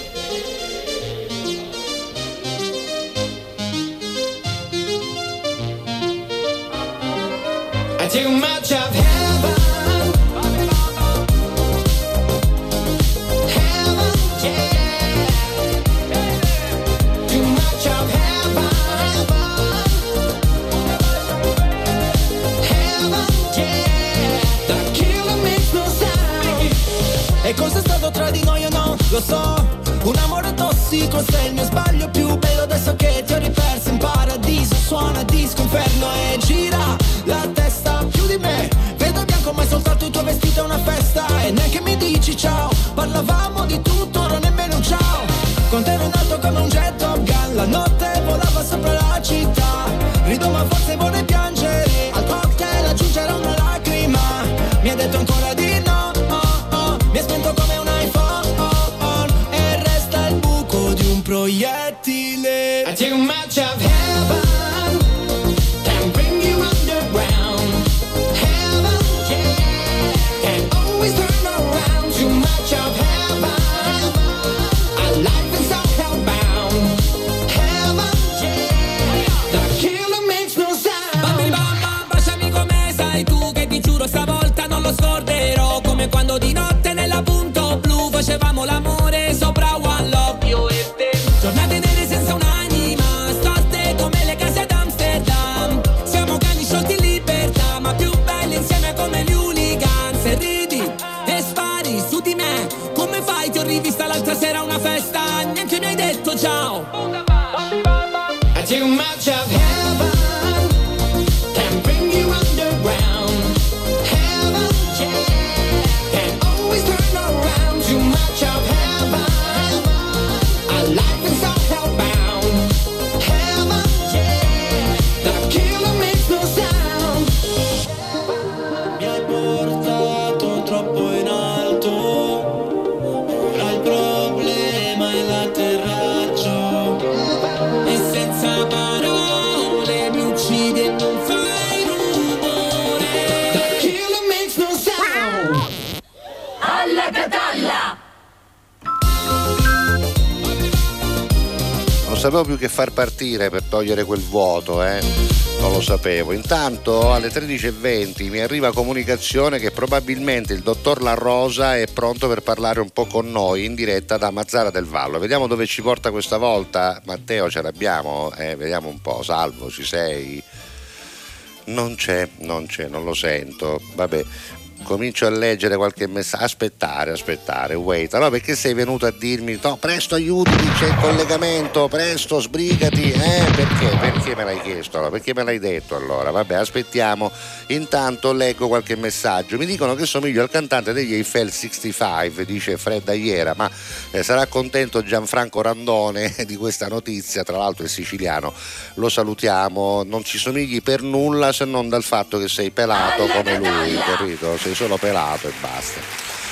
S15: I too much of heaven, heaven, yeah. Too much of heaven, heaven, yeah. The killer makes no sound. E cos'è stato tra di noi o no? Lo so, un amore tossico, sei il mio sbaglio più bello. Adesso che ti ho riperso in paradiso, suona disco inferno e gira la testa più di me. Vedo bianco ma è soltanto il tuo vestito è una festa. E neanche mi dici ciao, parlavamo di tutto, non nemmeno un ciao. Con te ero in alto come un jet Top Gun, la notte volava sopra la città. Rido ma forse vorrei piangere, al cocktail aggiungerò una lacrima. Mi
S11: Too much of heaven can bring you underground. Heaven, yeah, can always turn around. Too much of heaven, our life is all hellbound. Heaven, yeah, the killer makes no sound.
S15: Mi hai portato troppo in alto, ora il problema è l'atterraggio. E senza parole mi uccidi e non fai rumore.
S11: The killer makes no sound. Alla Catalla!
S2: Non sapevo più che far partire per togliere quel vuoto, eh? Non lo sapevo. Intanto alle tredici e venti mi arriva comunicazione che probabilmente il dottor La Rosa è pronto per parlare un po' con noi in diretta da Mazzara del Vallo. Vediamo dove ci porta questa volta. Matteo, ce l'abbiamo? Eh, vediamo un po'. Salvo, ci sei? Non c'è, non c'è, non lo sento. Vabbè. Comincio a leggere qualche messaggio. Aspettare, aspettare, wait. Allora perché sei venuto a dirmi no, presto aiutami, c'è il collegamento, presto, sbrigati, eh? Perché? Perché me l'hai chiesto allora? Perché me l'hai detto allora? Vabbè, aspettiamo. Intanto leggo qualche messaggio. Mi dicono che somiglio al cantante degli Eiffel sessantacinque, dice Fred Aiera, ma eh, sarà contento Gianfranco Randone di questa notizia, tra l'altro è siciliano. Lo salutiamo, non ci somigli per nulla se non dal fatto che sei pelato come lui, capito? Sei solo pelato e basta.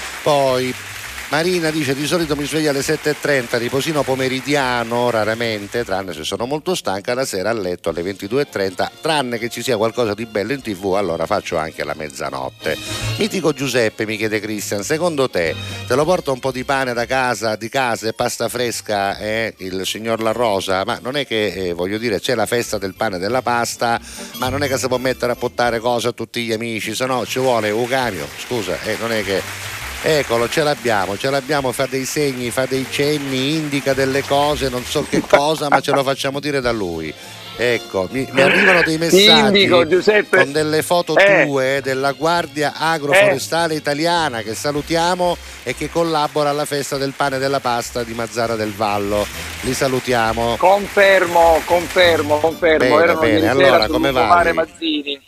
S2: Poi Marina dice di solito mi sveglio alle sette e trenta, riposino pomeridiano raramente, tranne se sono molto stanca, la sera a letto alle ventidue e trenta, tranne che ci sia qualcosa di bello in tv, allora faccio anche la mezzanotte. Mitico Giuseppe, mi chiede Christian, secondo te te lo porta un po' di pane da casa, di casa e pasta fresca, eh, il signor La Rosa? Ma non è che, eh, voglio dire, c'è la festa del pane e della pasta, ma non è che si può mettere a portare cose a tutti gli amici, se no ci vuole Eucanio, scusa, eh, non è che... Eccolo, ce l'abbiamo, ce l'abbiamo, fa dei segni, fa dei cenni, indica delle cose, non so che cosa, ma ce lo facciamo dire da lui. Ecco, mi, mi arrivano dei messaggi
S6: Indico, Giuseppe.
S2: con delle foto
S6: eh.
S2: tue della Guardia Agroforestale eh. Italiana che salutiamo e che collabora alla festa del pane e della pasta di Mazzara del Vallo. Li salutiamo.
S6: Confermo, confermo, confermo.
S2: Bene,
S6: Erano
S2: bene.
S6: ieri
S2: Allora,
S6: sera
S2: come
S6: sul
S2: va?
S6: Mare Mazzini.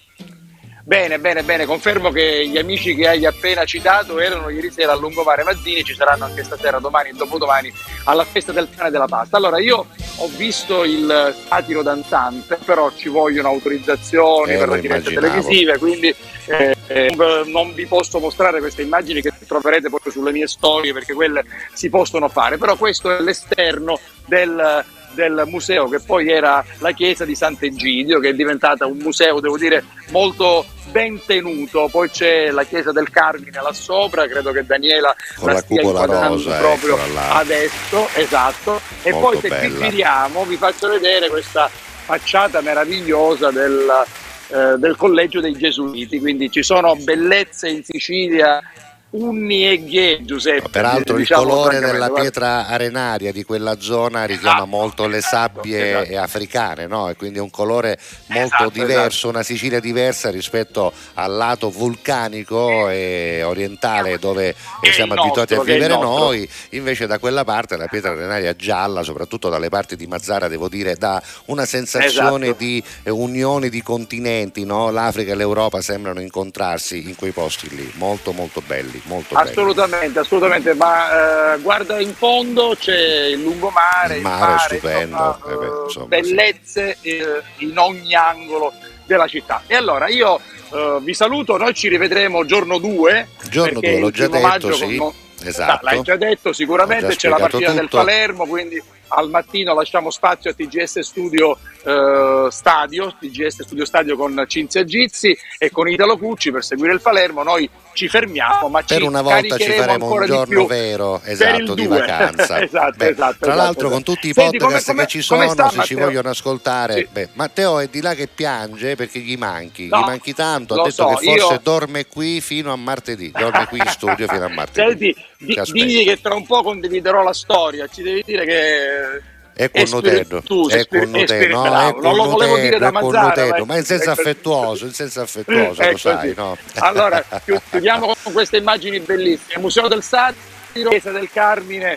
S6: Bene, bene, bene, confermo che gli amici che hai appena citato erano ieri sera al Lungomare Mazzini, ci saranno anche stasera, domani e dopodomani alla festa del pane e della pasta. Allora io ho visto il satiro danzante, però ci vogliono autorizzazioni
S2: eh,
S6: per le dirette televisive, quindi eh, eh, non vi posso mostrare queste immagini che troverete proprio sulle mie storie perché quelle si possono fare, però questo è l'esterno del... del museo che poi era la chiesa di Sant'Egidio, che è diventata un museo, devo dire, molto ben tenuto. Poi c'è la chiesa del Carmine là sopra, credo che Daniela
S2: con
S6: la,
S2: la
S6: stia
S2: cupola
S6: inquadrando
S2: rosa,
S6: proprio
S2: adesso,
S6: esatto. E
S2: molto
S6: poi se
S2: bella.
S6: qui giriamo vi faccio vedere questa facciata meravigliosa del, eh, del Collegio dei Gesuiti, quindi ci sono bellezze in Sicilia Unni e Ghie, Giuseppe.
S2: Peraltro
S6: diciamo,
S2: il colore della
S6: guarda.
S2: pietra arenaria di quella zona richiama
S6: Esatto,
S2: molto le sabbie
S6: esatto.
S2: africane, no? E quindi è un colore molto
S6: Esatto,
S2: diverso,
S6: esatto.
S2: una Sicilia diversa rispetto al lato vulcanico e orientale dove
S6: Che
S2: siamo
S6: il nostro,
S2: abituati a
S6: che il
S2: vivere
S6: nostro.
S2: noi, invece da quella parte la pietra arenaria gialla, soprattutto dalle parti di Mazzara, devo dire, dà una sensazione
S6: Esatto.
S2: di eh, unione di continenti, no? L'Africa e l'Europa sembrano incontrarsi in quei posti lì, molto molto belli, molto belli.
S6: Assolutamente, assolutamente, ma eh, guarda in fondo c'è il lungomare,
S2: Il mare è stupendo,
S6: insomma,
S2: eh beh, insomma,
S6: bellezze eh, in ogni angolo della città. E allora io eh, vi saluto, noi ci rivedremo giorno due.
S2: Giorno due, l'ho già detto,
S6: maggio,
S2: sì,
S6: con...
S2: esatto.
S6: L'hai già detto, sicuramente
S2: Ho già
S6: c'è la
S2: spiegato
S6: partita
S2: tutto.
S6: del Palermo, quindi al mattino lasciamo spazio a T G S Studio eh, Stadio, T G S Studio Stadio con Cinzia Gizzi e con Italo Cucci per seguire il Palermo. Noi ci fermiamo, ma
S2: Per
S6: ci
S2: una volta ci
S6: caricheremo
S2: faremo un
S6: ancora di
S2: giorno
S6: più
S2: vero,
S6: per
S2: esatto,
S6: il
S2: di
S6: due.
S2: vacanza.
S6: esatto,
S2: Beh,
S6: esatto,
S2: tra
S6: esatto,
S2: l'altro
S6: esatto.
S2: con tutti i
S6: Senti,
S2: podcast
S6: come- come-
S2: che ci
S6: come
S2: sono,
S6: sta,
S2: se ci
S6: Matteo?
S2: vogliono ascoltare,
S6: Sì.
S2: beh, Matteo è di là che piange perché gli manchi,
S6: No,
S2: gli manchi tanto, ha
S6: lo
S2: detto
S6: so,
S2: che forse
S6: io-
S2: dorme qui fino a martedì, dorme qui in studio fino a martedì.
S6: Senti, di-
S2: Ci aspetta.
S6: digli che tra un po' condividerò la storia, ci devi dire che
S2: È con Nutello,
S6: spiritoso,
S2: è con
S6: spir- è
S2: Nutello, no,
S6: spirituale.
S2: è con
S6: Non lo volevo dire
S2: Nutello,
S6: da
S2: è con
S6: Mazzara,
S2: Nutello,
S6: ma-
S2: ma in senso
S6: ecco.
S2: affettuoso, in senso affettuoso,
S6: Ecco,
S2: lo sai,
S6: sì.
S2: no?
S6: Allora, chi- chiudiamo con queste immagini bellissime. Museo del Satiro, Chiesa del Carmine,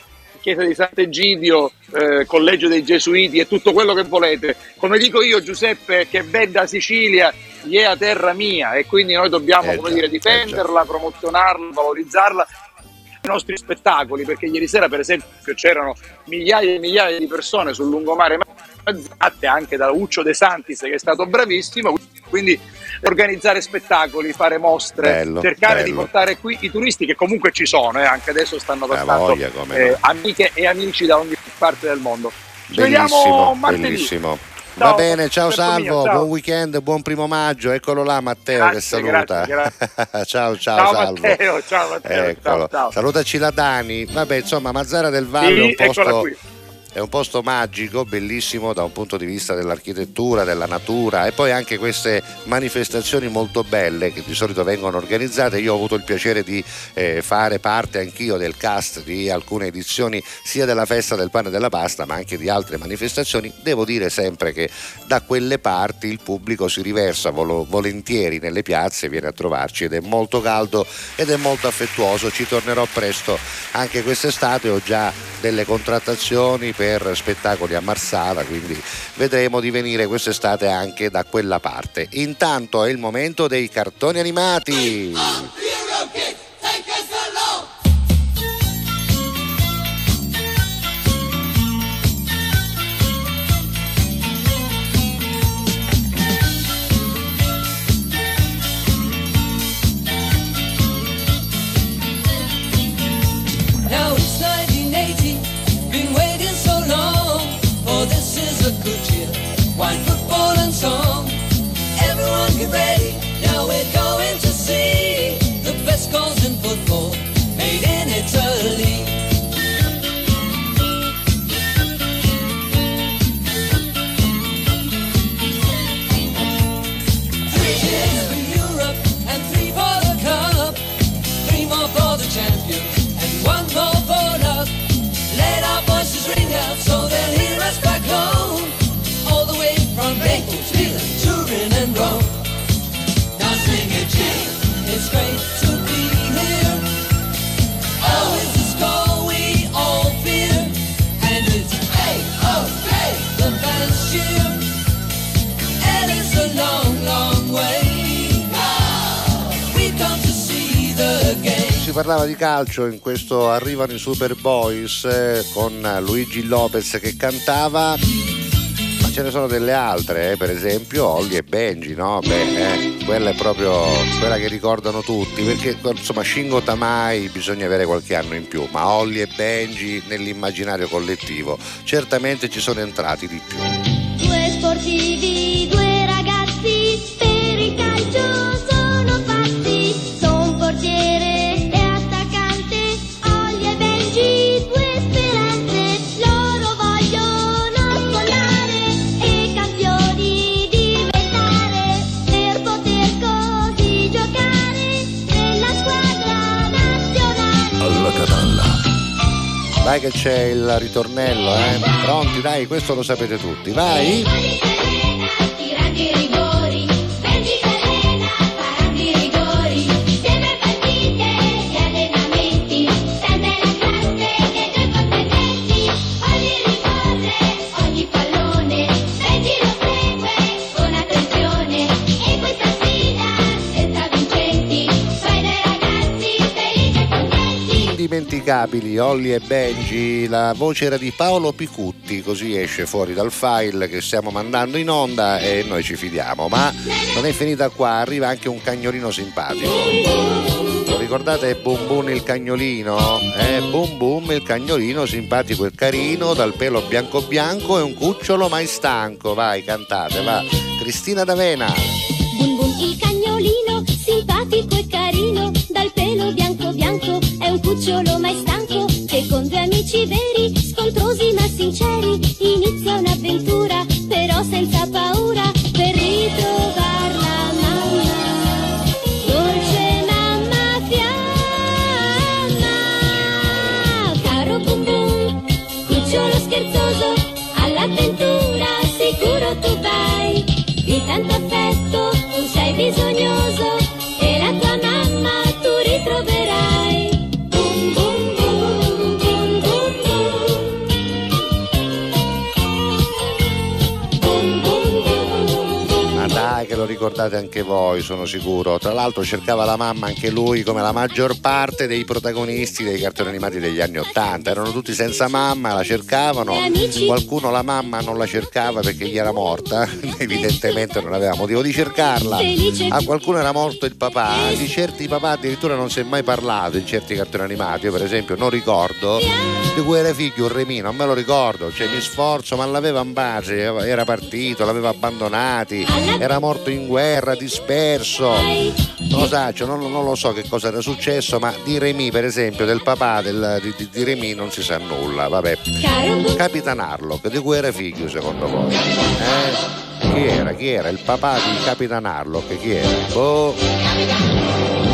S6: chiesa di Sant'Egidio, eh, collegio dei Gesuiti e tutto quello che volete. Come dico io, Giuseppe, che bella Sicilia, è a terra mia, e quindi noi dobbiamo,
S2: eh
S6: come
S2: già,
S6: dire, difenderla,
S2: eh
S6: promozionarla, valorizzarla. I nostri spettacoli, perché ieri sera per esempio c'erano migliaia e migliaia di persone sul lungomare Mazzate, anche da Uccio De Santis, che è stato bravissimo, quindi organizzare spettacoli, fare mostre,
S2: bello,
S6: cercare
S2: bello.
S6: di portare qui i turisti che comunque ci sono, e eh, anche adesso stanno passando
S2: voglia, come
S6: eh,
S2: no.
S6: amiche e amici da ogni parte del mondo. Ci
S2: Bellissimo,
S6: vediamo martedì.
S2: bellissimo.
S6: Ciao,
S2: Va bene, ciao
S6: Salvo
S2: Salvo,
S6: mio, ciao.
S2: buon weekend, buon primo maggio. Eccolo là Matteo
S6: Grazie,
S2: che saluta.
S6: grazie, grazie.
S2: ciao, ciao,
S6: Ciao
S2: Salvo.
S6: Matteo, ciao Matteo.
S2: Eccolo.
S6: Ciao, ciao.
S2: Salutaci la Dani. Vabbè, insomma, Mazzara del Vallo
S6: Sì,
S2: è un
S6: eccola
S2: posto
S6: qui.
S2: È un posto magico, bellissimo da un punto di vista dell'architettura, della natura, e poi anche queste manifestazioni molto belle che di solito vengono organizzate. Io ho avuto il piacere di eh, fare parte anch'io del cast di alcune edizioni sia della festa del pane e della pasta ma anche di altre manifestazioni. Devo dire sempre che da quelle parti il pubblico si riversa vol- volentieri nelle piazze, viene a trovarci ed è molto caldo ed è molto affettuoso. Ci tornerò presto anche quest'estate, ho già delle contrattazioni per spettacoli a Marsala, quindi vedremo di venire quest'estate anche da quella parte. Intanto è il momento dei cartoni animati.
S11: Now it's nineteen eighty, been waiting so long. Oh, this is a good year, wine, football and song. Everyone get ready, now we're going to see the best goals in football, made in Italy. Three cheers for Europe and three for the cup, three more for the champions and one more for luck. Let our voices ring out so they'll hear us back home, all the way from Naples, Milan, Turin and Rome. Now sing it, Jane, it's great to be here. Oh, it's the score we all fear, and it's hey, oh, hey, the fans cheer, and it's a long, long way. We've come to see the game.
S2: Si parlava di calcio in questo Arrivano i Super Boys eh, con Luigi Lopez che cantava, ma ce ne sono delle altre, eh, per esempio Holly e Benji, no? Beh, eh, quella è proprio quella che ricordano tutti, perché insomma Shingo Tamai bisogna avere qualche anno in più, ma Holly e Benji nell'immaginario collettivo certamente ci sono entrati di più.
S3: Due sportivi, due ragazzi, per il calcio sono fatti. Son portiere e attaccante, Holly e Benji, due speranze. Loro vogliono sfondare e campioni diventare, per poter così giocare nella squadra nazionale.
S5: Alla Catalla.
S2: Vai che c'è il ritornello, eh? Pronti? Dai, questo lo sapete tutti, vai!
S3: Tirando i rigori, Benji Serena, parando i rigori, sempre partite e allenamenti, tanta è la classe e due competenzi, ogni ricorre, ogni pallone, Benji lo segue con attenzione, e questa sfida senza vincenti, fai dai ragazzi felici e contenti.
S2: Indimenticabili Holly e Benji, la voce era di Paolo Picutti, così esce fuori dal file che stiamo mandando in onda e noi ci fidiamo, ma non è finita qua, arriva anche un cagnolino simpatico. Lo ricordate Boom Boom il cagnolino? Eh, Boom Boom il cagnolino simpatico e carino, dal pelo bianco bianco e un cucciolo mai stanco. Vai, cantate, va. Cristina D'Avena.
S3: Bum bum il cagnolino, simpatico e carino, dal pelo bianco bianco, è un cucciolo mai stanco, che con due amici veri, scontrosi ma sinceri, inizia un'avventura, però senza paura, per ritrovar la mamma, dolce mamma fiamma. Caro bum bum, cucciolo scherzoso, all'avventura sicuro tu vai, di tanto affetto tu sei bisognoso, e la tua mamma tu ritroverai. Bum bum bum bum bum bum.
S2: lo ricordate anche voi, sono sicuro. Tra l'altro cercava la mamma anche lui, come la maggior parte dei protagonisti dei cartoni animati degli anni ottanta. Erano tutti senza mamma, la cercavano. Qualcuno la mamma non la cercava perché gli era morta, evidentemente non aveva motivo di cercarla. A qualcuno era morto il papà, di certi papà addirittura non si è mai parlato in certi cartoni animati. Io per esempio non ricordo di cui era figlio un Remì, non me lo ricordo, cioè mi sforzo, ma l'aveva in base, era partito, l'aveva abbandonati, era morto in guerra, disperso, non lo so, cioè, non, non lo so che cosa era successo, ma di Remì per esempio, del papà del, di, di, di Remì non si sa nulla. Vabbè, Capitan Harlock, di cui era figlio secondo voi? Eh? Chi era? Chi era? Il papà di Capitan Harlock, chi era? Boh.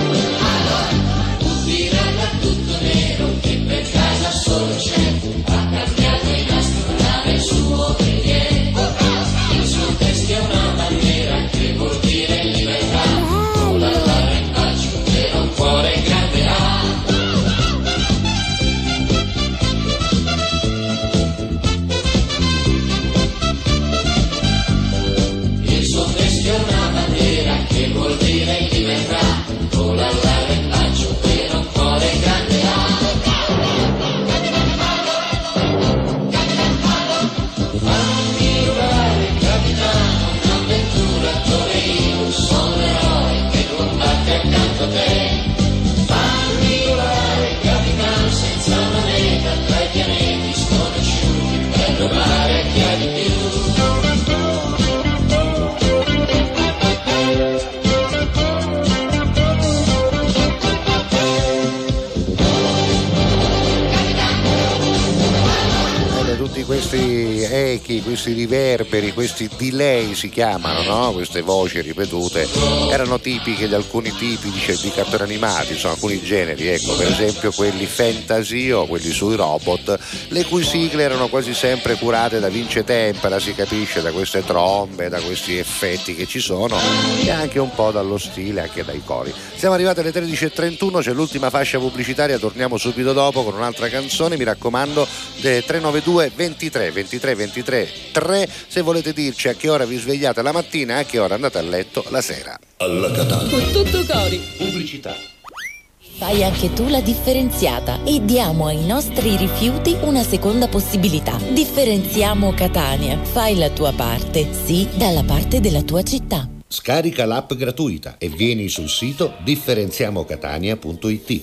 S18: Solo c'è, ha cambiato il nastro nave suo perché il suo testo è una bandiera che vuol dire libertà, con la barra in braccio e un cuore grande ha. Il suo testo è una bandiera che vuol dire libertà, con la barra in braccio e un cuore grande ha.
S2: Questi echi, questi riverberi, questi delay si chiamano, no? Queste voci ripetute erano tipiche di alcuni tipi di, di cartoni animati, insomma alcuni generi, ecco, per esempio quelli fantasy o quelli sui robot, le cui sigle erano quasi sempre curate da Vince Tempera, si capisce, da queste trombe, da questi effetti che ci sono e anche un po' dallo stile, anche dai cori. Siamo arrivati alle tredici e trentuno, c'è l'ultima fascia pubblicitaria, torniamo subito dopo con un'altra canzone, mi raccomando, tre nove due ventitré ventitré ventitré tre se volete dirci a che ora vi svegliate la mattina e a che ora andate a letto la sera.
S8: Alla Catalla.
S1: Con tutto cori.
S8: Pubblicità.
S1: Fai anche tu la differenziata e diamo ai nostri rifiuti una seconda possibilità. Differenziamo Catania. Fai la tua parte, sì, dalla parte della tua città.
S5: Scarica l'app gratuita e vieni sul sito differenziamo catania punto it.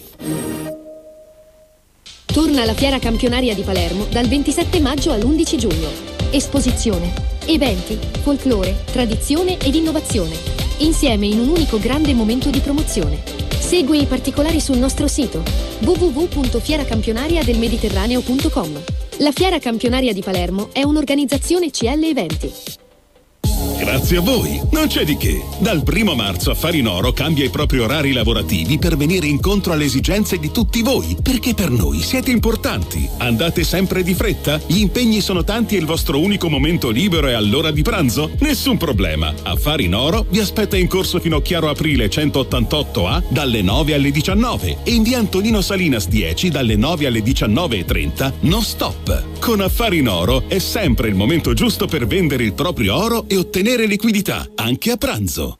S7: Torna la Fiera Campionaria di Palermo dal ventisette maggio all'undici giugno. Esposizione, eventi, folklore, tradizione ed innovazione. Insieme in un unico grande momento di promozione. Segui i particolari sul nostro sito w w w punto fiera campionaria del mediterraneo punto com. La Fiera Campionaria di Palermo è un'organizzazione C L Eventi.
S8: Grazie a voi, non c'è di che. Dal primo marzo Affari in Oro cambia i propri orari lavorativi per venire incontro alle esigenze di tutti voi, perché per noi siete importanti. Andate sempre di fretta? Gli impegni sono tanti e il vostro unico momento libero è all'ora di pranzo? Nessun problema. Affari in Oro vi aspetta in corso Finocchiaro Aprile centottantotto A dalle nove alle diciannove e in via Antonino Salinas dieci dalle nove alle diciannove e trenta, non stop. Con Affari in Oro è sempre il momento giusto per vendere il proprio oro e ottenere liquidità, anche a pranzo.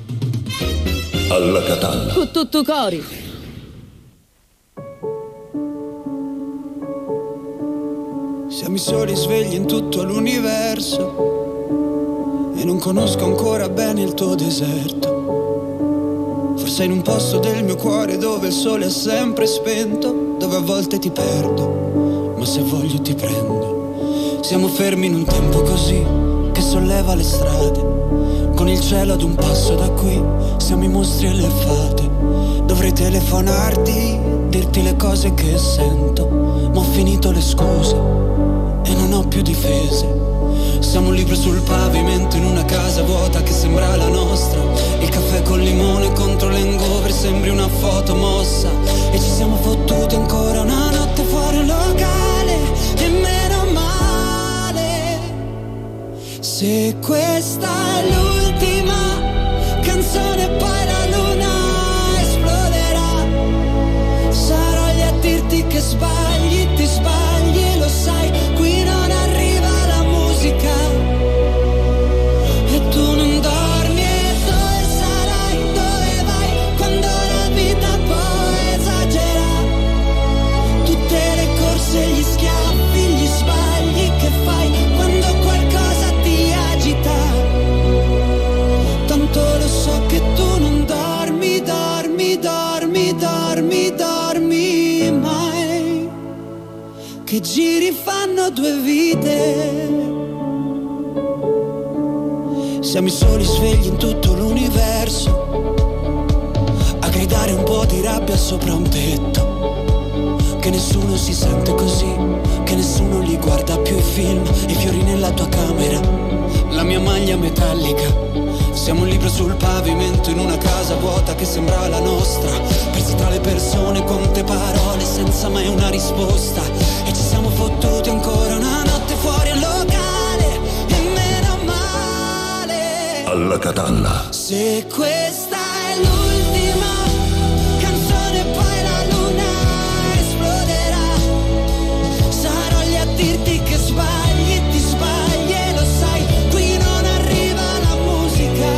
S8: Alla Catalla.
S1: Con tutto cori.
S9: Siamo i soli svegli in tutto l'universo e non conosco ancora bene il tuo deserto. Forse in un posto del mio cuore dove il sole è sempre spento, dove a volte ti perdo, ma se voglio ti prendo. Siamo fermi in un tempo così che solleva le strade, con il cielo ad un passo da qui, siamo i mostri e le fate. Dovrei telefonarti, dirti le cose che sento, ma ho finito le scuse e non ho più difese. Siamo un libro sul pavimento in una casa vuota che sembra la nostra. Il caffè col limone contro l'hangover sembri una foto mossa. E ci siamo fottuti ancora una notte fuori un locale, e meno male. Se questa è l'ultima canzone poi la luna esploderà, sarò lì a dirti che sbagli, ti sbagli e lo sai, qui non arriva la musica e tu non dormi e
S15: che giri fanno due vite. Siamo i soli svegli in tutto l'universo, a gridare un po' di rabbia sopra un tetto. Che nessuno si sente così, che nessuno li guarda più i film. I fiori nella tua camera, la mia maglia metallica. Siamo un libro sul pavimento in una casa vuota che sembrava la nostra, persi tra le persone, quante parole senza mai una risposta. E ci siamo fottuti ancora una notte fuori al locale, e meno male.
S8: Alla Catalla.
S15: Se questa è l'ultima canzone poi la luna esploderà, sarò lì a dirti che sbagli, ti sbagli e lo sai, qui non arriva la musica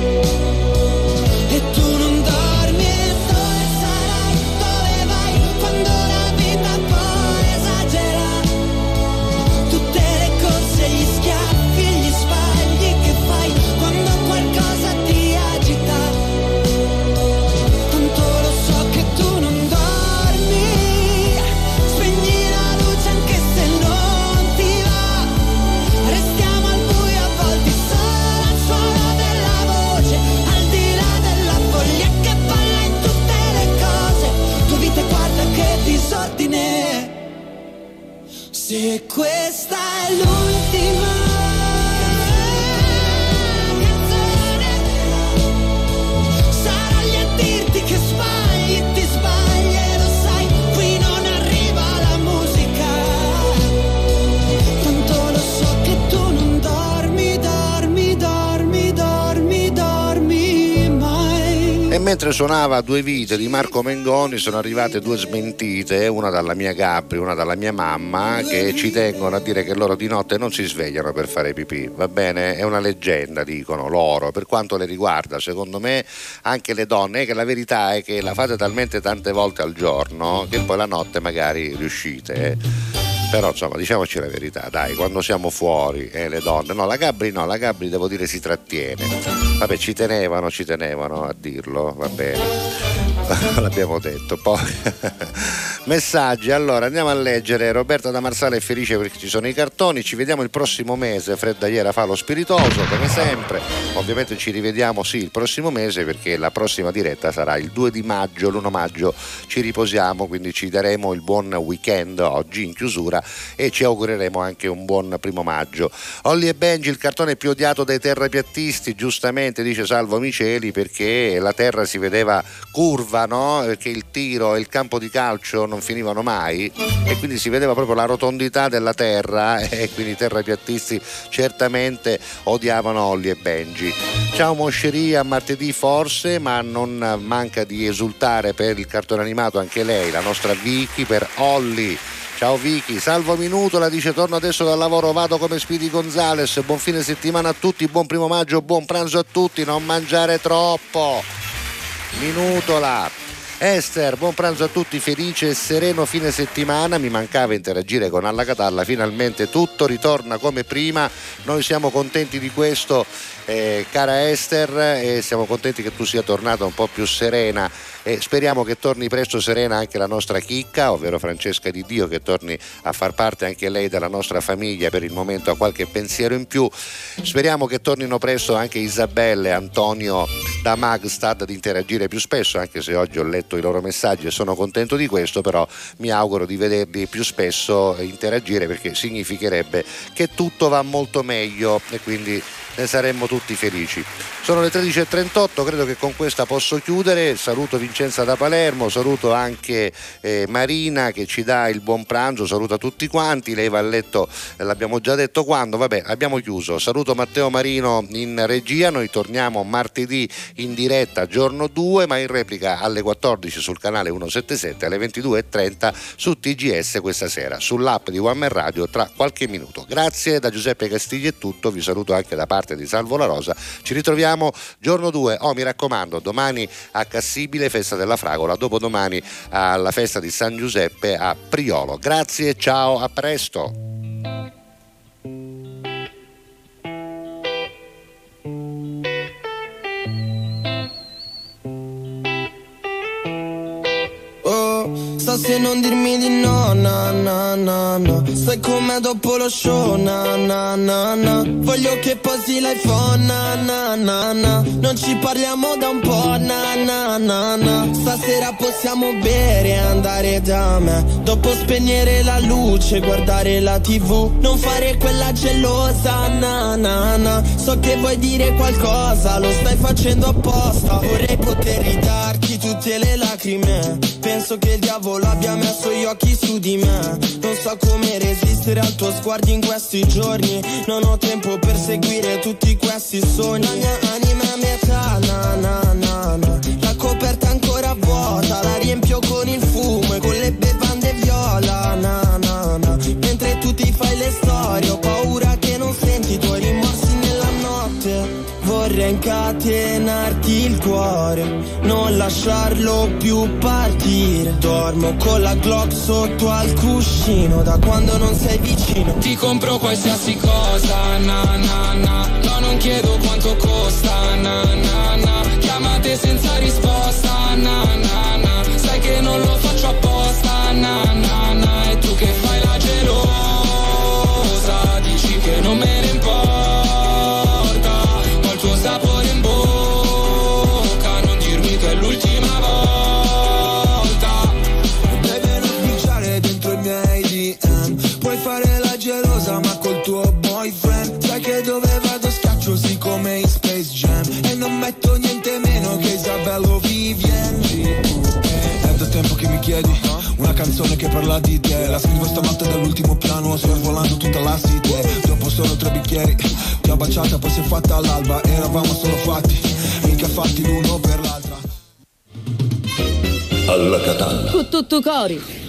S15: e tu non dormi. E dove sarai, dove vai, quando la vita poi esagera, tutte le corse, gli schiaffi, gli sbagli che fai quando qualcosa ti agita. Tanto lo so che tu non dormi, spegni la luce anche se non ti va. Restiamo al buio avvolti solo al suono della voce, al di là della foglia che balla in tutte le cose. Tua vita guarda che disordine. Se questa è l'ultima canzone, sarò lì a dirti che sbagli, ti sbagli e lo sai, qui non arriva la musica. Tanto lo so che tu non dormi, dormi, dormi, dormi, dormi mai.
S2: E mentre suonava Due vite di Marco Mengoni sono arrivate due smentite, una dalla mia Gabri, una dalla mia mamma, che ci tengono a dire che loro di notte non si svegliano per fare pipì, va bene? È una leggenda, dicono loro, per quanto le riguarda, secondo me anche le donne, è che la verità è che la fate talmente tante volte al giorno che poi la notte magari riuscite, eh. Però insomma diciamoci la verità, dai, quando siamo fuori, eh, le donne, no, la Gabri no, la Gabri devo dire si trattiene, vabbè, ci tenevano, ci tenevano a dirlo, va bene. L'abbiamo detto. Poi messaggi, allora andiamo a leggere. Roberta da Marsala è felice perché ci sono i cartoni. Ci vediamo il prossimo mese. Fredda Iera fa lo spiritoso come sempre. Ovviamente ci rivediamo sì il prossimo mese, perché la prossima diretta sarà il due di maggio. L'primo maggio ci riposiamo, quindi ci daremo il buon weekend oggi in chiusura e ci augureremo anche un buon primo maggio. Olli e Benji, il cartone più odiato dai terrapiattisti, giustamente dice Salvo Miceli, perché la terra si vedeva curva, no? Perché il tiro e il campo di calcio non finivano mai e quindi si vedeva proprio la rotondità della terra, e quindi i terrapiattisti certamente odiavano Olli e Benji. Ciao Mosceria, martedì forse, ma non manca di esultare per il cartone animato anche lei, la nostra Vicky, per Olli. Ciao Vicky, Salvo Minutola dice torno adesso dal lavoro, vado come Speedy Gonzales, buon fine settimana a tutti, buon primo maggio, buon pranzo a tutti, non mangiare troppo. Minutola. Esther, buon pranzo a tutti, felice e sereno fine settimana, mi mancava interagire con Alla Catalla, finalmente tutto ritorna come prima, noi siamo contenti di questo, eh, cara Esther, e siamo contenti che tu sia tornata un po' più serena e speriamo che torni presto serena anche la nostra chicca, ovvero Francesca Di Dio, che torni a far parte anche lei della nostra famiglia, per il momento ha qualche pensiero in più. Speriamo che tornino presto anche Isabella e Antonio da Magstad ad interagire più spesso, anche se oggi ho letto i loro messaggi e sono contento di questo, però mi auguro di vederli più spesso interagire, perché significherebbe che tutto va molto meglio e quindi ne saremmo tutti felici. Sono le tredici e trentotto, credo che con questa posso chiudere. Saluto Vincenza da Palermo, saluto anche eh, Marina che ci dà il buon pranzo, saluto a tutti quanti. Lei va a letto, eh, l'abbiamo già detto quando, vabbè, abbiamo chiuso. Saluto Matteo Marino in regia, noi torniamo martedì in diretta giorno due, ma in replica alle quattordici sul canale centosettantasette, alle ventidue e trenta su T G S questa sera, sull'app di One Man Radio tra qualche minuto. Grazie, da Giuseppe Castigli è tutto, vi saluto anche da parte di Salvo La Rosa, ci ritroviamo giorno due, oh mi raccomando, domani a Cassibile festa della fragola, dopodomani alla festa di San Giuseppe a Priolo. Grazie, ciao, a presto.
S9: Oh, sta cosa se non dirmi di no, na na na na. Sai com'è dopo lo show, na na na na. Voglio che posi l'iPhone, na na na na. Non ci parliamo da un po', na na na na. Stasera possiamo bere e andare da me. Dopo spegnere la luce, guardare la tivù. Non fare quella gelosa, na na na. So che vuoi dire qualcosa, lo stai facendo apposta. Vorrei poter ridarti tutte le lacrime. Penso che il diavolo abbia messo gli occhi su di me. Non so come resistere al tuo sguardo in questi giorni. Non ho tempo per seguire tutti questi sogni. La mia anima è a metà, na na na na. La coperta è ancora vuota, la riempio con il fumo e con le bevande viola, na na na. Mentre tu ti fai le storie, ho paura che non senti i tuoi rimorsi nella notte. Vorrei incatenarti il cuore, non lasciarlo più partire. Dormo con la Glock sotto al cuscino, da quando non sei vicino.
S10: Ti compro qualsiasi cosa, na na na. No, non chiedo quanto costa, na na na. Chiamate senza risposta, na na na. Sai che non lo faccio apposta, na na na. E tu che fai la gelosa, dici che non me ne importa. Ho il tuo sapore in bocca, non dirmi che è l'ultima volta.
S9: Deve non spicciare dentro i miei D M. Puoi fare la gelosa ma col tuo boyfriend. Sai che dove vado schiaccio sì come in Space Jam. E non metto niente meno che Isabello Vivien. È da tempo che mi chiedi una canzone che parla di te. La scrivo stamattina dall'ultimo piano, sorvolando tutta la city. Dopo solo tre bicchieri ti ho baciata, poi si è fatta all'alba. Eravamo solo fatti, mica fatti l'uno per l'altra.
S5: Alla Catalla.
S19: Cu tutto cori.